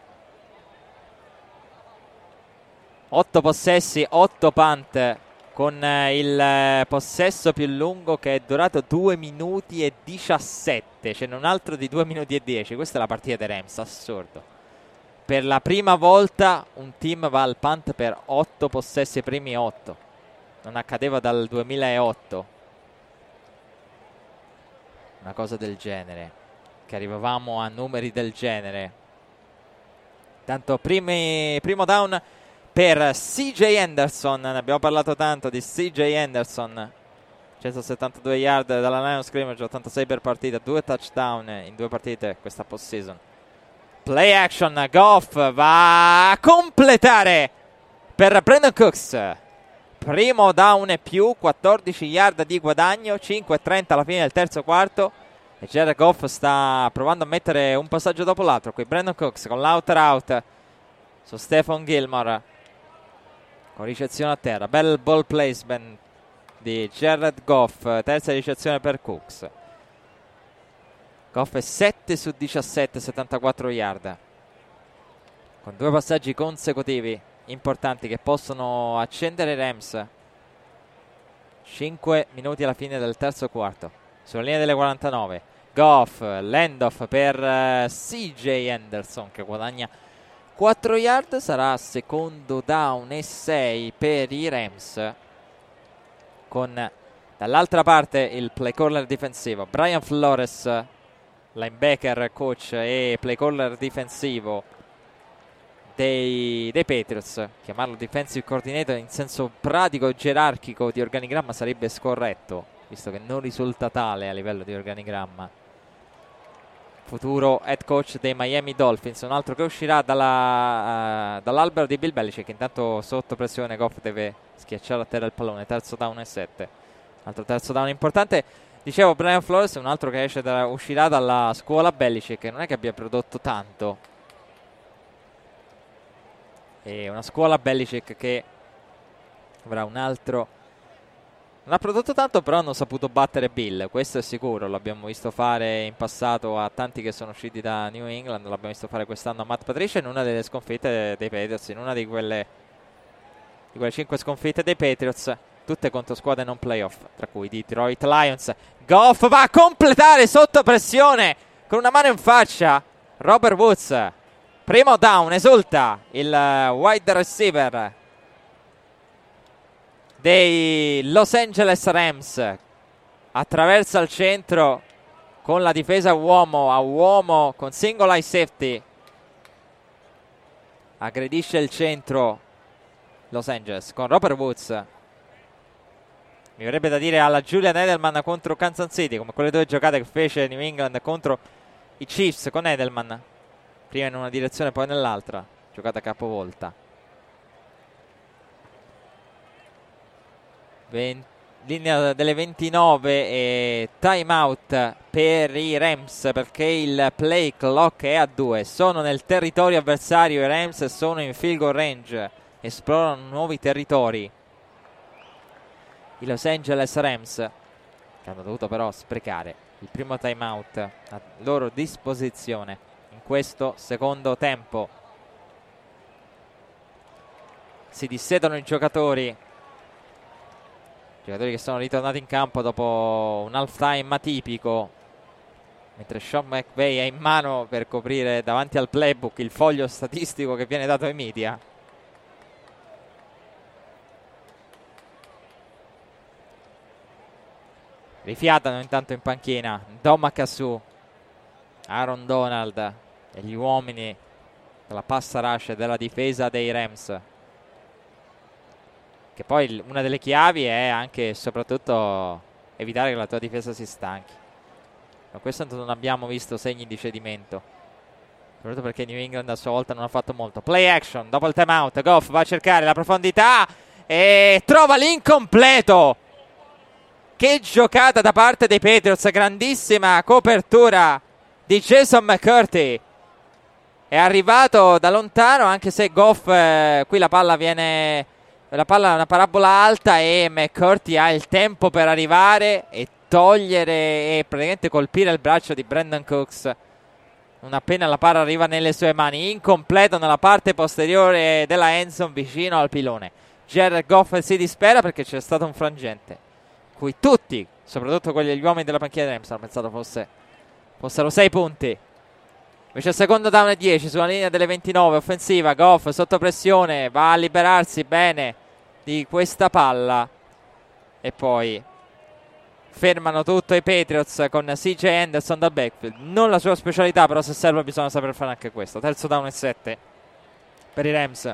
otto possessi, otto punt, con il possesso più lungo che è durato due minuti e diciassette. Ce n'è un altro di due minuti e dieci. Questa è la partita dei Rams, assurdo. Per la prima volta un team va al punt per otto possessi, primi otto. Non accadeva dal duemilaotto una cosa del genere, che arrivavamo a numeri del genere. Tanto primi, primo down per C J Henderson. Ne abbiamo parlato tanto di C J Henderson, centosettantadue yard dalla line of scrimmage, ottantasei per partita, due touchdown in due partite questa postseason. Play action, Goff va a completare per Brandon Cooks. primo down e più, quattordici yard di guadagno, cinque e trenta alla fine del terzo quarto, e Jared Goff sta provando a mettere un passaggio dopo l'altro. Qui Brandon Cooks con l'out out su Stephon Gilmore, con ricezione a terra, bel ball placement di Jared Goff, terza ricezione per Cooks. Goff è sette su diciassette, settantaquattro yard, con due passaggi consecutivi importanti che possono accendere i Rams. cinque minuti alla fine del terzo quarto, sulla linea delle quarantanove. Goff, l'handoff per uh, C J Henderson, che guadagna quattro yard. Sarà secondo down e sei per i Rams, con dall'altra parte il play caller difensivo Brian Flores, linebacker coach e play caller difensivo dei, dei Patriots. Chiamarlo defensive coordinator in senso pratico e gerarchico di organigramma sarebbe scorretto, visto che non risulta tale a livello di organigramma. Futuro head coach dei Miami Dolphins, un altro che uscirà dalla, uh, dall'albero di Bill Belichick. Intanto sotto pressione Goff deve schiacciare a terra il pallone. Terzo down e sette, altro terzo down importante. Dicevo, Brian Flores è un altro che esce da, uscirà dalla scuola Belichick, che non è che abbia prodotto tanto. E una scuola Belichick che avrà un altro. Non ha prodotto tanto, però hanno saputo battere Bill, questo è sicuro. L'abbiamo visto fare in passato a tanti che sono usciti da New England, l'abbiamo visto fare quest'anno a Matt Patricia in una delle sconfitte dei Patriots, in una di quelle di quelle cinque sconfitte dei Patriots, tutte contro squadre non playoff, tra cui Detroit Lions. Goff va a completare sotto pressione con una mano in faccia Robert Woods. Primo down, esulta il wide receiver dei Los Angeles Rams, attraversa il centro con la difesa uomo a uomo con single high safety, aggredisce il centro Los Angeles con Robert Woods. Mi verrebbe da dire alla Julian Edelman contro Kansas City, come quelle due giocate che fece New England contro i Chiefs con Edelman, prima in una direzione poi nell'altra, giocata capovolta. venti, linea delle ventinove e time out per i Rams, perché il play clock è a due. Sono nel territorio avversario i Rams, sono in field goal range, esplorano nuovi territori i Los Angeles Rams, che hanno dovuto però sprecare il primo time out a loro disposizione in questo secondo tempo. Si dissetano i giocatori Giocatori che sono ritornati in campo dopo un halftime atipico, mentre Sean McVay è in mano per coprire davanti al playbook il foglio statistico che viene dato ai media. Rifiatano intanto in panchina Ndamukong Suh, Aaron Donald e gli uomini della pass rush e della difesa dei Rams, che poi una delle chiavi è anche e soprattutto evitare che la tua difesa si stanchi. Ma questo non abbiamo visto segni di cedimento, soprattutto perché New England a sua volta non ha fatto molto. Play action dopo il timeout, Goff va a cercare la profondità e trova l'incompleto. Che giocata da parte dei Patriots, grandissima copertura di Jason McCourty. È arrivato da lontano, anche se Goff eh, qui la palla viene la palla è una parabola alta e McCourty ha il tempo per arrivare e togliere e praticamente colpire il braccio di Brandon Cooks non appena la palla arriva nelle sue mani. Incompleto nella parte posteriore della endzone vicino al pilone. Jared Goff si dispera perché c'è stato un frangente cui tutti, soprattutto quelli degli uomini della panchina di Rams, hanno pensato fosse, fossero sei punti. Invece secondo down e dieci sulla linea delle ventinove, offensiva. Goff sotto pressione, va a liberarsi bene di questa palla e poi fermano tutto i Patriots con C J Henderson da backfield. Non la sua specialità, però se serve bisogna saper fare anche questo. Terzo down e sette per i Rams.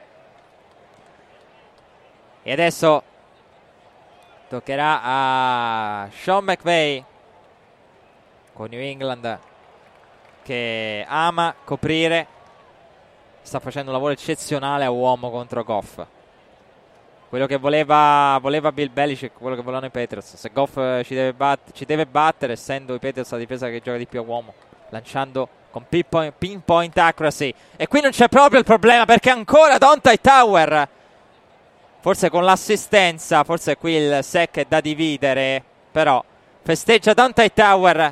E adesso toccherà a Sean McVay con New England, che ama coprire, sta facendo un lavoro eccezionale a uomo contro Goff. quello che voleva, voleva Bill Belichick, quello che volevano i Patriots. Se Goff ci deve, bat- ci deve battere, essendo i Patriots la difesa che gioca di più a uomo, lanciando con pinpoint, pinpoint accuracy. E qui non c'è proprio il problema, perché ancora Donta Hightower, forse con l'assistenza, forse qui il sack è da dividere, però festeggia Donta Hightower.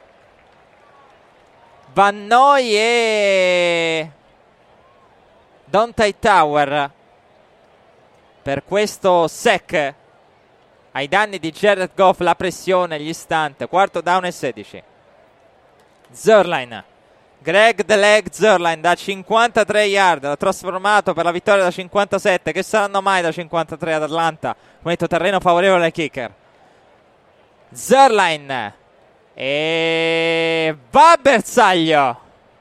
Vannoi e Donta Hightower per questo sack ai danni di Jared Goff. La pressione, gli stunt. Quarto down e sedici. Zuerlein, Greg the Leg Zuerlein da cinquantatré yard, l'ha trasformato per la vittoria da cinquantasette. Che saranno mai da cinquantatré ad Atlanta? Come detto, terreno favorevole ai kicker. Zuerlein e va a bersaglio,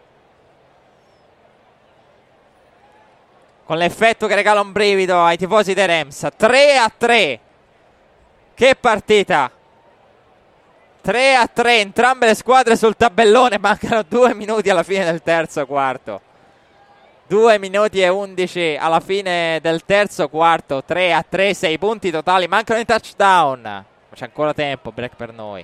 con l'effetto che regala un brivido ai tifosi dei Rams. tre a tre. Che partita! tre a tre, entrambe le squadre sul tabellone. Mancano due minuti alla fine del terzo quarto. due minuti e undici alla fine del terzo quarto. tre a tre, sei punti totali. Mancano i touchdown. Ma c'è ancora tempo, break per noi.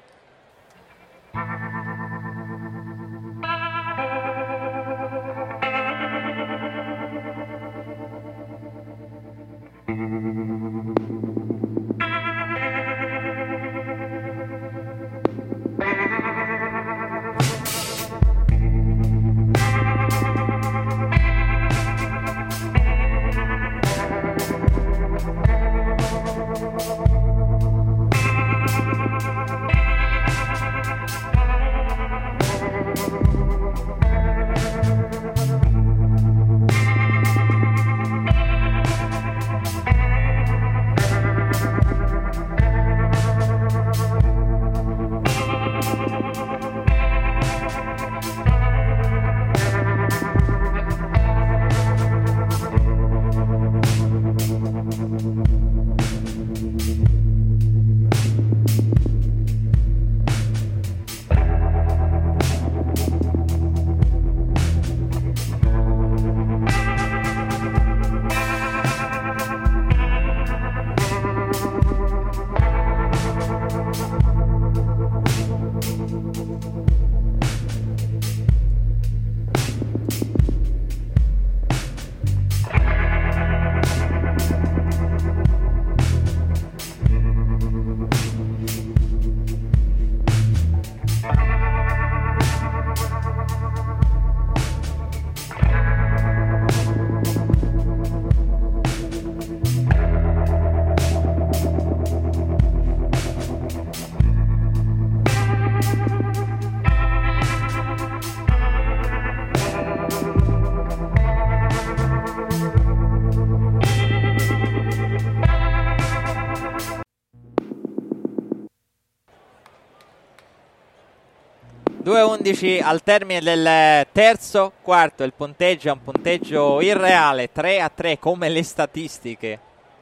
due a undici al termine del terzo quarto. Il punteggio è un punteggio irreale, tre a tre come le statistiche,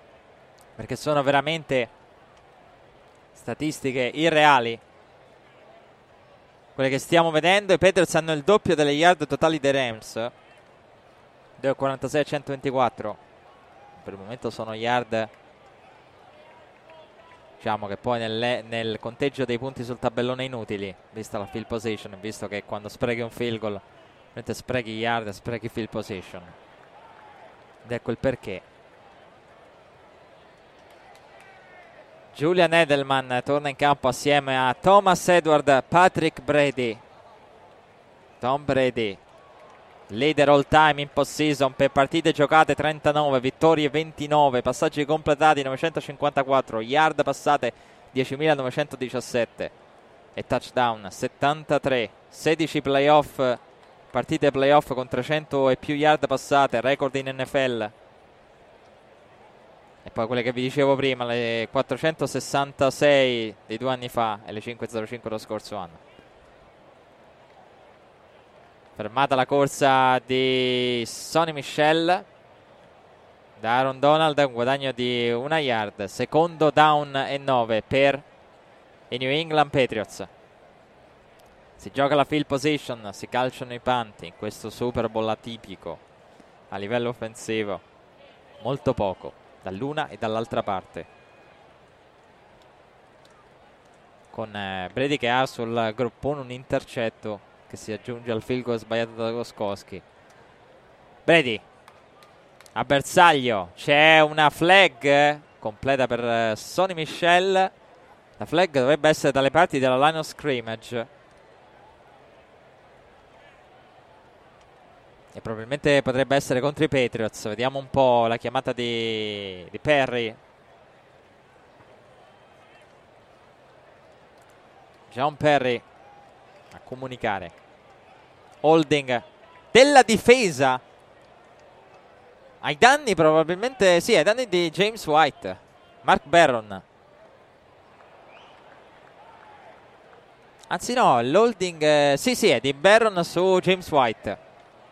perché sono veramente statistiche irreali quelle che stiamo vedendo. I Patriots hanno il doppio delle yard totali dei Rams, due a quarantasei a centoventiquattro. Per il momento sono yard, diciamo che poi nel, nel conteggio dei punti sul tabellone inutili, vista la field position, visto che quando sprechi un field goal sprechi yard e sprechi field position, ed ecco il perché. Julian Edelman torna in campo assieme a Thomas Edward, Patrick Brady. Tom Brady, leader all time in postseason per partite giocate trentanove, vittorie ventinove, passaggi completati novecentocinquantaquattro, yard passate diecimilanovecentodiciassette e touchdown settantatré, sedici playoff, partite playoff con trecento e più yard passate, record in N F L. E poi quelle che vi dicevo prima, le quattrocentosessantasei dei due anni fa e le cinquecentocinque dello scorso anno. Fermata la corsa di Sonny Michel da Aaron Donald, un guadagno di una yard. Secondo down e nove per i New England Patriots. Si gioca la field position, si calciano i punti in questo Super Bowl atipico a livello offensivo, molto poco. dall'una e dall'altra parte, con eh, Brady che ha sul groppone un intercetto che si aggiunge al field goal sbagliato da Gostkowski. Brady a bersaglio, c'è una flag completa per eh, Sonny Michel. La flag dovrebbe essere dalle parti della line of scrimmage e probabilmente potrebbe essere contro i Patriots. Vediamo un po' la chiamata di, di Perry. John Perry a comunicare. Holding della difesa ai danni probabilmente, sì, ai danni di James White. Mark Barron. Anzi no, l'holding eh, sì sì è di Barron su James White,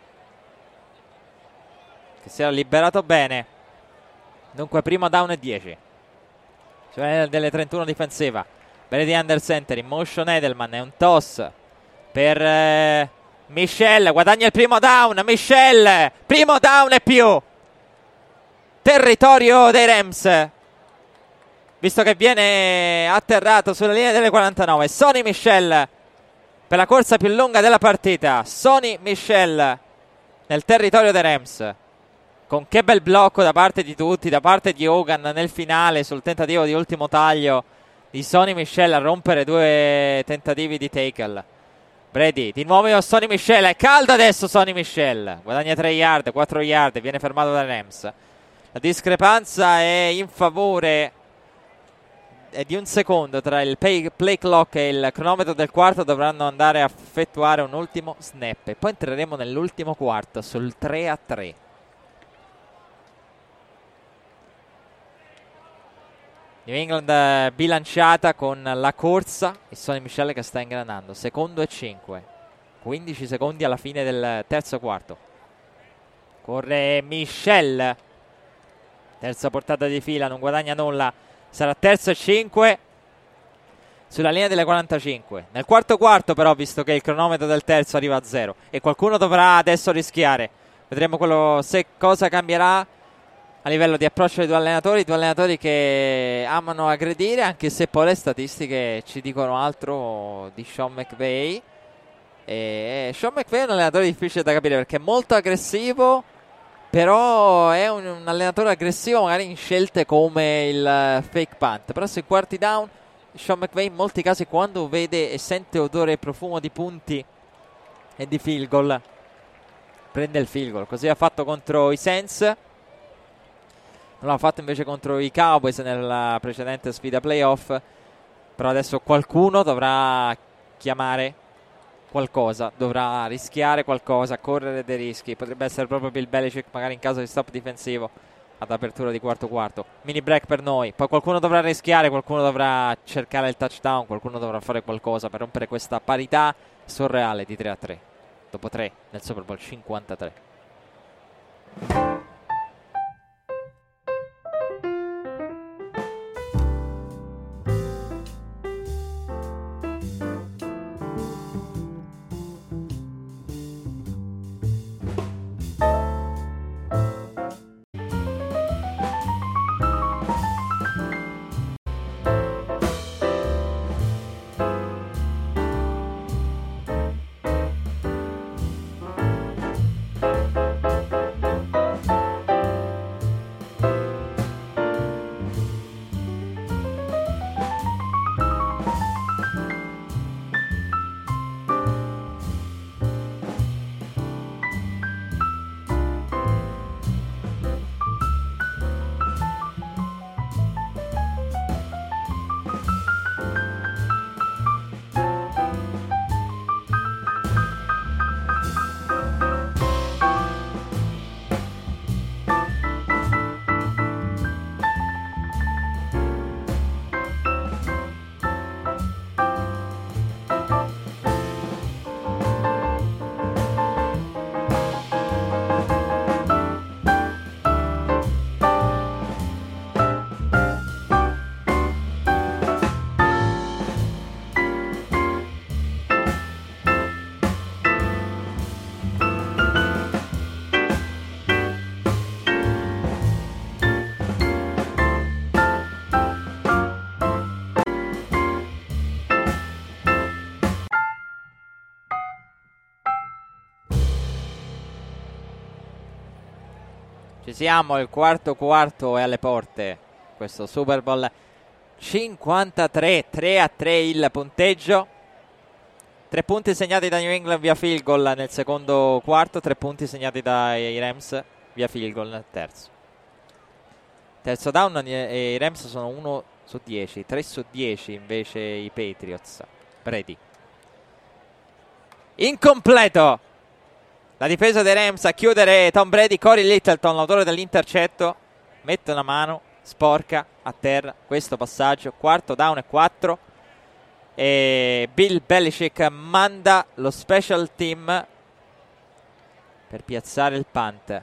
che si era liberato bene. Dunque primo down e dieci, cioè delle trentuno difensiva. Brady under center, in motion Edelman, è un toss per eh, Michel, guadagna il primo down. Michel, primo down e più, territorio dei Rams, visto che viene atterrato sulla linea delle quarantanove. Sonny Michel per la corsa più lunga della partita. Sonny Michel nel territorio dei Rams, con che bel blocco da parte di tutti, da parte di Hogan nel finale sul tentativo di ultimo taglio di Sonny Michel a rompere due tentativi di tackle. Brady di nuovo a Sonny Michel, è caldo adesso Sonny Michel, guadagna tre yard, quattro yard, viene fermato dai Rams. La discrepanza è in favore è di un secondo tra il play, play clock e il cronometro del quarto. Dovranno andare a effettuare un ultimo snap e poi entreremo nell'ultimo quarto sul tre a tre. New England bilanciata con la corsa e Sonny Michel che sta ingranando. Secondo e cinque, quindici secondi alla fine del terzo quarto. Corre Michel, terza portata di fila, non guadagna nulla, sarà terzo e cinque sulla linea delle quarantacinque. Nel quarto quarto però, visto che il cronometro del terzo arriva a zero e qualcuno dovrà adesso rischiare, vedremo quello, se cosa cambierà a livello di approccio dei due allenatori, due allenatori che amano aggredire, anche se poi le statistiche ci dicono altro di Sean McVay. E Sean McVay è un allenatore difficile da capire perché è molto aggressivo, però è un, un allenatore aggressivo magari in scelte come il fake punt, però sui quarti down Sean McVay in molti casi, quando vede e sente odore e profumo di punti e di field goal, prende il field goal. Così ha fatto contro i Saints, non l'ha fatto invece contro i Cowboys nella precedente sfida playoff. Però adesso qualcuno dovrà chiamare qualcosa, dovrà rischiare qualcosa, correre dei rischi. Potrebbe essere proprio Bill Belichick, magari in caso di stop difensivo ad apertura di quarto quarto. Mini break per noi, poi qualcuno dovrà rischiare, qualcuno dovrà cercare il touchdown, qualcuno dovrà fare qualcosa per rompere questa parità surreale di tre a tre dopo tre nel Super Bowl cinquantatré. Ci siamo, il quarto quarto è alle porte, questo Super Bowl cinquantatré, tre a tre il punteggio. Tre punti segnati da New England via field goal nel secondo quarto, tre punti segnati dai Rams via field goal nel terzo. Terzo down e i Rams sono uno su dieci, tre su dieci invece i Patriots. Brady. Incompleto! La difesa dei Rams a chiudere Tom Brady. Corey Littleton, l'autore dell'intercetto, mette una mano sporca a terra questo passaggio. Quarto down e quattro. E Bill Belichick manda lo special team per piazzare il punt.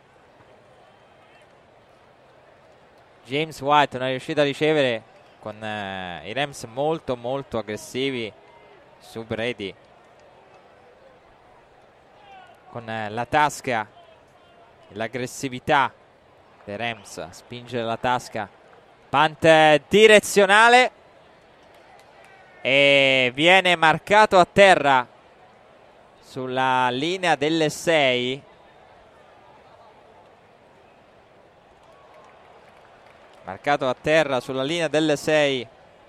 James White non è riuscito a ricevere, con eh, i Rams molto molto aggressivi su Brady, con eh, la tasca e l'aggressività dei Rams a spingere la tasca. Punt direzionale e viene marcato a terra sulla linea delle sei. Marcato a terra sulla linea delle sei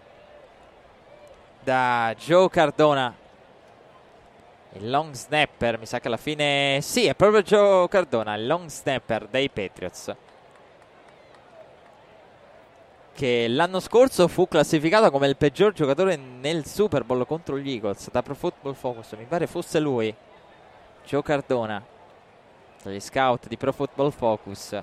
da Joe Cardona, il long snapper. Mi sa che alla fine sì, è proprio Joe Cardona, il long snapper dei Patriots, che l'anno scorso fu classificato come il peggior giocatore nel Super Bowl contro gli Eagles da Pro Football Focus. Mi pare fosse lui, Joe Cardona, dagli scout di Pro Football Focus.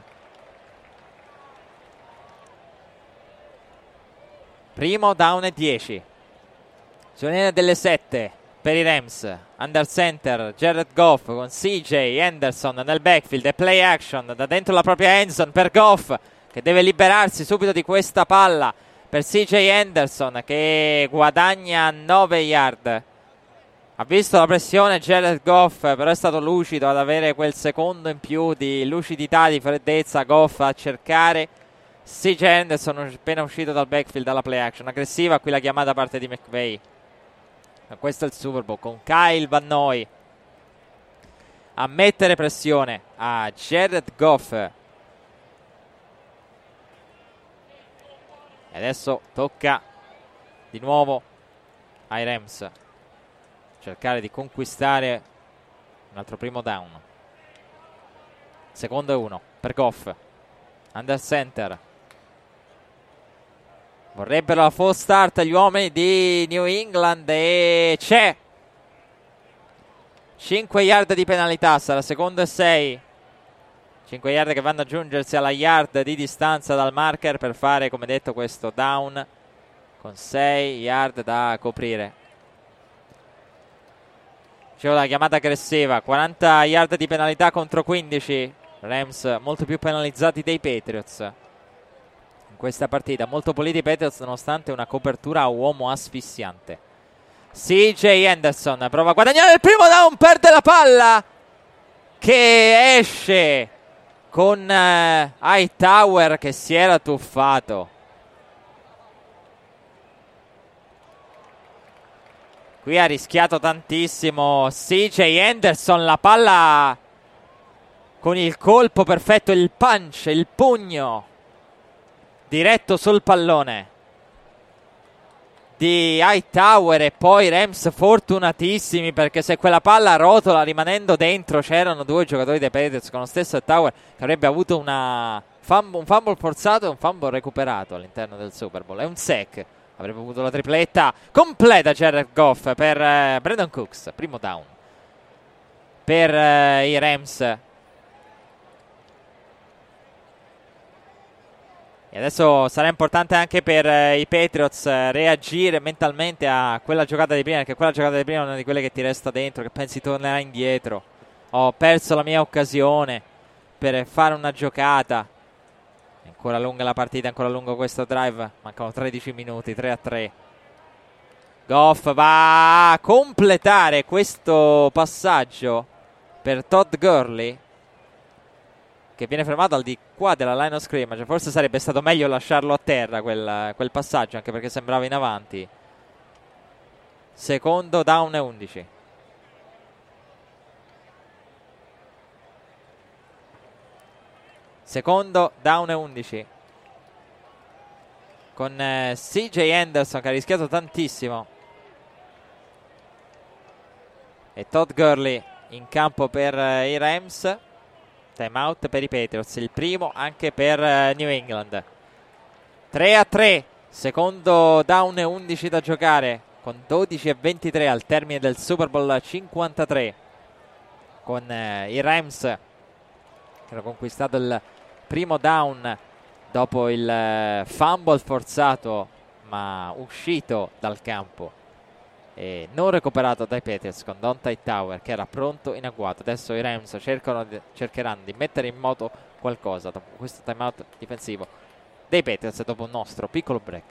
Primo down e dieci sulla linea delle sette per i Rams. Under center Jared Goff con C J Henderson nel backfield e play action da dentro la propria end zone per Goff, che deve liberarsi subito di questa palla per C J Henderson, che guadagna nove yard. Ha visto la pressione Jared Goff, però è stato lucido ad avere quel secondo in più di lucidità, di freddezza. Goff a cercare C J Henderson, appena uscito dal backfield dalla play action aggressiva. Qui la chiamata da parte di McVay. Questo è il Super Bowl, con Kyle Van Noy a mettere pressione a Jared Goff. E adesso tocca di nuovo ai Rams cercare di conquistare un altro primo down. Secondo e uno per Goff. Under center. Vorrebbero la false start gli uomini di New England e c'è. cinque yard di penalità, sarà secondo e sei. cinque yard che vanno ad aggiungersi alla yard di distanza dal marker per fare, come detto, questo down con sei yard da coprire. C'è la chiamata aggressiva, quaranta yard di penalità contro quindici. Rams molto più penalizzati dei Patriots in questa partita, molto puliti i Patriots nonostante una copertura a uomo asfissiante. C J Henderson prova a guadagnare il primo down, perde la palla che esce con eh, Hightower che si era tuffato. Qui ha rischiato tantissimo C J Henderson, la palla con il colpo perfetto, il punch, il pugno diretto sul pallone di Hightower. E poi Rams fortunatissimi, perché se quella palla rotola rimanendo dentro c'erano due giocatori dei Patriots con lo stesso Hightower che avrebbe avuto una fumble, un fumble forzato e un fumble recuperato all'interno del Super Bowl e un sack. Avrebbe avuto la tripletta completa Jared Goff per eh, Brandon Cooks. Primo down per eh, i Rams. E adesso sarà importante anche per eh, i Patriots eh, reagire mentalmente a quella giocata di prima, perché quella giocata di prima è una di quelle che ti resta dentro, che pensi tornerà indietro. Ho perso la mia occasione per fare una giocata. È ancora lunga la partita, è ancora lungo questo drive. Mancano tredici minuti, tre a tre. Goff va a completare questo passaggio per Todd Gurley, che viene fermato al di qua della line of scrimmage. Forse sarebbe stato meglio lasciarlo a terra quel, quel passaggio, anche perché sembrava in avanti. Secondo down e undici. Secondo down e undici, con eh, C J Anderson che ha rischiato tantissimo e Todd Gurley in campo per eh, i Rams. Time out per i Patriots, il primo anche per eh, New England. Tre a tre, secondo down e undici da giocare, con dodici e ventitré al termine del Super Bowl cinquantatré, con eh, i Rams che hanno conquistato il primo down dopo il eh, fumble forzato ma uscito dal campo e non recuperato dai Patriots, con Donta Hightower che era pronto in agguato. Adesso i Rams cercano di, cercheranno di mettere in moto qualcosa dopo questo timeout difensivo dei Patriots, dopo un nostro piccolo break.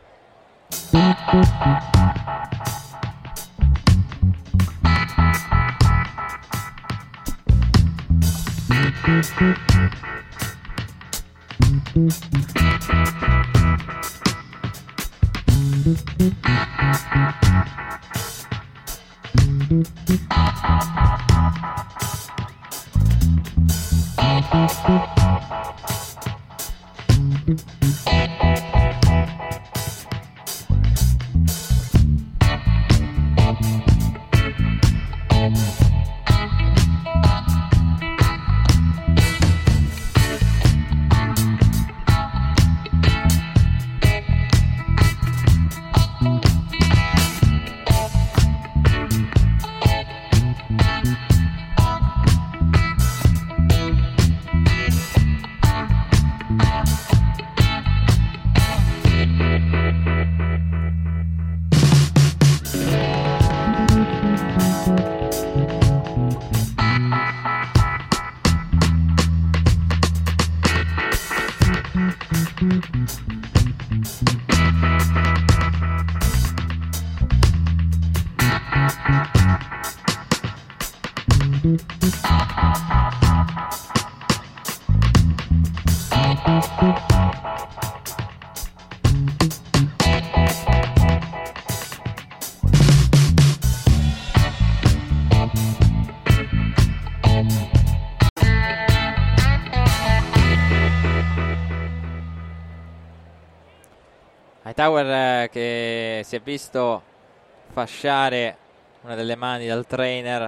Hightower eh, che si è visto fasciare una delle mani dal trainer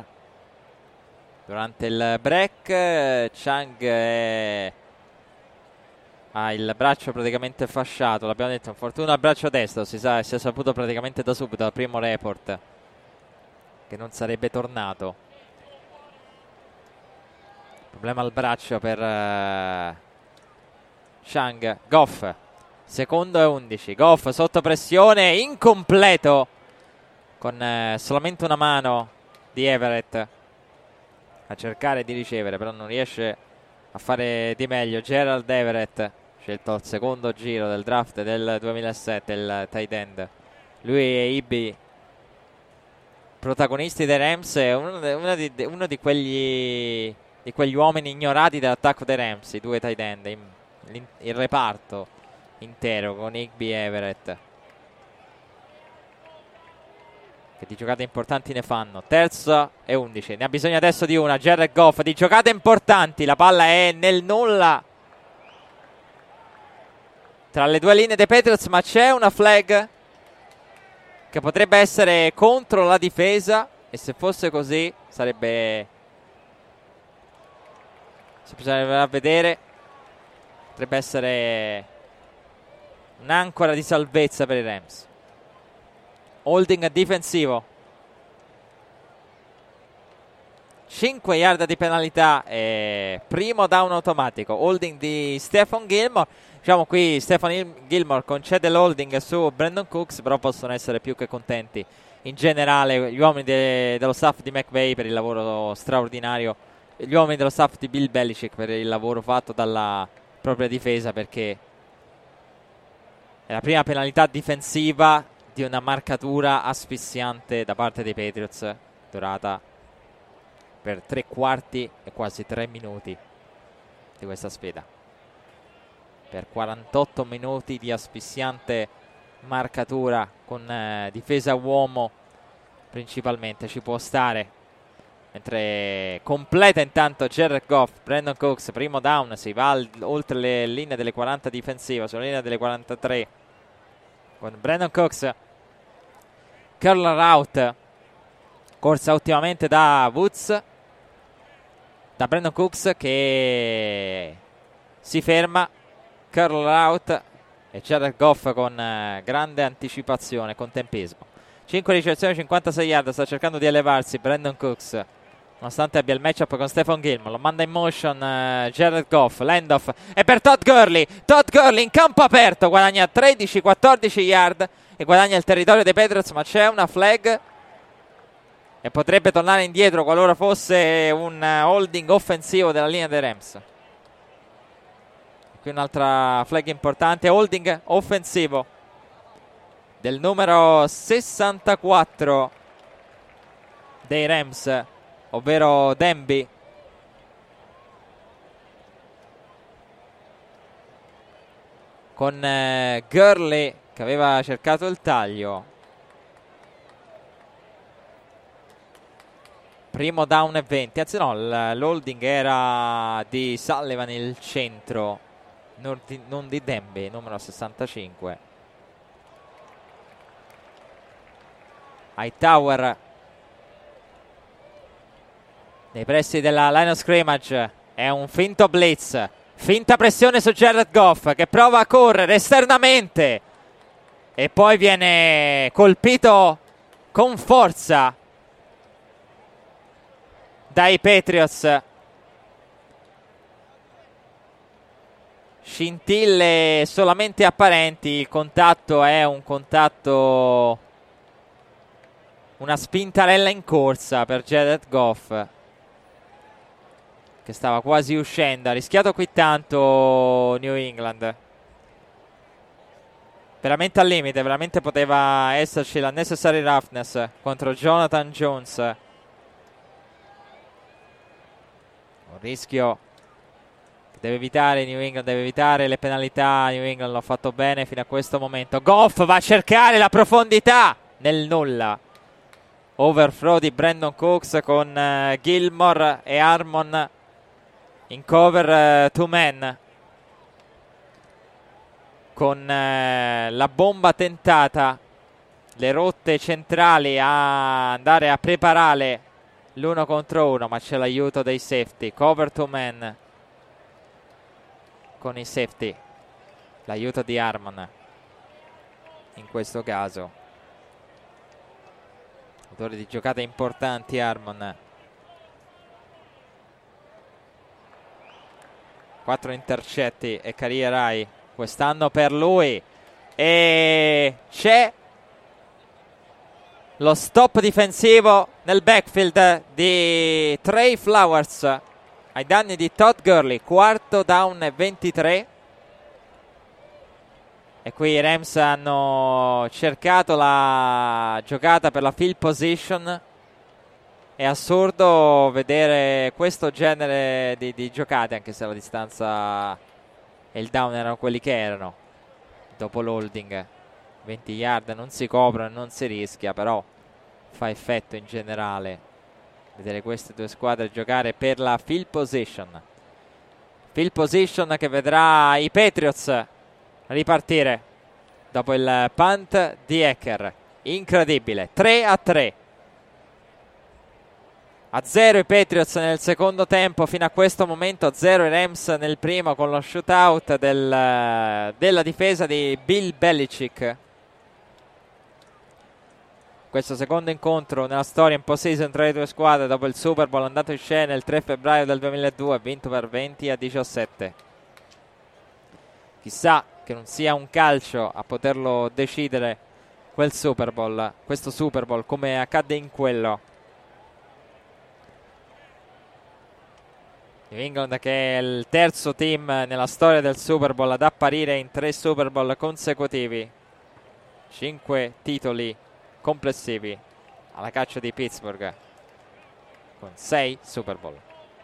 durante il break. Chang è... ha il braccio praticamente fasciato, l'abbiamo detto, infortunio al braccio destro, si sa, si è saputo praticamente da subito dal primo report che non sarebbe tornato. Problema al braccio per uh, Chang. Goff, secondo e undici, Goff sotto pressione, incompleto, con uh, solamente una mano di Everett a cercare di ricevere, però non riesce a fare di meglio. Gerald Everett, scelto al secondo giro del draft del duemilasette, il tight end. Lui e Ibi, protagonisti dei Rams, è uno, de, uno, di, uno di quegli di quegli uomini ignorati dell'attacco dei Rams, i due tight end, in, in, il reparto intero con Higby e Everett, che di giocate importanti ne fanno. Terza e undici, ne ha bisogno adesso di una Jared Goff, di giocate importanti. La palla è nel nulla tra le due linee dei Patriots, ma c'è una flag che potrebbe essere contro la difesa, e se fosse così sarebbe, si bisognerà vedere, potrebbe essere un'ancora di salvezza per i Rams. Holding difensivo, cinque yard di penalità e primo down automatico. Holding di Stephon Gilmore. Diciamo qui Stephon Gilmore concede l'holding su Brandon Cooks, però possono essere più che contenti in generale gli uomini de- dello staff di McVay per il lavoro straordinario, gli uomini dello staff di Bill Belichick per il lavoro fatto dalla propria difesa, perché è la prima penalità difensiva di una marcatura asfissiante da parte dei Patriots, durata per tre quarti e quasi tre minuti di questa sfida. Per quarantotto minuti di asfissiante marcatura con eh, difesa uomo principalmente ci può stare. mentre completa intanto Jared Goff. Brandon Cooks, primo down, si va al, oltre le linee delle quaranta difensive, sulla linea delle quarantatré con Brandon Cooks. Curl route, corsa ottimamente da Woods, da Brandon Cooks che si ferma. Curl route e Jared Goff con eh, grande anticipazione, con tempismo. cinque ricezioni, cinquantasei yard, sta cercando di elevarsi Brandon Cooks nonostante abbia il matchup con Stephon Gilmore. Lo manda in motion uh, Jared Goff, l'handoff è per Todd Gurley. Todd Gurley in campo aperto guadagna tredici quattordici yard e guadagna il territorio dei Patriots, ma c'è una flag e potrebbe tornare indietro qualora fosse un uh, holding offensivo della linea dei Rams. Qui un'altra flag importante, holding offensivo del numero sessantaquattro dei Rams, ovvero Denby. Con eh, Gurley che aveva cercato il taglio. Primo down e venti, anzi no, l'holding era di Sullivan il centro, non di, non di Denby, numero sessantacinque. Hightower nei pressi della line of scrimmage, è un finto blitz, finta pressione su Jared Goff che prova a correre esternamente e poi viene colpito con forza dai Patriots. Scintille solamente apparenti, il contatto è un contatto, una spintarella in corsa per Jared Goff che stava quasi uscendo. Ha rischiato qui tanto New England, veramente al limite, veramente poteva esserci la necessary roughness contro Jonathan Jones. Un rischio che deve evitare New England, deve evitare le penalità. New England l'ha fatto bene fino a questo momento. Goff va a cercare la profondità nel nulla. Overthrow di Brandon Cooks con uh, Gilmore e Harmon in cover uh, two man, con uh, la bomba tentata, le rotte centrali a andare a preparare l'uno contro uno, ma c'è l'aiuto dei safety. Cover two man con i safety, l'aiuto di Harmon in questo caso, autore di giocate importanti Harmon. Quattro intercetti e career high quest'anno per lui, e c'è lo stop difensivo nel backfield di Trey Flowers ai danni di Todd Gurley. Quarto down e ventitré, e qui i Rams hanno cercato la giocata per la field position. È assurdo vedere questo genere di, di giocate, anche se la distanza e il down erano quelli che erano dopo l'holding. venti yard non si coprono, non si rischia, però fa effetto in generale vedere queste due squadre giocare per la field position. Field position che vedrà i Patriots ripartire dopo il punt di Ecker. Incredibile, tre a tre. A zero i Patriots nel secondo tempo fino a questo momento, a zero i Rams nel primo con lo shootout del, della difesa di Bill Belichick. Questo secondo incontro nella storia in postseason tra le due squadre dopo il Super Bowl andato in scena il tre febbraio del duemiladue, vinto per venti a diciassette. Chissà che non sia un calcio a poterlo decidere quel Super Bowl, questo Super Bowl, come accadde in quello. New England che è il terzo team nella storia del Super Bowl ad apparire in tre Super Bowl consecutivi, cinque titoli complessivi alla caccia di Pittsburgh con sei Super Bowl.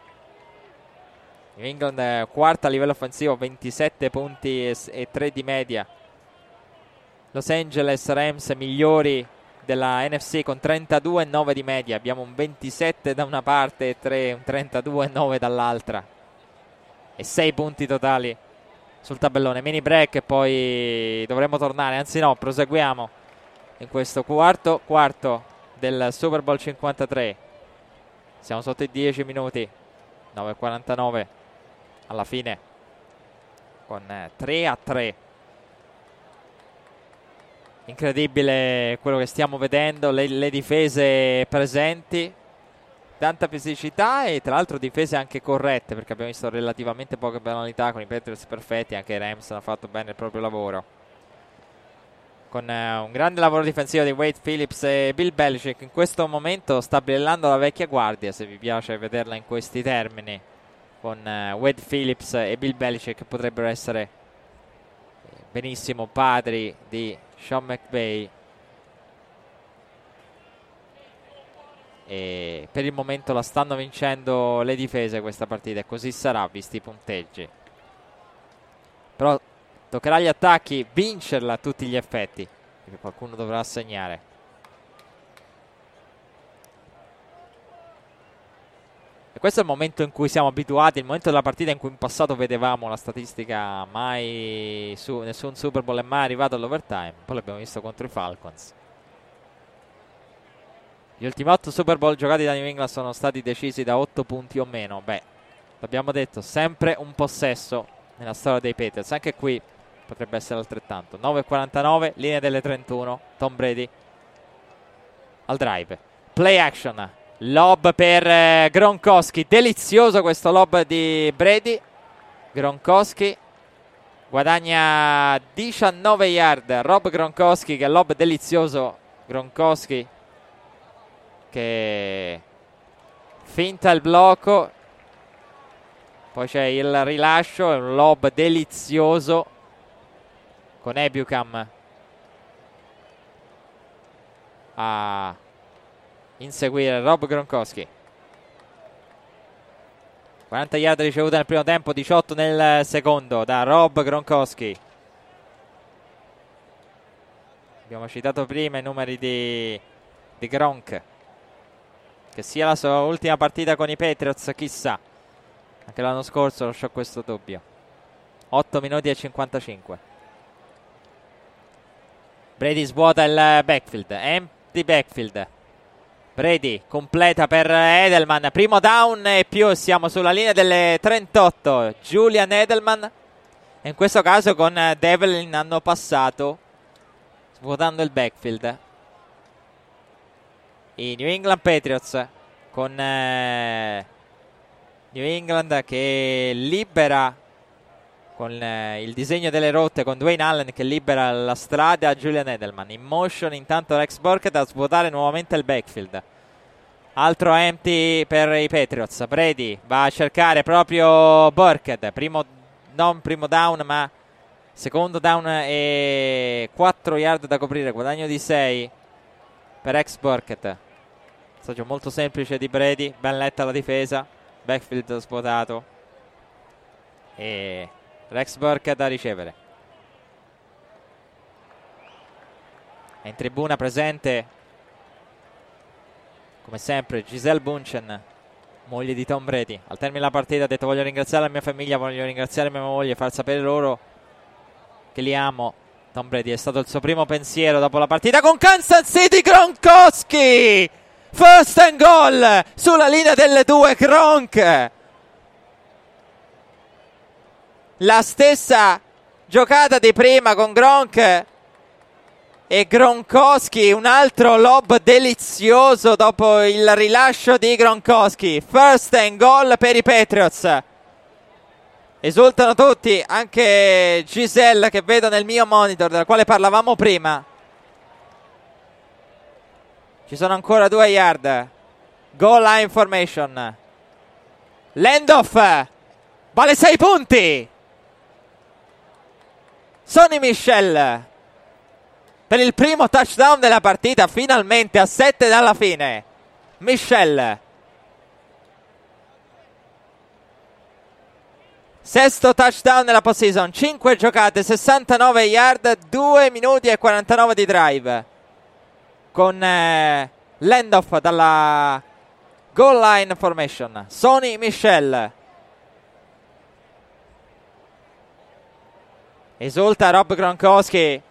New England quarta a livello offensivo, ventisette punti e tre di media. Los Angeles Rams migliori della N F C con trentadue virgola nove di media. Abbiamo un ventisette da una parte e tre, un trentadue virgola nove dall'altra, e sei punti totali sul tabellone. Mini break e poi dovremo tornare, anzi no, proseguiamo in questo quarto quarto del Super Bowl cinquantatré. Siamo sotto i dieci minuti, nove e quarantanove alla fine, con tre a tre. Incredibile quello che stiamo vedendo, le, le difese presenti, tanta fisicità e tra l'altro difese anche corrette, perché abbiamo visto relativamente poche penalità con i Patriots perfetti. Anche i Rams hanno fatto bene il proprio lavoro, con uh, un grande lavoro difensivo di Wade Phillips e Bill Belichick, in questo momento stabilendo la vecchia guardia, se vi piace vederla in questi termini, con uh, Wade Phillips e Bill Belichick, che potrebbero essere benissimo padri di Sean McVay. E per il momento la stanno vincendo le difese questa partita, e così sarà visti i punteggi. Però toccherà agli attacchi vincerla a tutti gli effetti, perché qualcuno dovrà segnare. E questo è il momento in cui siamo abituati, il momento della partita in cui in passato vedevamo la statistica mai su, nessun Super Bowl è mai arrivato all'overtime. Poi l'abbiamo visto contro i Falcons. Gli ultimi otto Super Bowl giocati da New England sono stati decisi da otto punti o meno. Beh, l'abbiamo detto, sempre un possesso nella storia dei Patriots. Anche qui potrebbe essere altrettanto. nove e quarantanove, linea delle trentuno. Tom Brady al drive. Play action. Lob per eh, Gronkowski. Delizioso questo lob di Brady. Gronkowski guadagna diciannove yard. Rob Gronkowski, che lob delizioso. Gronkowski che finta il blocco, poi c'è il rilascio, è un lob delizioso con Ebukam a inseguire Rob Gronkowski. quaranta yard ricevute nel primo tempo, diciotto nel secondo da Rob Gronkowski. Abbiamo citato prima i numeri di, di Gronk, che sia la sua ultima partita con i Patriots, chissà. Anche l'anno scorso lasciò questo dubbio. otto minuti e cinquantacinque. Brady svuota il backfield, empty backfield. Brady completa per Edelman, primo down e più, siamo sulla linea delle trentotto. Julian Edelman, e in questo caso con Devlin hanno passato, svuotando il backfield. I New England Patriots, con eh, New England che libera con eh, il disegno delle rotte, con Dwayne Allen che libera la strada a Julian Edelman. In motion intanto Rex Burkhead a svuotare nuovamente il backfield. Altro empty per i Patriots. Brady va a cercare proprio Burkhead, primo, non primo down ma secondo down e quattro yard da coprire, guadagno di sei per Rex Burkhead. Passaggio molto semplice di Brady, ben letta la difesa, backfield svuotato e Rex Burkhead a ricevere. È in tribuna presente, come sempre, Gisele Bündchen, moglie di Tom Brady. Al termine della partita ha detto: voglio ringraziare la mia famiglia, voglio ringraziare mia moglie, far sapere loro che li amo. Tom Brady è stato il suo primo pensiero dopo la partita con Kansas City. Gronkowski, first and goal sulla linea delle due. Gronk, la stessa giocata di prima con Gronk e Gronkowski, un altro lob delizioso dopo il rilascio di Gronkowski. First and goal per i Patriots. Esultano tutti, anche Giselle che vedo nel mio monitor, dal quale parlavamo prima. Ci sono ancora due yard. Goal line formation. L'handoff vale sei punti. Sonny Michel per il primo touchdown della partita, finalmente a sette dalla fine. Michel, sesto touchdown nella postseason, cinque giocate, sessantanove yard, due minuti e quarantanove di drive. con eh, l'handoff dalla goal line formation. Sonny Michel. Esulta Rob Gronkowski.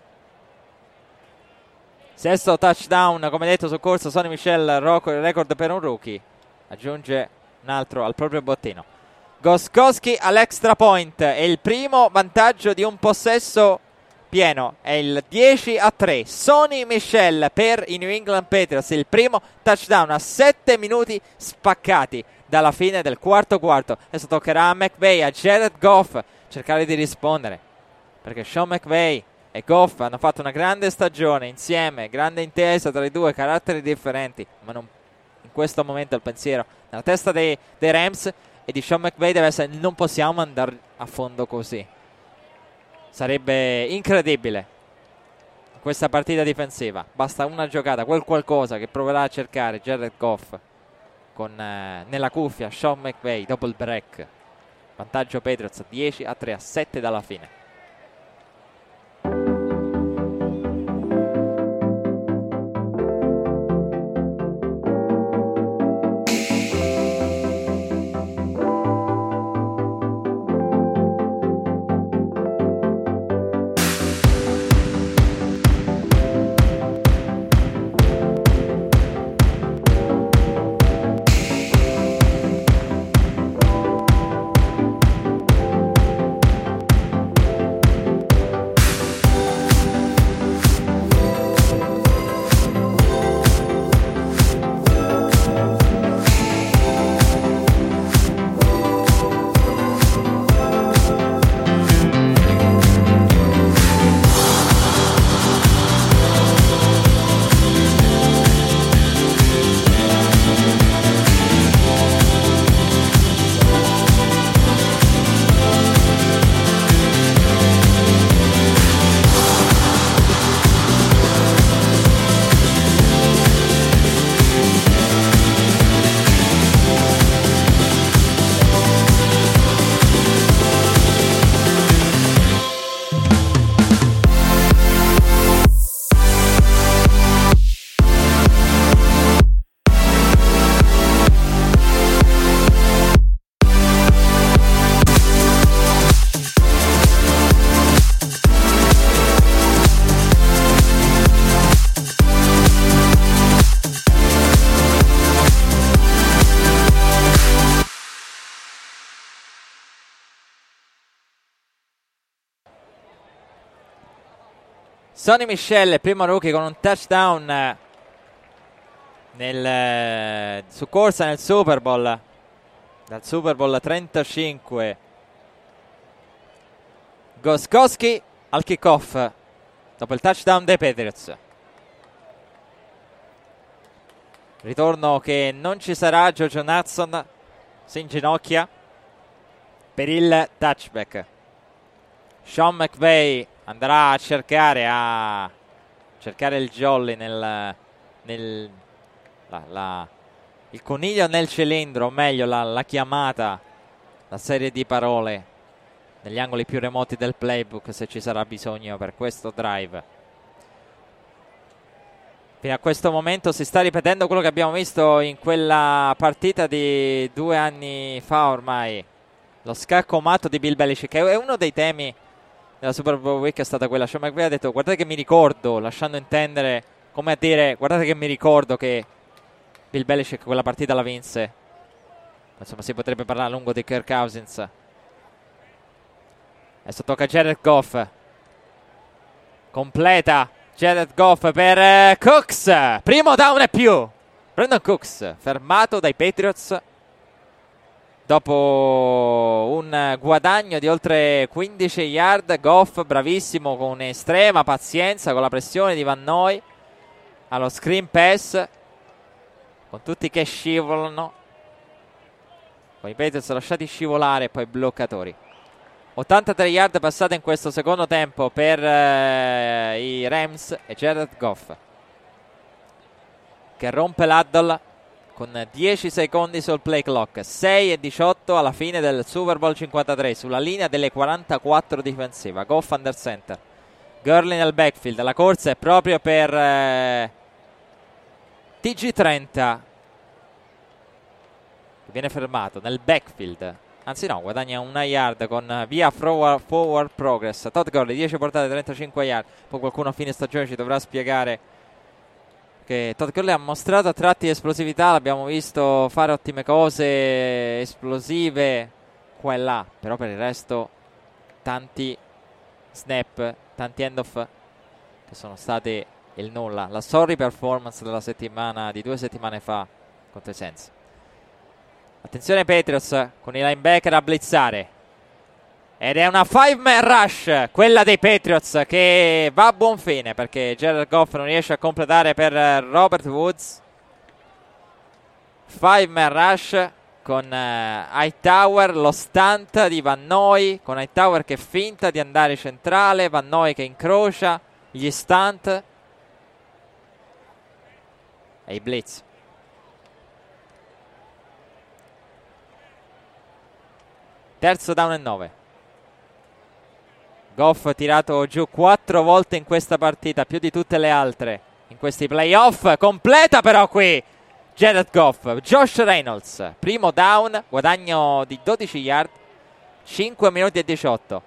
Sesto touchdown, come detto, sul corso. Sonny Michel, record per un rookie. Aggiunge un altro al proprio bottino. Gostkowski all'extra point. È il primo vantaggio di un possesso pieno. È il dieci a tre. Sonny Michel per i New England Patriots. Il primo touchdown a sette minuti spaccati dalla fine del quarto quarto. Adesso toccherà a McVay, a Jared Goff, cercare di rispondere, perché Sean McVay e Goff hanno fatto una grande stagione insieme, grande intesa tra i due, caratteri differenti, ma non, in questo momento il pensiero nella testa dei, dei Rams e di Sean McVay deve essere: non possiamo andare a fondo così. Sarebbe incredibile in questa partita difensiva. Basta una giocata, quel qualcosa che proverà a cercare Jared Goff con eh, nella cuffia Sean McVay dopo il break. Vantaggio Patriots dieci a tre, a sette dalla fine. Sonny Michel, primo rookie con un touchdown nel, su corsa nel Super Bowl, dal Super Bowl trentacinque. Gostkowski al kickoff dopo il touchdown dei Patriots. Ritorno che non ci sarà. Jojo Natson si inginocchia per il touchback. Sean McVay andrà a cercare a cercare il jolly nel, nel la, la, il coniglio nel cilindro, o meglio la, la chiamata, la serie di parole negli angoli più remoti del playbook, se ci sarà bisogno per questo drive. Fino a questo momento si sta ripetendo quello che abbiamo visto in quella partita di due anni fa ormai, lo scacco matto di Bill Belichick. È uno dei temi della Super Bowl Week, è stata quella. Sean McVay ha detto: guardate che mi ricordo, lasciando intendere, come a dire, guardate che mi ricordo che Bill Belichick quella partita la vinse. Insomma, si potrebbe parlare a lungo di Kirk Cousins. Adesso tocca a Jared Goff. Completa Jared Goff per eh, Cooks. Primo down e più. Brandon Cooks fermato dai Patriots dopo un guadagno di oltre quindici yard. Goff bravissimo, con estrema pazienza, con la pressione di Van Noy allo screen pass, con tutti che scivolano, con i Patriots lasciati scivolare e poi bloccatori. ottantatré yard passate in questo secondo tempo per eh, i Rams, e Jared Goff che rompe l'huddle con dieci secondi sul play clock. Sei e diciotto alla fine del Super Bowl cinquantatré, sulla linea delle quarantaquattro difensiva. Goff under center, Gurley nel backfield. La corsa è proprio per eh, T G trenta che viene fermato nel backfield, anzi no, guadagna una yard con via forward, forward progress. Todd Gurley dieci portate, trentacinque yard. Poi qualcuno a fine stagione ci dovrà spiegare che Todd Gurley ha mostrato a tratti esplosività, l'abbiamo visto fare ottime cose esplosive qua e là, però per il resto tanti snap, tanti end-off che sono stati il nulla. La sorry performance della settimana di due settimane fa contro i Saints. Attenzione Patriots con i linebacker a blitzare, ed è una five man rush quella dei Patriots che va a buon fine perché Jared Goff non riesce a completare per Robert Woods. Five man rush con uh, Hightower, lo stunt di Van Noy, con Hightower che finta di andare centrale, Van Noy che incrocia gli stunt e i blitz. Terzo down e nove. Goff tirato giù quattro volte in questa partita, più di tutte le altre in questi playoff. Completa però qui Jared Goff. Josh Reynolds, primo down, guadagno di dodici yard, cinque minuti e diciotto.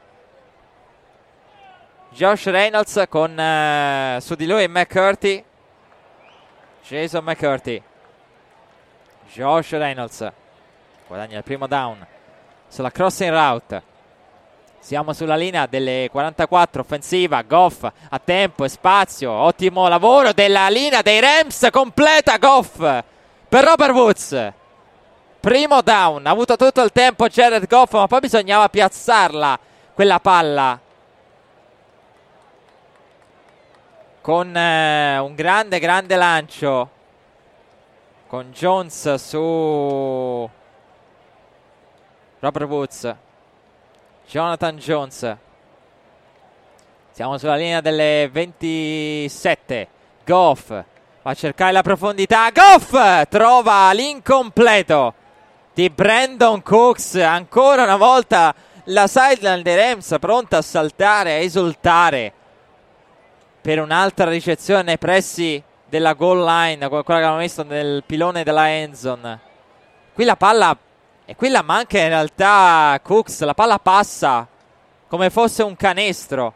Josh Reynolds con uh, su di lui McCurdy, Jason McCurdy. Josh Reynolds guadagna il primo down sulla crossing route. Siamo sulla linea delle quarantaquattro, offensiva. Goff a tempo e spazio, ottimo lavoro della linea dei Rams, completa Goff per Robert Woods. Primo down, ha avuto tutto il tempo Jared Goff, ma poi bisognava piazzarla quella palla con eh, un grande grande lancio con Jones su Robert Woods. Jonathan Jones. Siamo sulla linea delle ventisette. Goff va a cercare la profondità. Goff trova l'incompleto di Brandon Cooks. Ancora una volta la sideline dei Rams pronta a saltare, a esultare per un'altra ricezione nei pressi della goal line, come quella che abbiamo visto nel pilone della end zone. Qui la palla, e qui la manca in realtà Cooks, la palla passa come fosse un canestro.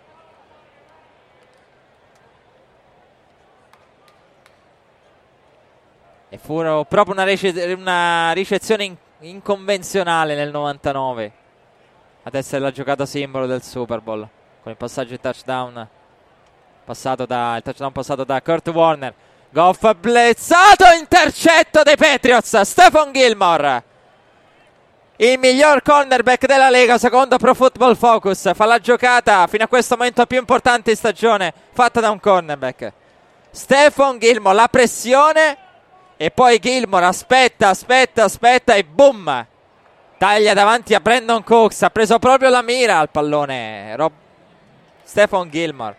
E fu proprio una, rice- una ricezione in- inconvenzionale nel novantanove ad essere la giocata simbolo del Super Bowl, con il passaggio in touchdown passato da, il touchdown passato da Kurt Warner. Goff blezzato, intercetto dei Patriots. Stephon Gilmore, il miglior cornerback della Lega secondo Pro Football Focus, fa la giocata fino a questo momento più importante in stagione fatta da un cornerback. Stephon Gilmore, la pressione, e poi Gilmore aspetta, aspetta, aspetta e boom, taglia davanti a Brandon Cooks. Ha preso proprio la mira al pallone Rob... Stephon Gilmore.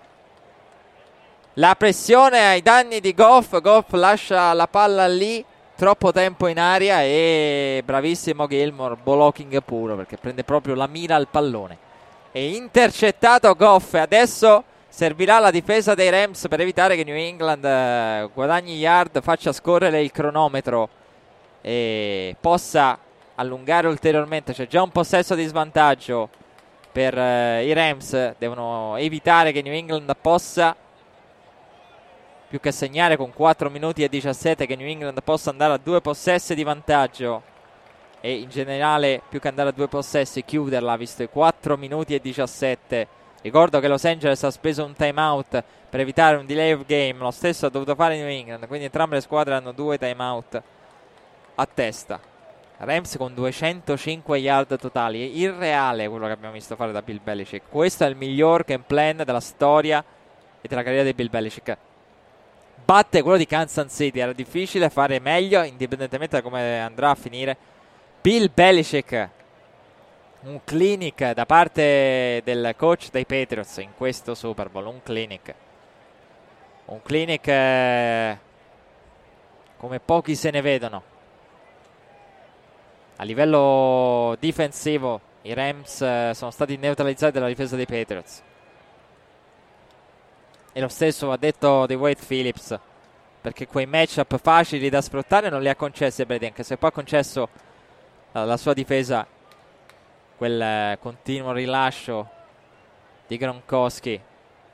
La pressione ai danni di Goff. Goff lascia la palla lì troppo tempo in aria e bravissimo Gilmore, blocking puro, perché prende proprio la mira al pallone. E intercettato Goff. Adesso servirà la difesa dei Rams per evitare che New England eh, guadagni yard, faccia scorrere il cronometro e possa allungare ulteriormente. C'è già un possesso di svantaggio per eh, i Rams. Devono evitare che New England possa, più che segnare con quattro minuti e diciassette, che New England possa andare a due possessi di vantaggio, e in generale più che andare a due possessi chiuderla, visto i quattro minuti e diciassette. Ricordo che Los Angeles ha speso un timeout per evitare un delay of game, lo stesso ha dovuto fare New England, quindi entrambe le squadre hanno due timeout a testa. Rams con duecentocinque yard totali, irreale quello che abbiamo visto fare da Bill Belichick. Questo è il miglior game plan della storia e della carriera di Bill Belichick. Batte quello di Kansas City, era difficile fare meglio indipendentemente da come andrà a finire. Bill Belichick, un clinic da parte del coach dei Patriots in questo Super Bowl, un clinic un clinic eh, come pochi se ne vedono. A livello difensivo i Rams eh, sono stati neutralizzati dalla difesa dei Patriots, e lo stesso va detto di Wade Phillips. perché quei matchup facili da sfruttare non li ha concessi Brady, anche se poi ha concesso la, la sua difesa quel eh, continuo rilascio di Gronkowski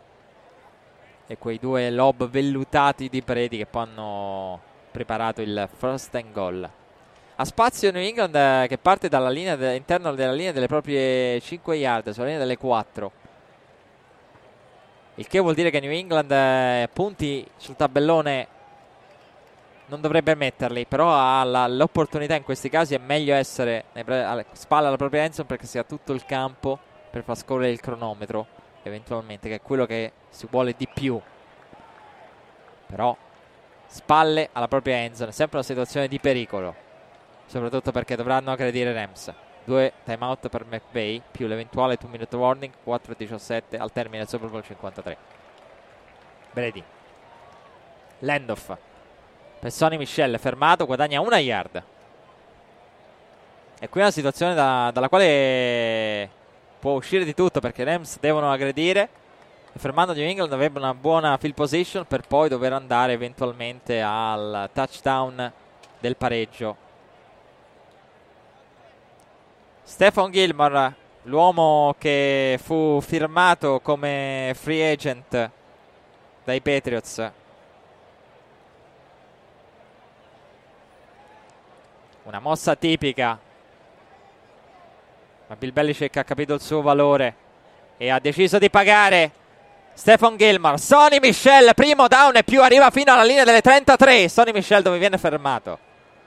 e quei due lob vellutati di Brady che poi hanno preparato il first and goal. Ha spazio New England eh, che parte dalla linea de- interno della linea delle proprie cinque yard, sulla linea delle quattro, il che vuol dire che New England eh, punti sul tabellone non dovrebbe metterli, però ha la, l'opportunità in questi casi. È meglio essere pre- alle spalle alla propria endzone perché si ha tutto il campo per far scorrere il cronometro eventualmente, che è quello che si vuole di più. Però spalle alla propria endzone, sempre una situazione di pericolo, soprattutto perché dovranno aggredire Rams. Due timeout per McVay più l'eventuale two minute warning, quattro diciassette al termine del Super Bowl cinquantatré. Brady, l'handoff per Sonny Michel, fermato, guadagna una yard. E qui è una situazione da, dalla quale può uscire di tutto, perché i Rams devono aggredire e fermando New England avrebbe una buona field position per poi dover andare eventualmente al touchdown del pareggio. Stephon Gilmore, l'uomo che fu firmato come free agent dai Patriots, una mossa tipica, ma Bill Belichick ha capito il suo valore e ha deciso di pagare. Stephon Gilmore, Sonny Michel, primo down e più, arriva fino alla linea delle trentatré. Sonny Michel dove viene fermato.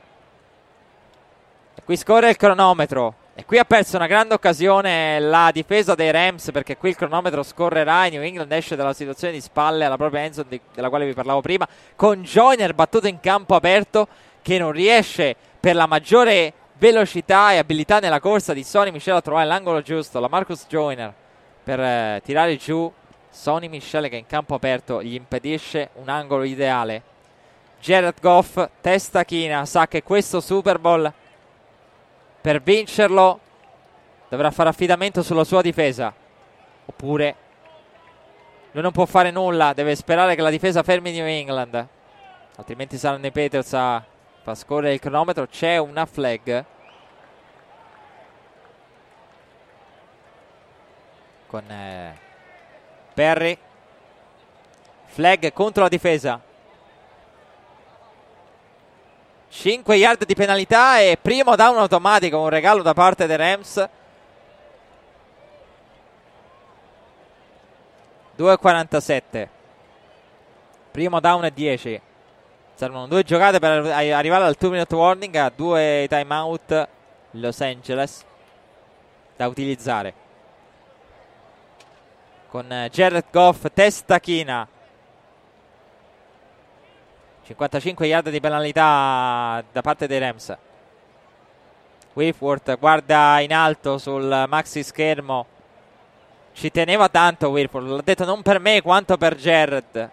E qui scorre il cronometro. E qui ha perso una grande occasione la difesa dei Rams, perché qui il cronometro scorrerà e New England esce dalla situazione di spalle alla propria endzone di, della quale vi parlavo prima, con Joyner battuto in campo aperto che non riesce, per la maggiore velocità e abilità nella corsa di Sonny Michel, a trovare l'angolo giusto. La Marcus Joyner per eh, tirare giù Sonny Michel, che in campo aperto gli impedisce un angolo ideale. Jared Goff, testa china, sa che questo Super Bowl, per vincerlo, dovrà fare affidamento sulla sua difesa, oppure lui non può fare nulla, deve sperare che la difesa fermi New England, altrimenti saranno i Patriots a far scorrere il cronometro. C'è una flag con eh, Perry, flag contro la difesa, cinque yard di penalità e primo down automatico, un regalo da parte dei Rams. due e quarantasette, primo down e dieci. Servono due giocate per arrivare al two minute warning, a due timeout Los Angeles da utilizzare, con Jared Goff testa china, cinquantacinque yard di penalità da parte dei Rams. Whitworth guarda in alto sul maxi schermo, ci teneva tanto Whitworth, l'ha detto non per me quanto per Jared.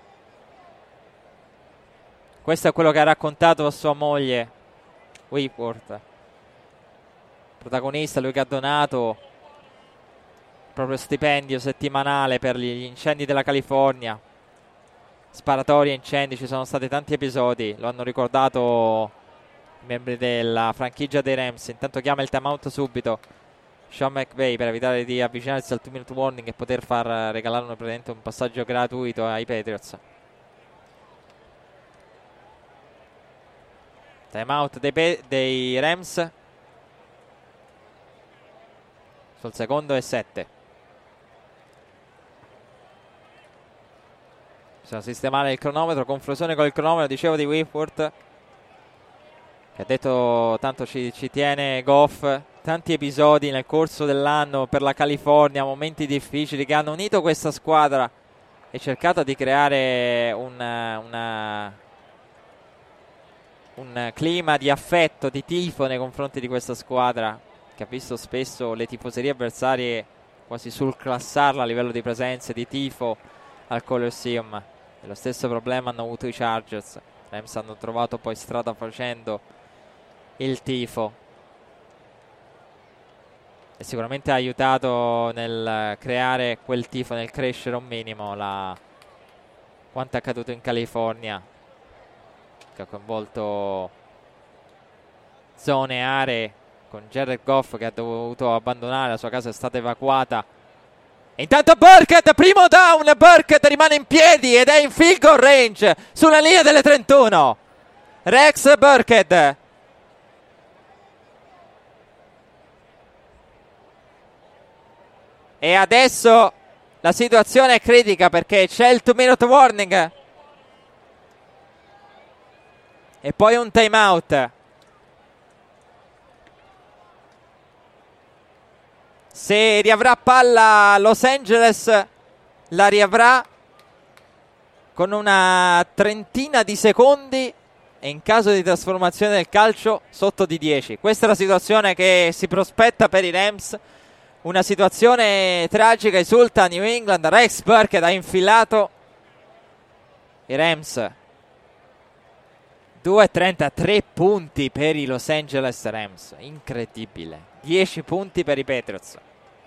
Questo è quello che ha raccontato a sua moglie Whitworth, protagonista, lui che ha donato il proprio stipendio settimanale per gli incendi della California, sparatorie e incendi, ci sono stati tanti episodi, lo hanno ricordato i membri della franchigia dei Rams. Intanto chiama il timeout subito Sean McVay per evitare di avvicinarsi al two minute warning e poter far regalare un, un passaggio gratuito ai Patriots. Timeout dei, dei Rams sul secondo e sette. Bisogna sistemare il cronometro, confusione con il cronometro, dicevo di Whitworth, che ha detto tanto ci, ci tiene Goff. Tanti episodi nel corso dell'anno per la California, momenti difficili che hanno unito questa squadra e cercato di creare una, una, un clima di affetto, di tifo nei confronti di questa squadra, che ha visto spesso le tifoserie avversarie quasi surclassarla a livello di presenze, di tifo al Colosseum. E lo stesso problema hanno avuto i Chargers. I Rams hanno trovato poi strada facendo il tifo, e sicuramente ha aiutato nel creare quel tifo, nel crescere un minimo la... quanto è accaduto in California che ha coinvolto zone e aree, con Jared Goff che ha dovuto abbandonare, la sua casa è stata evacuata. E intanto Burkhead, primo down, Burkhead rimane in piedi ed è in field goal range sulla linea delle trentuno. Rex Burkhead. E adesso la situazione è critica perché c'è il two minute warning e poi un timeout. Se riavrà palla Los Angeles, la riavrà con una trentina di secondi e in caso di trasformazione del calcio sotto di dieci. Questa è la situazione che si prospetta per i Rams. Una situazione tragica esulta a New England. Rex Burkhead ha infilato i Rams. due trentatré punti per i Los Angeles Rams. Incredibile. dieci punti per i Patriots.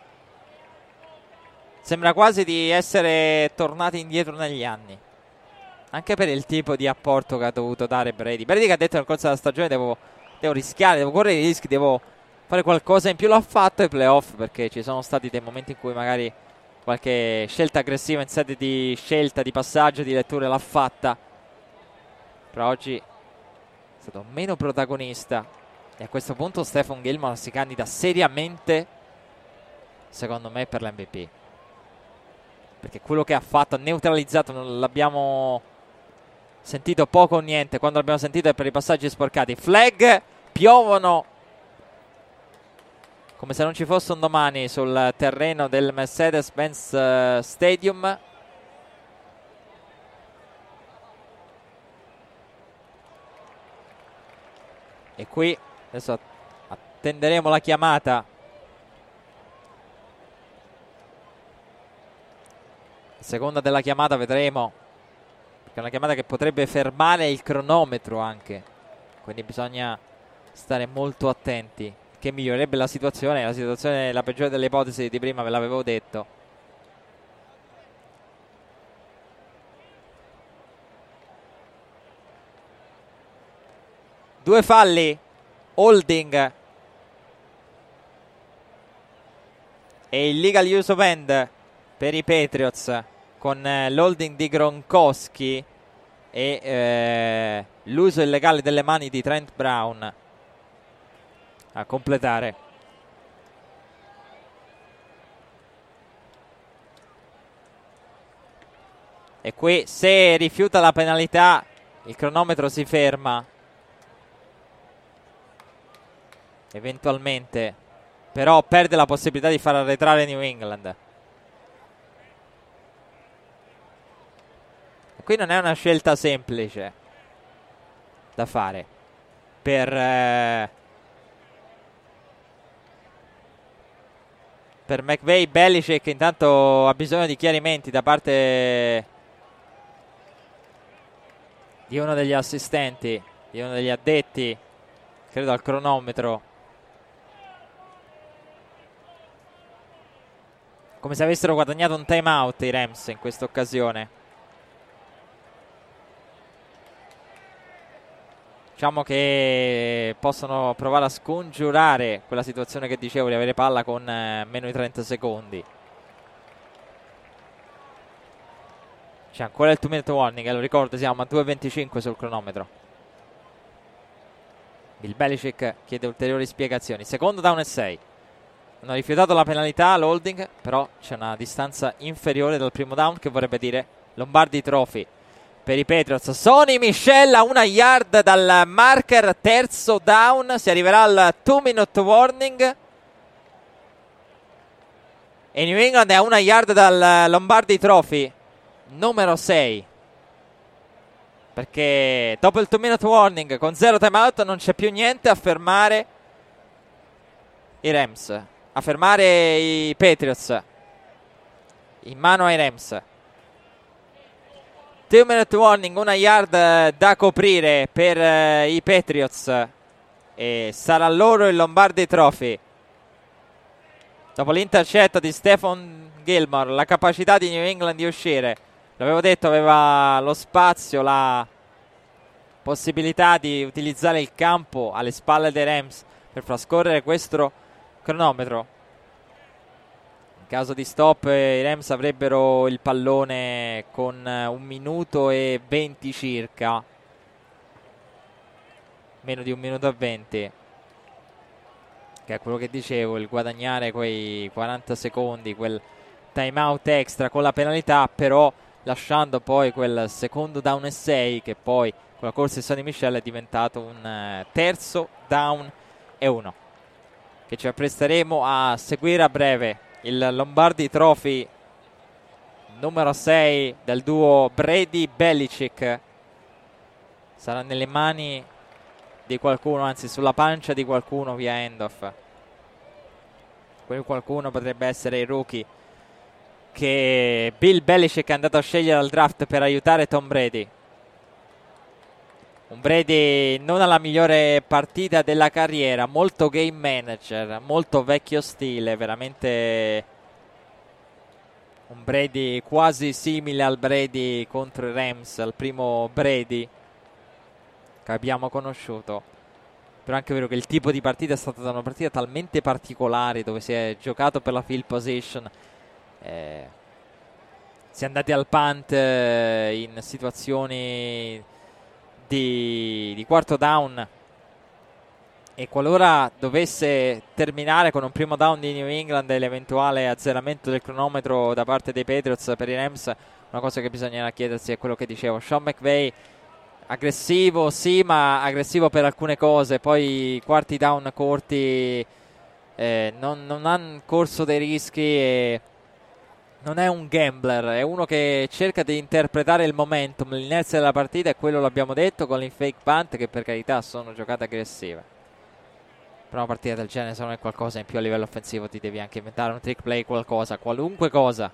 Sembra quasi di essere tornati indietro negli anni. Anche per il tipo di apporto che ha dovuto dare Brady. Brady che ha detto nel corso della stagione devo, devo rischiare, devo correre i rischi, devo fare qualcosa in più. L'ha fatto ai playoff perché ci sono stati dei momenti in cui magari qualche scelta aggressiva in sede di scelta, di passaggio, di lettura l'ha fatta. Però oggi è stato meno protagonista e a questo punto Stephon Gilmore si candida seriamente, secondo me, per l'M V P, perché quello che ha fatto ha neutralizzato, non l'abbiamo sentito poco o niente. Quando l'abbiamo sentito è per i passaggi sporcati. Flag, piovono come se non ci fosse un domani sul terreno del Mercedes-Benz uh, Stadium. E qui adesso attenderemo la chiamata. A seconda della chiamata vedremo, perché è una chiamata che potrebbe fermare il cronometro anche, quindi bisogna stare molto attenti, che migliorerebbe la situazione. La situazione, la peggiore delle ipotesi di prima, ve l'avevo detto. Due falli, holding e illegal use of hand per i Patriots, con eh, l'holding di Gronkowski e eh, l'uso illegale delle mani di Trent Brown a completare. E qui, se rifiuta la penalità, il cronometro si ferma eventualmente, però perde la possibilità di far arretrare New England. E qui non è una scelta semplice da fare per eh, per McVay. Belichick intanto ha bisogno di chiarimenti da parte di uno degli assistenti, di uno degli addetti, credo al cronometro, come se avessero guadagnato un timeout i Rams in questa occasione. Diciamo che possono provare a scongiurare quella situazione che dicevo di avere palla con eh, meno di trenta secondi. C'è ancora il two minute warning, eh, lo ricordo, siamo a due e venticinque sul cronometro. Bill Belichick chiede ulteriori spiegazioni. Secondo down e sei. Hanno rifiutato la penalità, l'holding, però c'è una distanza inferiore dal primo down, che vorrebbe dire Lombardi Trophy per i Patriots. Sonny Michel a una yard dal marker, terzo down, si arriverà al two minute warning e New England è a una yard dal Lombardi Trophy numero sei, perché dopo il two minute warning con zero timeout non c'è più niente a fermare i Rams, a fermare i Patriots, in mano ai Rams. two minute warning, una yard da coprire per uh, i Patriots e sarà loro il Lombardi Trophy. Dopo l'intercetto di Stephon Gilmore, la capacità di New England di uscire, l'avevo detto, aveva lo spazio, la possibilità di utilizzare il campo alle spalle dei Rams per far scorrere questo cronometro. In caso di stop i Rams avrebbero il pallone con un minuto e venti circa, meno di un minuto e venti, che è quello che dicevo, il guadagnare quei quaranta secondi, quel time out extra con la penalità, però lasciando poi quel secondo down e sei che poi con la corsa di Sonny Michel è diventato un uh, terzo down e uno, che ci appresteremo a seguire a breve. Il Lombardi Trophy numero sei del duo Brady-Belichick sarà nelle mani di qualcuno, anzi sulla pancia di qualcuno via handoff. Quel qualcuno potrebbe essere il rookie che Bill Belichick è andato a scegliere al draft per aiutare Tom Brady. Un Brady non alla migliore partita della carriera, molto game manager, molto vecchio stile, veramente un Brady quasi simile al Brady contro i Rams, al primo Brady che abbiamo conosciuto. Però è anche vero che il tipo di partita è stata una partita talmente particolare, dove si è giocato per la field position, eh, si è andati al punt eh, in situazioni di, di quarto down, e qualora dovesse terminare con un primo down di New England e l'eventuale azzeramento del cronometro da parte dei Patriots per i Rams, una cosa che bisognerà chiedersi è quello che dicevo. Sean McVay aggressivo, sì, ma aggressivo per alcune cose, poi quarti down corti, eh, non, non hanno corso dei rischi e non è un gambler, è uno che cerca di interpretare il momentum, l'inerzia della partita, e quello l'abbiamo detto con il fake punt, che per carità sono giocate aggressive. Per una partita del genere, se non è qualcosa in più a livello offensivo, ti devi anche inventare un trick play, qualcosa, qualunque cosa.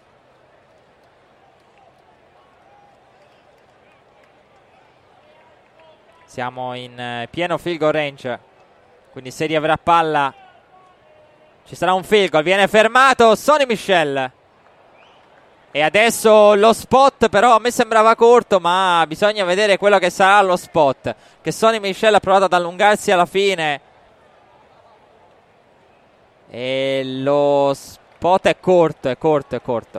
Siamo in eh, pieno field goal range, quindi se riavrà palla ci sarà un field goal. Viene fermato Sonny Michel. E adesso lo spot, però a me sembrava corto, ma bisogna vedere quello che sarà lo spot, che Sonny Michel ha provato ad allungarsi alla fine. E lo spot è corto, è corto, è corto.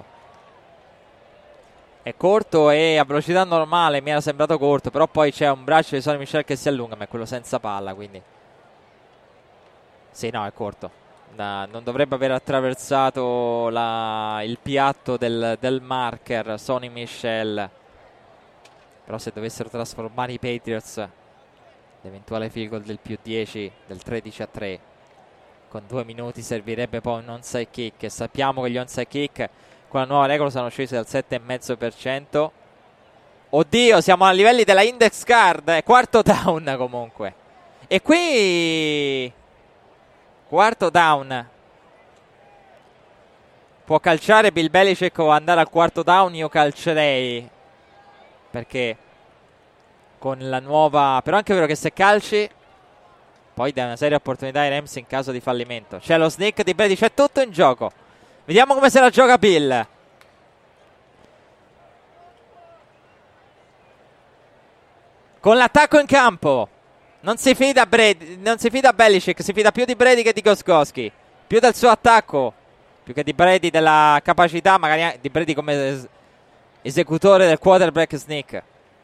È corto e a velocità normale mi era sembrato corto, però poi c'è un braccio di Sonny Michel che si allunga, ma è quello senza palla, quindi sì, no, è corto. Da, non dovrebbe aver attraversato la, il piatto del, del marker Sonny Michel. Però se dovessero trasformare i Patriots, l'eventuale field goal del più dieci, del tredici a tre, con due minuti servirebbe poi un onside kick, e sappiamo che gli onside kick con la nuova regola sono scesi dal sette virgola cinque per cento. Oddio, siamo a livelli della index card, è quarto down comunque. E qui quarto down. Può calciare Bill Belichick o andare al quarto down? Io calcerei, perché con la nuova, però anche vero che se calci poi dà una seria opportunità ai Rams in caso di fallimento. C'è lo sneak di Brady, c'è tutto in gioco. Vediamo come se la gioca Bill. Con l'attacco in campo. Non si fida Brady, non si fida Belichick, si fida più di Brady che di Gostkowski, più del suo attacco, più che di Brady, della capacità magari di Brady come es- esecutore del quarterback sneak.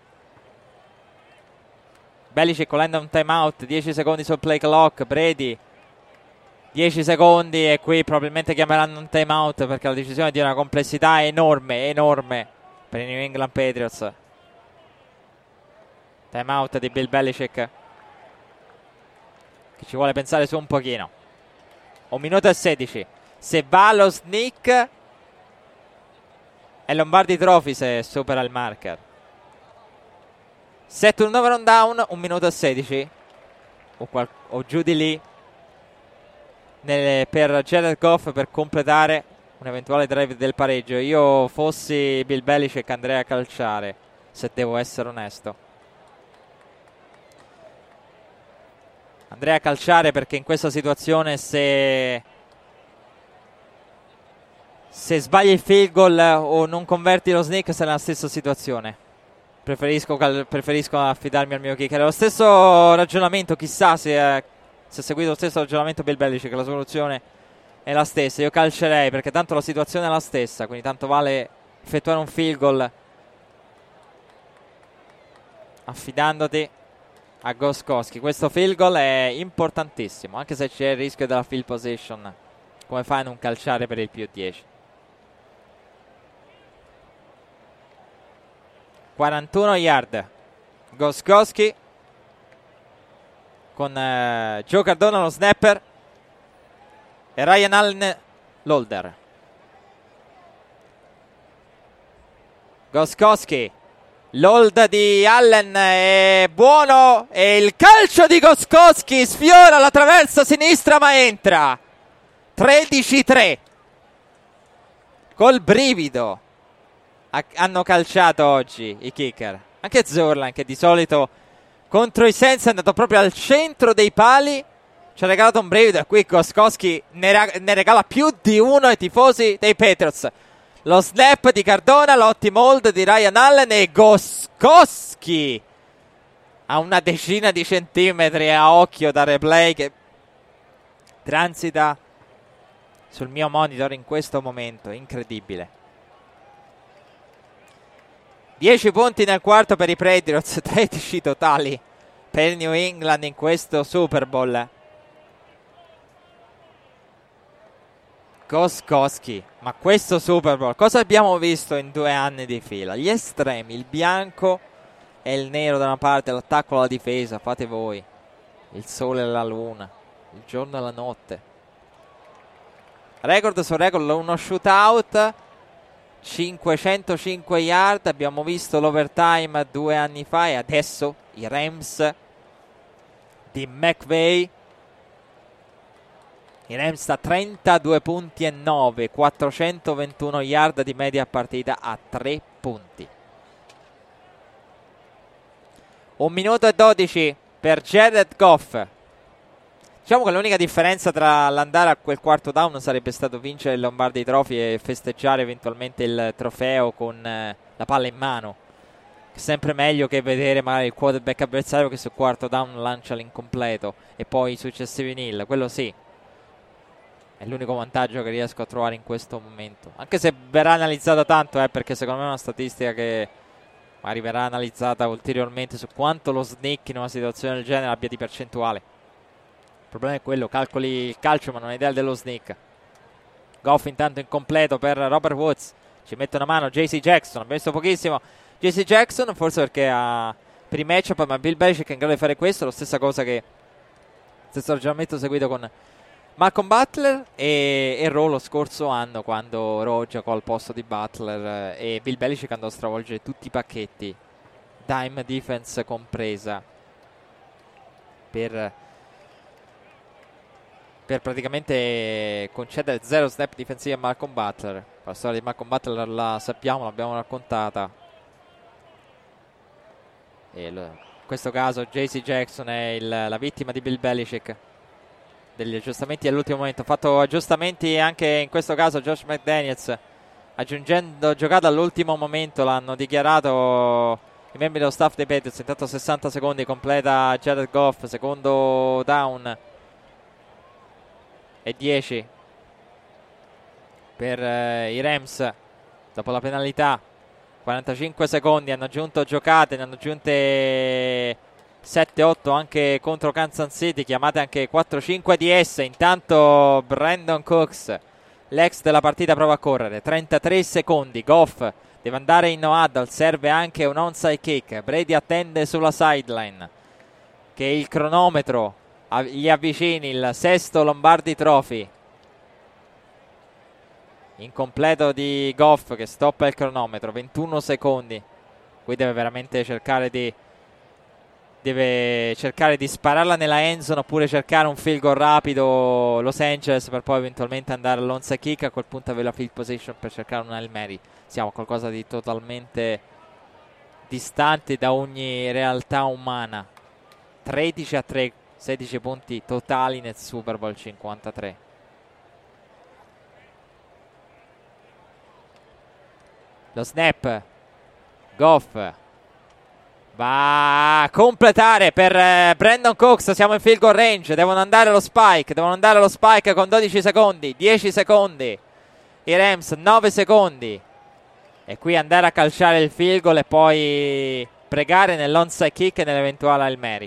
Belichick volendo un timeout, dieci secondi sul play clock, Brady dieci secondi, e qui probabilmente chiameranno un timeout perché la decisione è di una complessità enorme, enorme per i New England Patriots. Timeout di Bill Belichick, che ci vuole pensare su un pochino. Un minuto e sedici. Se va allo sneak è Lombardi Trophy se supera il marker. Se turnover on down, un minuto e sedici o, qual- o giù di lì nelle, per Jared Goff per completare un eventuale drive del pareggio. Io fossi Bill Belichick andrei a calciare, se devo essere onesto. Andrei a calciare perché in questa situazione se se sbagli il field goal o non converti lo sneak sei nella stessa situazione. preferisco, cal- preferisco affidarmi al mio kicker. Lo stesso ragionamento, chissà se, eh, se ha seguito lo stesso ragionamento Bill Belichick, che la soluzione è la stessa. Io calcerei perché tanto la situazione è la stessa, quindi tanto vale effettuare un field goal affidandoti a Gostkowski. Questo field goal è importantissimo, anche se c'è il rischio della field position. Come fai a non calciare per il più dieci? quarantuno yard Gostkowski con uh, Joe Cardona lo snapper e Ryan Allen l'holder. Gostkowski, l'hold di Allen è buono e il calcio di Gostkowski sfiora la traversa sinistra ma entra. Tredici tre. Col brivido hanno calciato oggi i kicker. Anche Zorlan, che di solito contro i Saints è andato proprio al centro dei pali, ci ha regalato un brivido, e qui Gostkowski ne, ra- ne regala più di uno ai tifosi dei Patriots. Lo snap di Cardona, l'ottimo hold di Ryan Allen e Gostkowski a una decina di centimetri a occhio da replay che transita sul mio monitor in questo momento. Incredibile. dieci punti nel quarto per i Patriots, tredici totali per New England in questo Super Bowl. Gostkowski, ma questo Super Bowl cosa abbiamo visto in due anni di fila? Gli estremi, il bianco e il nero da una parte, l'attacco alla difesa, fate voi, il sole e la luna, il giorno e la notte. Record su record, uno shootout, cinquecentocinque yard, abbiamo visto l'overtime due anni fa e adesso i Rams di McVay. I Rams da trentadue punti e nove, quattrocentoventuno yard di media partita a tre punti. Un minuto e dodici per Jared Goff. Diciamo che l'unica differenza tra l'andare a quel quarto down sarebbe stato vincere il Lombardi Trophy e festeggiare eventualmente il trofeo con eh, la palla in mano. È sempre meglio che vedere magari il quarterback avversario che sul quarto down lancia l'incompleto e poi i successivi nil. Quello sì, è l'unico vantaggio che riesco a trovare in questo momento. Anche se verrà analizzata tanto, eh, perché secondo me è una statistica che magari verrà analizzata ulteriormente su quanto lo sneak in una situazione del genere abbia di percentuale. Il problema è quello, calcoli il calcio ma non hai idea dello sneak. Goff intanto incompleto per Robert Woods, ci mette una mano J C Jackson, abbiamo visto pochissimo J C Jackson, forse perché ha per i matchup, ma Bill Belichick è in grado di fare questo, la stessa cosa che stesso ragionamento seguito con Malcolm Butler e, e Rowe lo scorso anno, quando Rowe giocò al posto di Butler e Bill Belichick andò a stravolgere tutti i pacchetti, dime defense compresa, per per praticamente concedere zero snap difensivi a Malcolm Butler. La storia di Malcolm Butler la sappiamo, l'abbiamo raccontata, e l- in questo caso J C Jackson è il, la vittima di Bill Belichick degli aggiustamenti all'ultimo momento. Ha fatto aggiustamenti anche in questo caso Josh McDaniels, aggiungendo giocata all'ultimo momento, l'hanno dichiarato i membri dello staff dei Patriots. Intanto sessanta secondi, completa Jared Goff, secondo down e dieci per eh, i Rams dopo la penalità. Quarantacinque secondi, hanno aggiunto giocate, ne hanno aggiunte sette otto anche contro Kansas City, chiamate anche quattro cinque di esse. Intanto Brandon Cooks, l'ex della partita, prova a correre. Trentatré secondi, Goff deve andare in no huddle, serve anche un onside kick. Brady attende sulla sideline che il cronometro gli avvicini il sesto Lombardi Trophy. Incompleto di Goff che stoppa il cronometro, ventuno secondi. Qui deve veramente cercare di deve cercare di spararla nella endzone oppure cercare un field goal rapido Los Angeles per poi eventualmente andare all'onside kick. A quel punto avere la field position per cercare un Hail Mary. Siamo a qualcosa di totalmente distante da ogni realtà umana. Tredici a tre, sedici punti totali nel Super Bowl cinquantatré. Lo snap, Goff Va a completare per eh, Brandon Cooks. Siamo in field goal range. Devono andare allo spike. Devono andare allo spike con dodici secondi, dieci secondi. I Rams nove secondi. E qui andare a calciare il field goal e poi pregare nell'onside kick e nell'eventuale Hail Mary.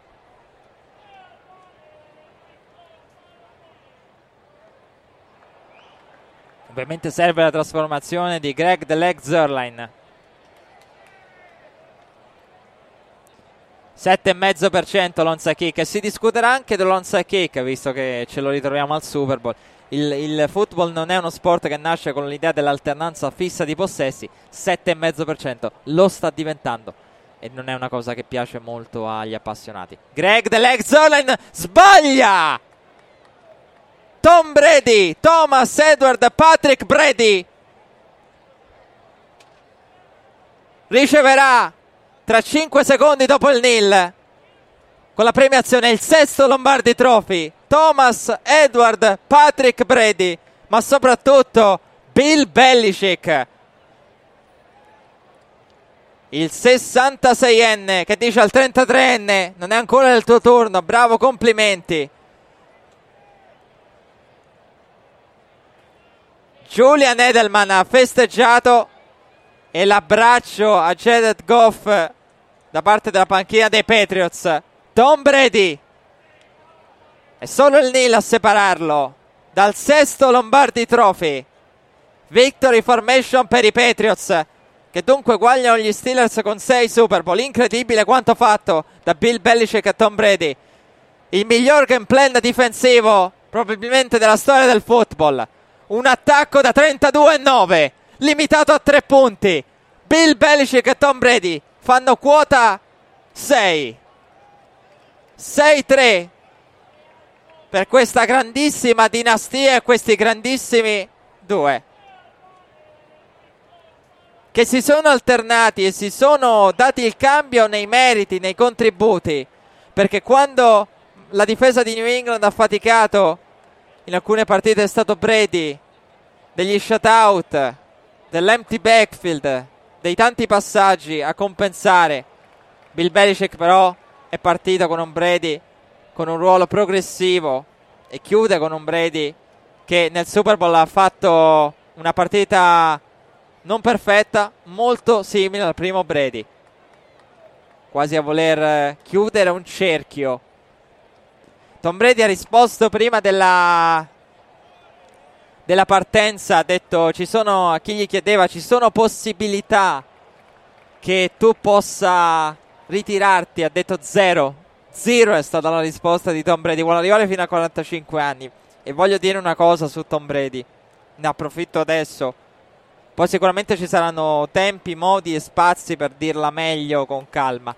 Ovviamente serve la trasformazione di Greg the Leg Zuerlein. sette virgola cinque per cento l'onside kick. E si discuterà anche dell'onside kick, visto che ce lo ritroviamo al Super Bowl. Il, il football non è uno sport che nasce con l'idea dell'alternanza fissa di possessi. Sette virgola cinque per cento lo sta diventando, e non è una cosa che piace molto agli appassionati. Greg the Leg Zuerlein sbaglia. Tom Brady, Thomas Edward Patrick Brady riceverà tra cinque secondi dopo il nil con la premiazione il sesto Lombardi Trophy. Thomas Edward Patrick Brady, ma soprattutto Bill Belichick, il sessantaseienne che dice al trentatreenne: non è ancora il tuo turno, bravo, complimenti. Julian Edelman ha festeggiato, e l'abbraccio a Jared Goff da parte della panchina dei Patriots. Tom Brady è solo il nil a separarlo dal sesto Lombardi Trophy. Victory formation per i Patriots, che dunque eguagliano gli Steelers con sei Super Bowl. Incredibile quanto fatto da Bill Belichick e Tom Brady. Il miglior game plan difensivo probabilmente della storia del football. Un attacco da trentadue a nove, limitato a tre punti. Bill Belichick e Tom Brady fanno quota sei. sei tre per questa grandissima dinastia e questi grandissimi due, che si sono alternati e si sono dati il cambio nei meriti, nei contributi, perché quando la difesa di New England ha faticato in alcune partite è stato Brady, degli shutout, dell'empty backfield, dei tanti passaggi a compensare. Bill Belichick però è partito con un Brady con un ruolo progressivo e chiude con un Brady che nel Super Bowl ha fatto una partita non perfetta, molto simile al primo Brady, quasi a voler chiudere un cerchio. Tom Brady ha risposto prima della, della partenza, ha detto, ci sono, a chi gli chiedeva, ci sono possibilità che tu possa ritirarti, ha detto zero. Zero è stata la risposta di Tom Brady. Vuole arrivare fino a quarantacinque anni. E voglio dire una cosa su Tom Brady, ne approfitto adesso, poi sicuramente ci saranno tempi, modi e spazi per dirla meglio, con calma.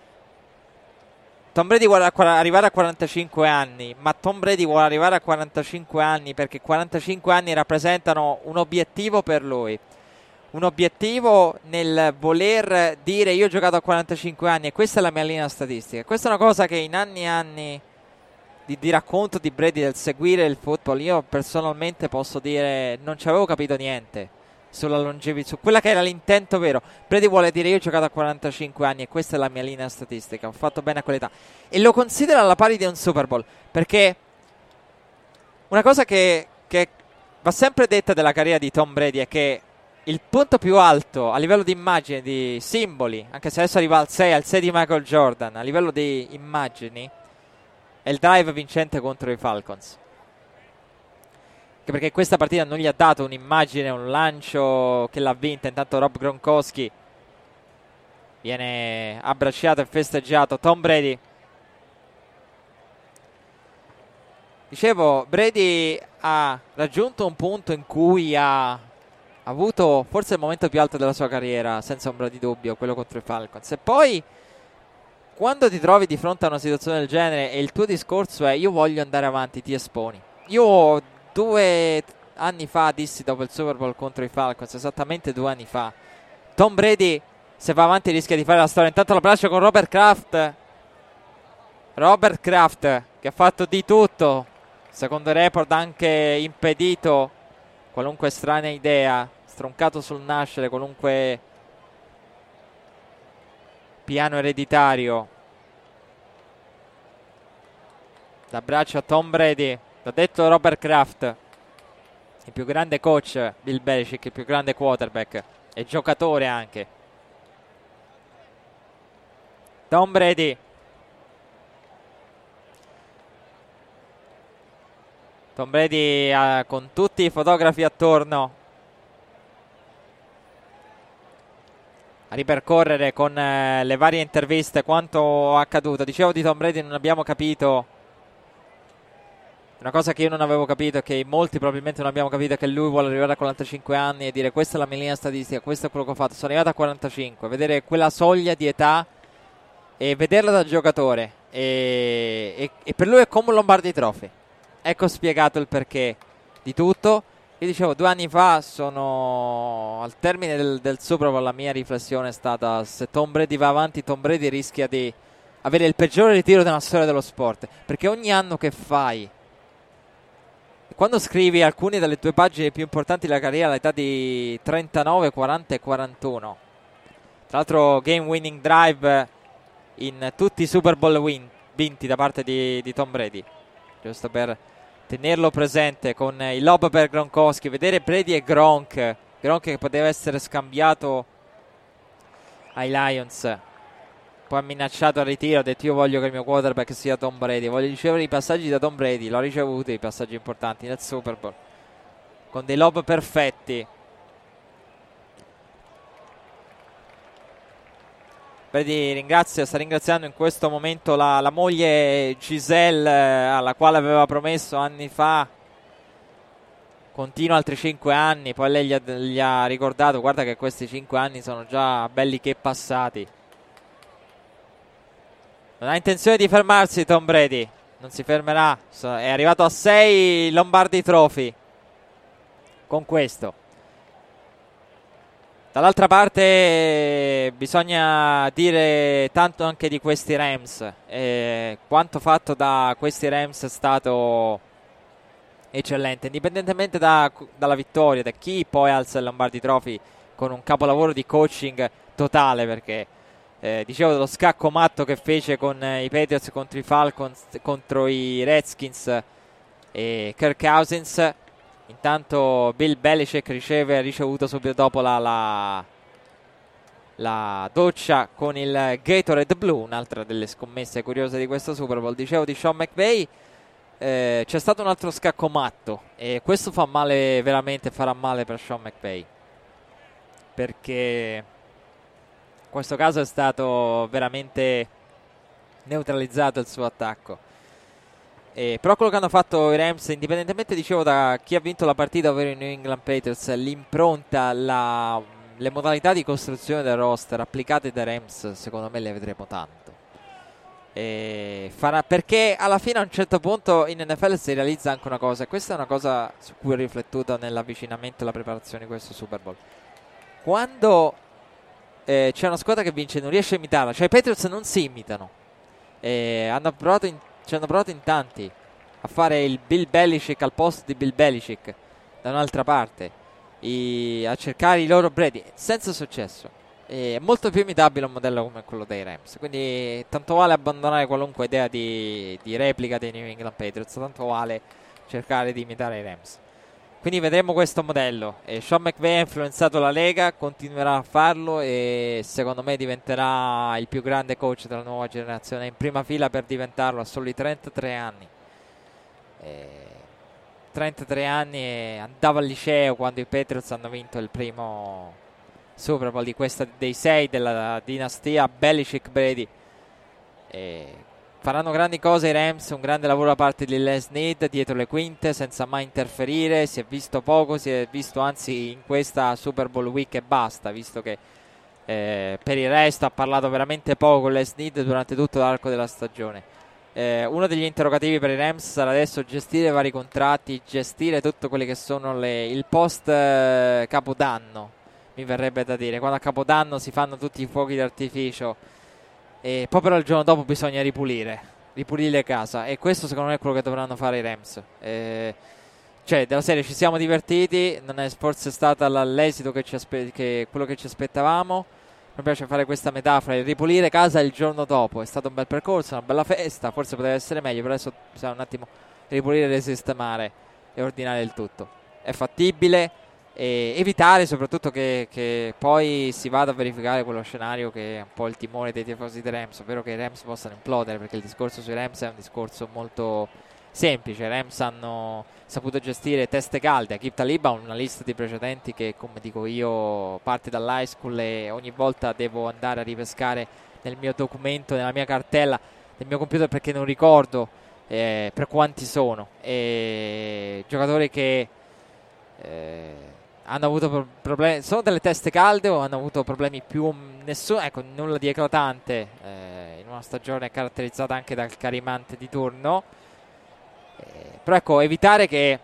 Tom Brady vuole arrivare a quarantacinque anni, ma Tom Brady vuole arrivare a quarantacinque anni perché quarantacinque anni rappresentano un obiettivo per lui. Un obiettivo nel voler dire: io ho giocato a quarantacinque anni e questa è la mia linea statistica. Questa è una cosa che in anni e anni di, di racconto di Brady, del seguire il football, io personalmente posso dire non ci avevo capito niente sulla longevità, su quella che era l'intento vero. Brady vuole dire: io ho giocato a quarantacinque anni e questa è la mia linea statistica, ho fatto bene a quell'età, e lo considera alla pari di un Super Bowl, perché una cosa che, che va sempre detta della carriera di Tom Brady è che il punto più alto a livello di immagini, di simboli, anche se adesso arriva al sei, al sei di Michael Jordan, a livello di immagini, è il drive vincente contro i Falcons. Anche perché questa partita non gli ha dato un'immagine, un lancio che l'ha vinta. Intanto Rob Gronkowski viene abbracciato e festeggiato. Tom Brady, dicevo, Brady ha raggiunto un punto in cui ha avuto forse il momento più alto della sua carriera, senza ombra di dubbio, quello contro i Falcons. E poi quando ti trovi di fronte a una situazione del genere e il tuo discorso è: io voglio andare avanti, ti esponi. Io due anni fa dissi, dopo il Super Bowl contro i Falcons, esattamente due anni fa, Tom Brady se va avanti rischia di fare la storia. Intanto l'abbraccio con Robert Kraft, Robert Kraft che ha fatto di tutto, secondo il report anche impedito qualunque strana idea, stroncato sul nascere qualunque piano ereditario. L'abbraccio a Tom Brady. L'ha detto Robert Kraft, il più grande coach, Bill Belichick, il più grande quarterback e giocatore anche. Tom Brady. Tom Brady uh, con tutti i fotografi attorno a ripercorrere con uh, le varie interviste quanto accaduto. Dicevo di Tom Brady, non abbiamo capito. Una cosa che io non avevo capito e che molti probabilmente non abbiamo capito è che lui vuole arrivare a quarantacinque anni e dire questa è la mia linea statistica, questo è quello che ho fatto. Sono arrivato a quarantacinque, vedere quella soglia di età e vederla da giocatore e, e, e per lui è come un Lombardi Trophy. Ecco spiegato il perché di tutto. Io dicevo due anni fa, sono al termine del, del Super Bowl, la mia riflessione è stata: se Tom Brady va avanti, Tom Brady rischia di avere il peggiore ritiro della storia dello sport, perché ogni anno che fai, quando scrivi alcune delle tue pagine più importanti della carriera all'età di trentanove, quaranta e quarantuno, tra l'altro game winning drive in tutti i Super Bowl win, vinti da parte di, di Tom Brady, giusto per tenerlo presente, con il lob per Gronkowski, vedere Brady e Gronk Gronk che poteva essere scambiato ai Lions, poi ha minacciato al ritiro, ha detto io voglio che il mio quarterback sia Tom Brady, voglio ricevere i passaggi da Tom Brady, l'ho ricevuto i passaggi importanti nel Super Bowl con dei lob perfetti. Brady ringrazia, sta ringraziando in questo momento la, la moglie Giselle, eh, alla quale aveva promesso anni fa continua altri cinque anni, poi lei gli ha, gli ha ricordato guarda che questi cinque anni sono già belli che passati. Non ha intenzione di fermarsi Tom Brady, non si fermerà, è arrivato a sei Lombardi Trophy con questo. Dall'altra parte bisogna dire tanto anche di questi Rams, eh, quanto fatto da questi Rams è stato eccellente, indipendentemente da, dalla vittoria, da chi poi alza il Lombardi Trophy con un capolavoro di coaching totale, perché eh, dicevo dello scacco matto che fece con eh, i Patriots contro i Falcons, contro i Redskins e Kirk Cousins. Intanto Bill Belichick riceve, ha ricevuto subito dopo la, la, la doccia con il Gatorade blu, un'altra delle scommesse curiose di questo Super Bowl. Dicevo di Sean McVay, eh, c'è stato un altro scacco matto e questo fa male, veramente farà male per Sean McVay, perché in questo caso è stato veramente neutralizzato il suo attacco. Eh, però quello che hanno fatto i Rams, indipendentemente dicevo da chi ha vinto la partita, ovvero i New England Patriots, l'impronta, la, le modalità di costruzione del roster applicate dai Rams, secondo me le vedremo tanto. Eh, farà, perché alla fine a un certo punto in N F L si realizza anche una cosa, e questa è una cosa su cui ho riflettuto nell'avvicinamento e la preparazione di questo Super Bowl. Quando eh, c'è una squadra che vince non riesce a imitarla, cioè i Patriots non si imitano, eh, hanno provato in Ci hanno provato in tanti a fare il Bill Belichick al posto di Bill Belichick da un'altra parte, i, a cercare i loro Brady, senza successo. E è molto più imitabile un modello come quello dei Rams, quindi tanto vale abbandonare qualunque idea di, di replica dei New England Patriots, tanto vale cercare di imitare i Rams. Quindi vedremo questo modello, e Sean McVay ha influenzato la Lega, continuerà a farlo e secondo me diventerà il più grande coach della nuova generazione, in prima fila per diventarlo a soli trentatré anni. E trentatré anni, e andava al liceo quando i Patriots hanno vinto il primo Super Bowl di questa, dei sei della dinastia Belichick-Brady. E faranno grandi cose i Rams, un grande lavoro da parte di Les Snead dietro le quinte senza mai interferire, si è visto poco, si è visto anzi in questa Super Bowl week e basta, visto che eh, per il resto ha parlato veramente poco con Les Snead durante tutto l'arco della stagione. Eh, uno degli interrogativi per i Rams sarà adesso gestire vari contratti, gestire tutto quelli che sono le, il post eh, Capodanno, mi verrebbe da dire, quando a Capodanno si fanno tutti i fuochi d'artificio e poi però il giorno dopo bisogna ripulire ripulire casa, e questo secondo me è quello che dovranno fare i Rams. Eh, cioè della serie ci siamo divertiti, non è forse stata la, l'esito che ci aspe- che quello che ci aspettavamo, mi piace fare questa metafora, il ripulire casa il giorno dopo. È stato un bel percorso, una bella festa, forse poteva essere meglio, però adesso bisogna un attimo ripulire, risistemare e ordinare il tutto. È fattibile, e evitare soprattutto che, che poi si vada a verificare quello scenario che è un po' il timore dei tifosi dei Rams, ovvero che i Rams possano implodere, perché il discorso sui Rams è un discorso molto semplice. I Rams hanno saputo gestire teste calde. Aqib Talib ha una lista di precedenti che, come dico io, parte dall'high school e ogni volta devo andare a ripescare nel mio documento, nella mia cartella, nel mio computer, perché non ricordo eh, per quanti sono. E giocatori che eh, hanno avuto pro- problemi, sono delle teste calde o hanno avuto problemi più nessuno, ecco, nulla di eclatante eh, in una stagione caratterizzata anche dal carimante di turno. Eh, però ecco, evitare che,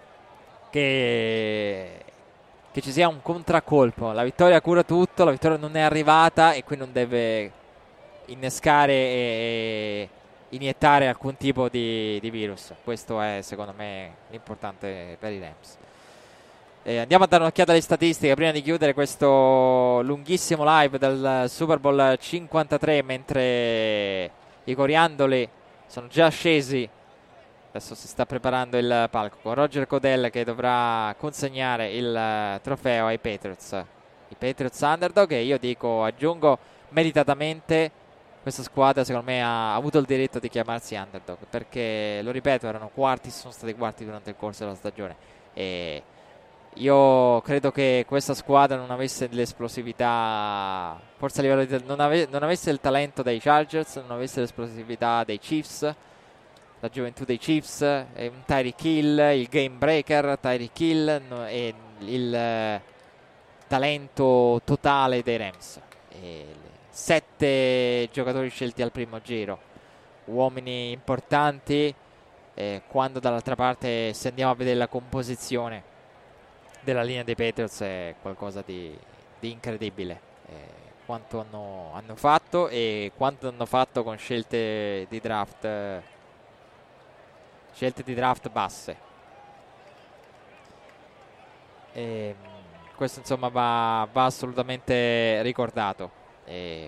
che che ci sia un contraccolpo. La vittoria cura tutto, la vittoria non è arrivata e qui non deve innescare e iniettare alcun tipo di, di virus. Questo è secondo me l'importante per i Rams. Eh, andiamo a dare un'occhiata alle statistiche prima di chiudere questo lunghissimo live del Super Bowl cinquantatré, mentre i coriandoli sono già scesi. Adesso si sta preparando il palco con Roger Goodell che dovrà consegnare il trofeo ai Patriots. I Patriots underdog, e io dico, aggiungo, meritatamente. Questa squadra secondo me ha avuto il diritto di chiamarsi underdog, perché, lo ripeto, erano quarti, sono stati quarti durante il corso della stagione, e io credo che questa squadra non avesse l'esplosività, forse a livello di, non, ave, non avesse il talento dei Chargers, non avesse l'esplosività dei Chiefs, la gioventù dei Chiefs, e un Tyreek Hill, il game breaker Tyreek Hill, no, e il eh, talento totale dei Rams. E sette giocatori scelti al primo giro, uomini importanti, eh, quando dall'altra parte, se andiamo a vedere la composizione della linea dei Patriots, è qualcosa di, di incredibile. Eh, quanto hanno, hanno fatto e quanto hanno fatto con scelte di draft eh, scelte di draft basse. E questo insomma va, va assolutamente ricordato. E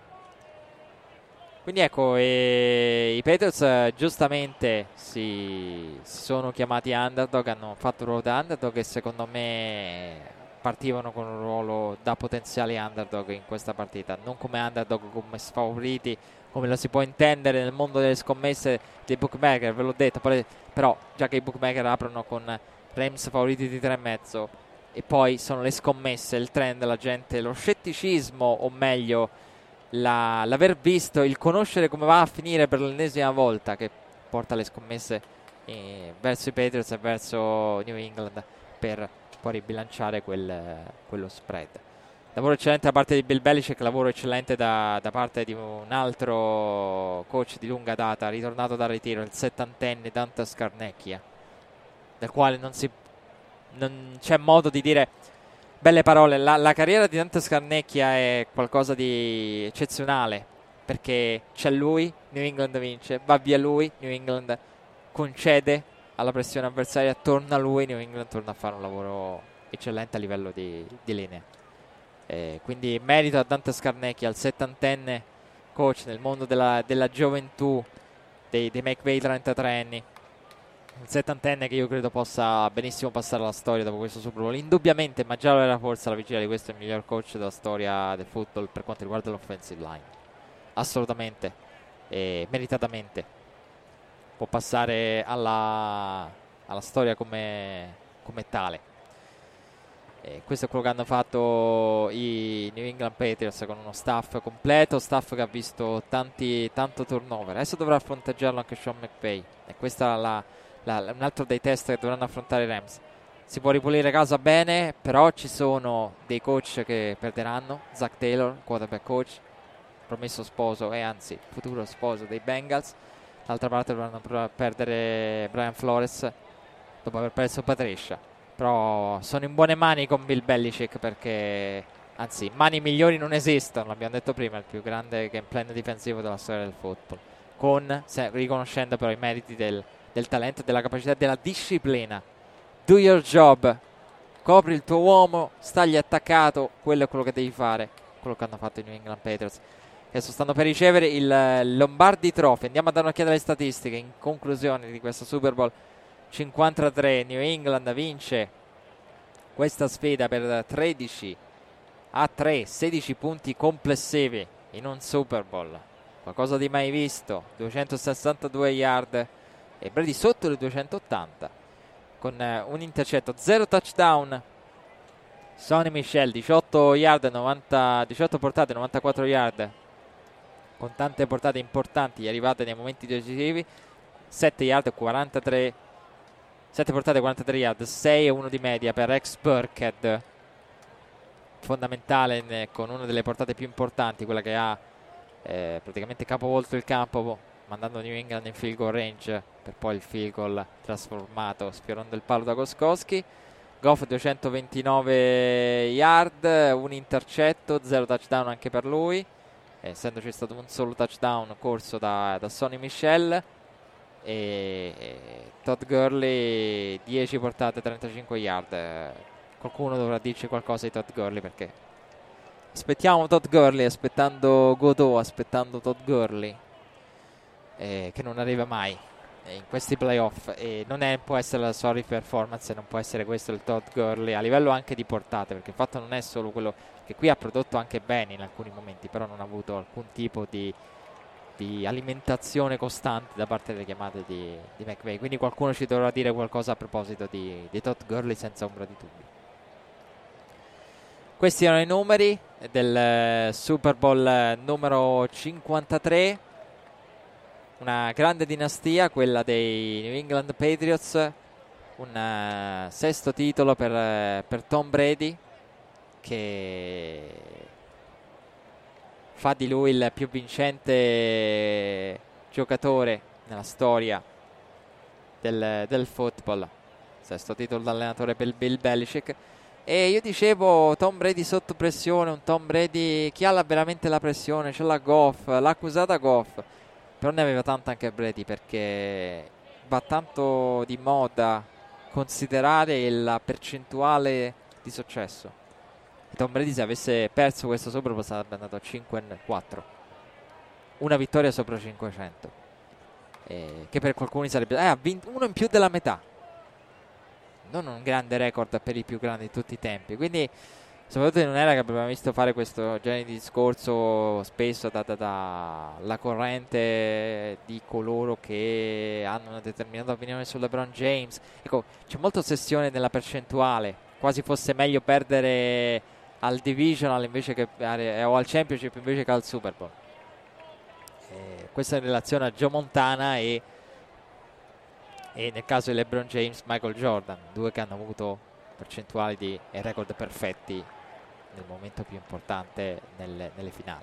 quindi ecco, e i Patriots eh, giustamente si, si sono chiamati underdog, hanno fatto un ruolo da underdog, e secondo me partivano con un ruolo da potenziali underdog in questa partita, non come underdog, come sfavoriti, come lo si può intendere nel mondo delle scommesse dei bookmaker, ve l'ho detto. Però già che i bookmaker aprono con Rams favoriti di tre e mezzo, e poi sono le scommesse, il trend, la gente, lo scetticismo, o meglio la, l'aver visto, il conoscere come va a finire per l'ennesima volta, che porta le scommesse eh, verso i Patriots e verso New England, per poi ribilanciare quel, quello spread. Lavoro eccellente da parte di Bill Belichick, lavoro eccellente da, da parte di un altro coach di lunga data, ritornato dal ritiro, il settantenne Dante Scarnecchia, del quale non, si, non c'è modo di dire belle parole. La, la carriera di Dante Scarnecchia è qualcosa di eccezionale, perché c'è lui, New England vince, va via lui, New England concede alla pressione avversaria, torna lui, New England torna a fare un lavoro eccellente a livello di, di linea. Eh, quindi merito a Dante Scarnecchia, al settantenne coach nel mondo della, della gioventù dei, dei McVay trentatré anni, il settantenne che io credo possa benissimo passare alla storia dopo questo Super Bowl, indubbiamente, ma già lo era forse alla vigilia di questo, il miglior coach della storia del football per quanto riguarda l'offensive line, assolutamente, e meritatamente può passare alla, alla storia come, come tale. E questo è quello che hanno fatto i New England Patriots, con uno staff completo, staff che ha visto tanti, tanto turnover. Adesso dovrà fronteggiarlo anche Sean McVay, e questo è la, la, un altro dei test che dovranno affrontare i Rams. Si può ripulire casa bene, però ci sono dei coach che perderanno. Zach Taylor, quarterback coach, promesso sposo, e anzi futuro sposo dei Bengals. D'altra parte dovranno perdere Brian Flores dopo aver perso Patricia. Però sono in buone mani con Bill Belichick, perché, anzi, mani migliori non esistono, l'abbiamo detto prima, il più grande game plan difensivo della storia del football, con, se, riconoscendo però i meriti del, del talento, della capacità, della disciplina. Do your job, copri il tuo uomo, stagli attaccato, quello è quello che devi fare. quello che hanno fatto i New England Patriots, che stanno per ricevere il Lombardi Trophy. Andiamo a dare un'occhiata alle statistiche in conclusione di questo Super Bowl cinquantatré. New England vince questa sfida per tredici a tre, sedici punti complessivi in un Super Bowl, qualcosa di mai visto. Duecentosessantadue yard e Brady sotto le duecentottanta con eh, un intercetto, zero touchdown. Sonny Michel diciotto yard, novanta, diciotto portate, novantaquattro yard, con tante portate importanti arrivate nei momenti decisivi. Sette yard, quarantatré, sette portate, quarantatré yard, sei e uno di media per Rex Burkhead, fondamentale in, con una delle portate più importanti, quella che ha eh, praticamente capovolto il campo, mandando New England in field goal range per poi il field goal trasformato sfiorando il palo da Gostkowski. Goff duecentoventinove yard, un intercetto, zero touchdown anche per lui, essendoci stato un solo touchdown corso da, da Sonny Michel. E, e Todd Gurley dieci portate, trentacinque yard. Qualcuno dovrà dirci qualcosa di Todd Gurley, perché aspettiamo Todd Gurley, aspettando Godot, aspettando Todd Gurley, eh, che non arriva mai in questi playoff, e non è, può essere la sua performance, non può essere questo il Todd Gurley a livello anche di portate, perché il fatto non è solo quello che qui ha prodotto anche bene in alcuni momenti, però non ha avuto alcun tipo di, di alimentazione costante da parte delle chiamate di, di McVay, quindi qualcuno ci dovrà dire qualcosa a proposito di, di Todd Gurley senza ombra di dubbio. Questi erano i numeri del Super Bowl numero cinquantatré. Una grande dinastia, quella dei New England Patriots, un uh, sesto titolo per, uh, per Tom Brady, che fa di lui il più vincente giocatore nella storia del, del football. Sesto titolo da allenatore per Bill Belichick. E io dicevo, Tom Brady sotto pressione, un Tom Brady, chi ha la, veramente la pressione? Ce l'ha Goff, l'ha accusata Goff. Però ne aveva tanta anche Brady, perché va tanto di moda considerare la percentuale di successo. E Tom Brady, se avesse perso questo Super Bowl, sarebbe andato a cinque quattro, una vittoria sopra cinquecento, eh, che per qualcuno sarebbe eh, ha vinto uno in più della metà, non un grande record per i più grandi di tutti i tempi. Quindi soprattutto in un'era che abbiamo visto fare questo genere di discorso spesso data dalla corrente di coloro che hanno una determinata opinione su LeBron James. Ecco, c'è molta ossessione nella percentuale, quasi fosse meglio perdere al divisional invece che eh, o al championship invece che al Super Bowl. Eh, questa in relazione a Joe Montana e, e nel caso di LeBron James, Michael Jordan, due che hanno avuto percentuali di, e record perfetti nel momento più importante nelle, nelle finali.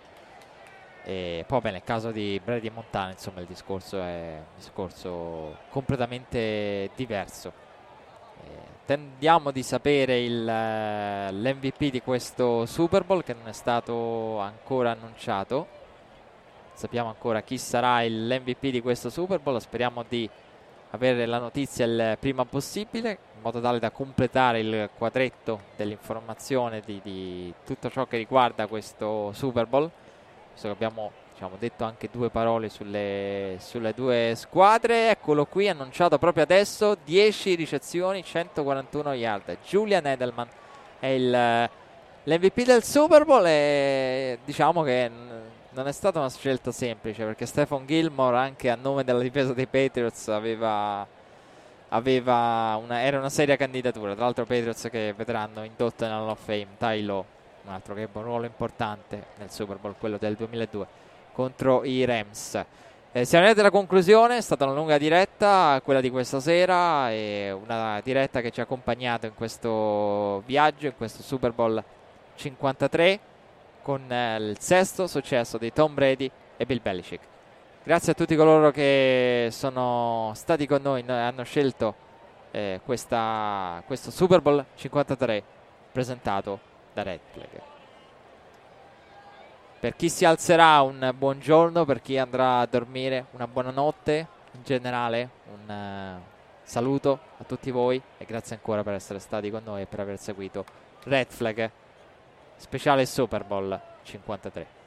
E poi beh, nel caso di Brady e Montana, insomma, il discorso è un discorso completamente diverso. Eh, tendiamo di sapere il, l'M V P di questo Super Bowl, che non è stato ancora annunciato. Sappiamo ancora chi sarà l'M V P di questo Super Bowl, speriamo di avere la notizia il prima possibile, in modo tale da completare il quadretto dell'informazione di, di tutto ciò che riguarda questo Super Bowl, visto che abbiamo, diciamo, detto anche due parole sulle, sulle due squadre. Eccolo qui, annunciato proprio adesso, dieci ricezioni, centoquarantuno yard. Julian Edelman è il, l'M V P del Super Bowl, e diciamo che non è stata una scelta semplice, perché Stephon Gilmore, anche a nome della difesa dei Patriots, aveva, aveva una, era una seria candidatura. Tra l'altro Patriots che vedranno indotto nella Hall of Fame Ty Law, un altro che ebbe un ruolo importante nel Super Bowl, quello del duemiladue contro i Rams. Eh, siamo arrivati alla conclusione, è stata una lunga diretta quella di questa sera, e una diretta che ci ha accompagnato in questo viaggio, in questo Super Bowl cinquantatré, con eh, il sesto successo di Tom Brady e Bill Belichick. Grazie a tutti coloro che sono stati con noi e hanno scelto eh, questa, questo Super Bowl cinquantatré presentato da Red Flag. Per chi si alzerà un buongiorno, per chi andrà a dormire una buonanotte, in generale un uh, saluto a tutti voi, e grazie ancora per essere stati con noi e per aver seguito Red Flag speciale Super Bowl cinquantatré.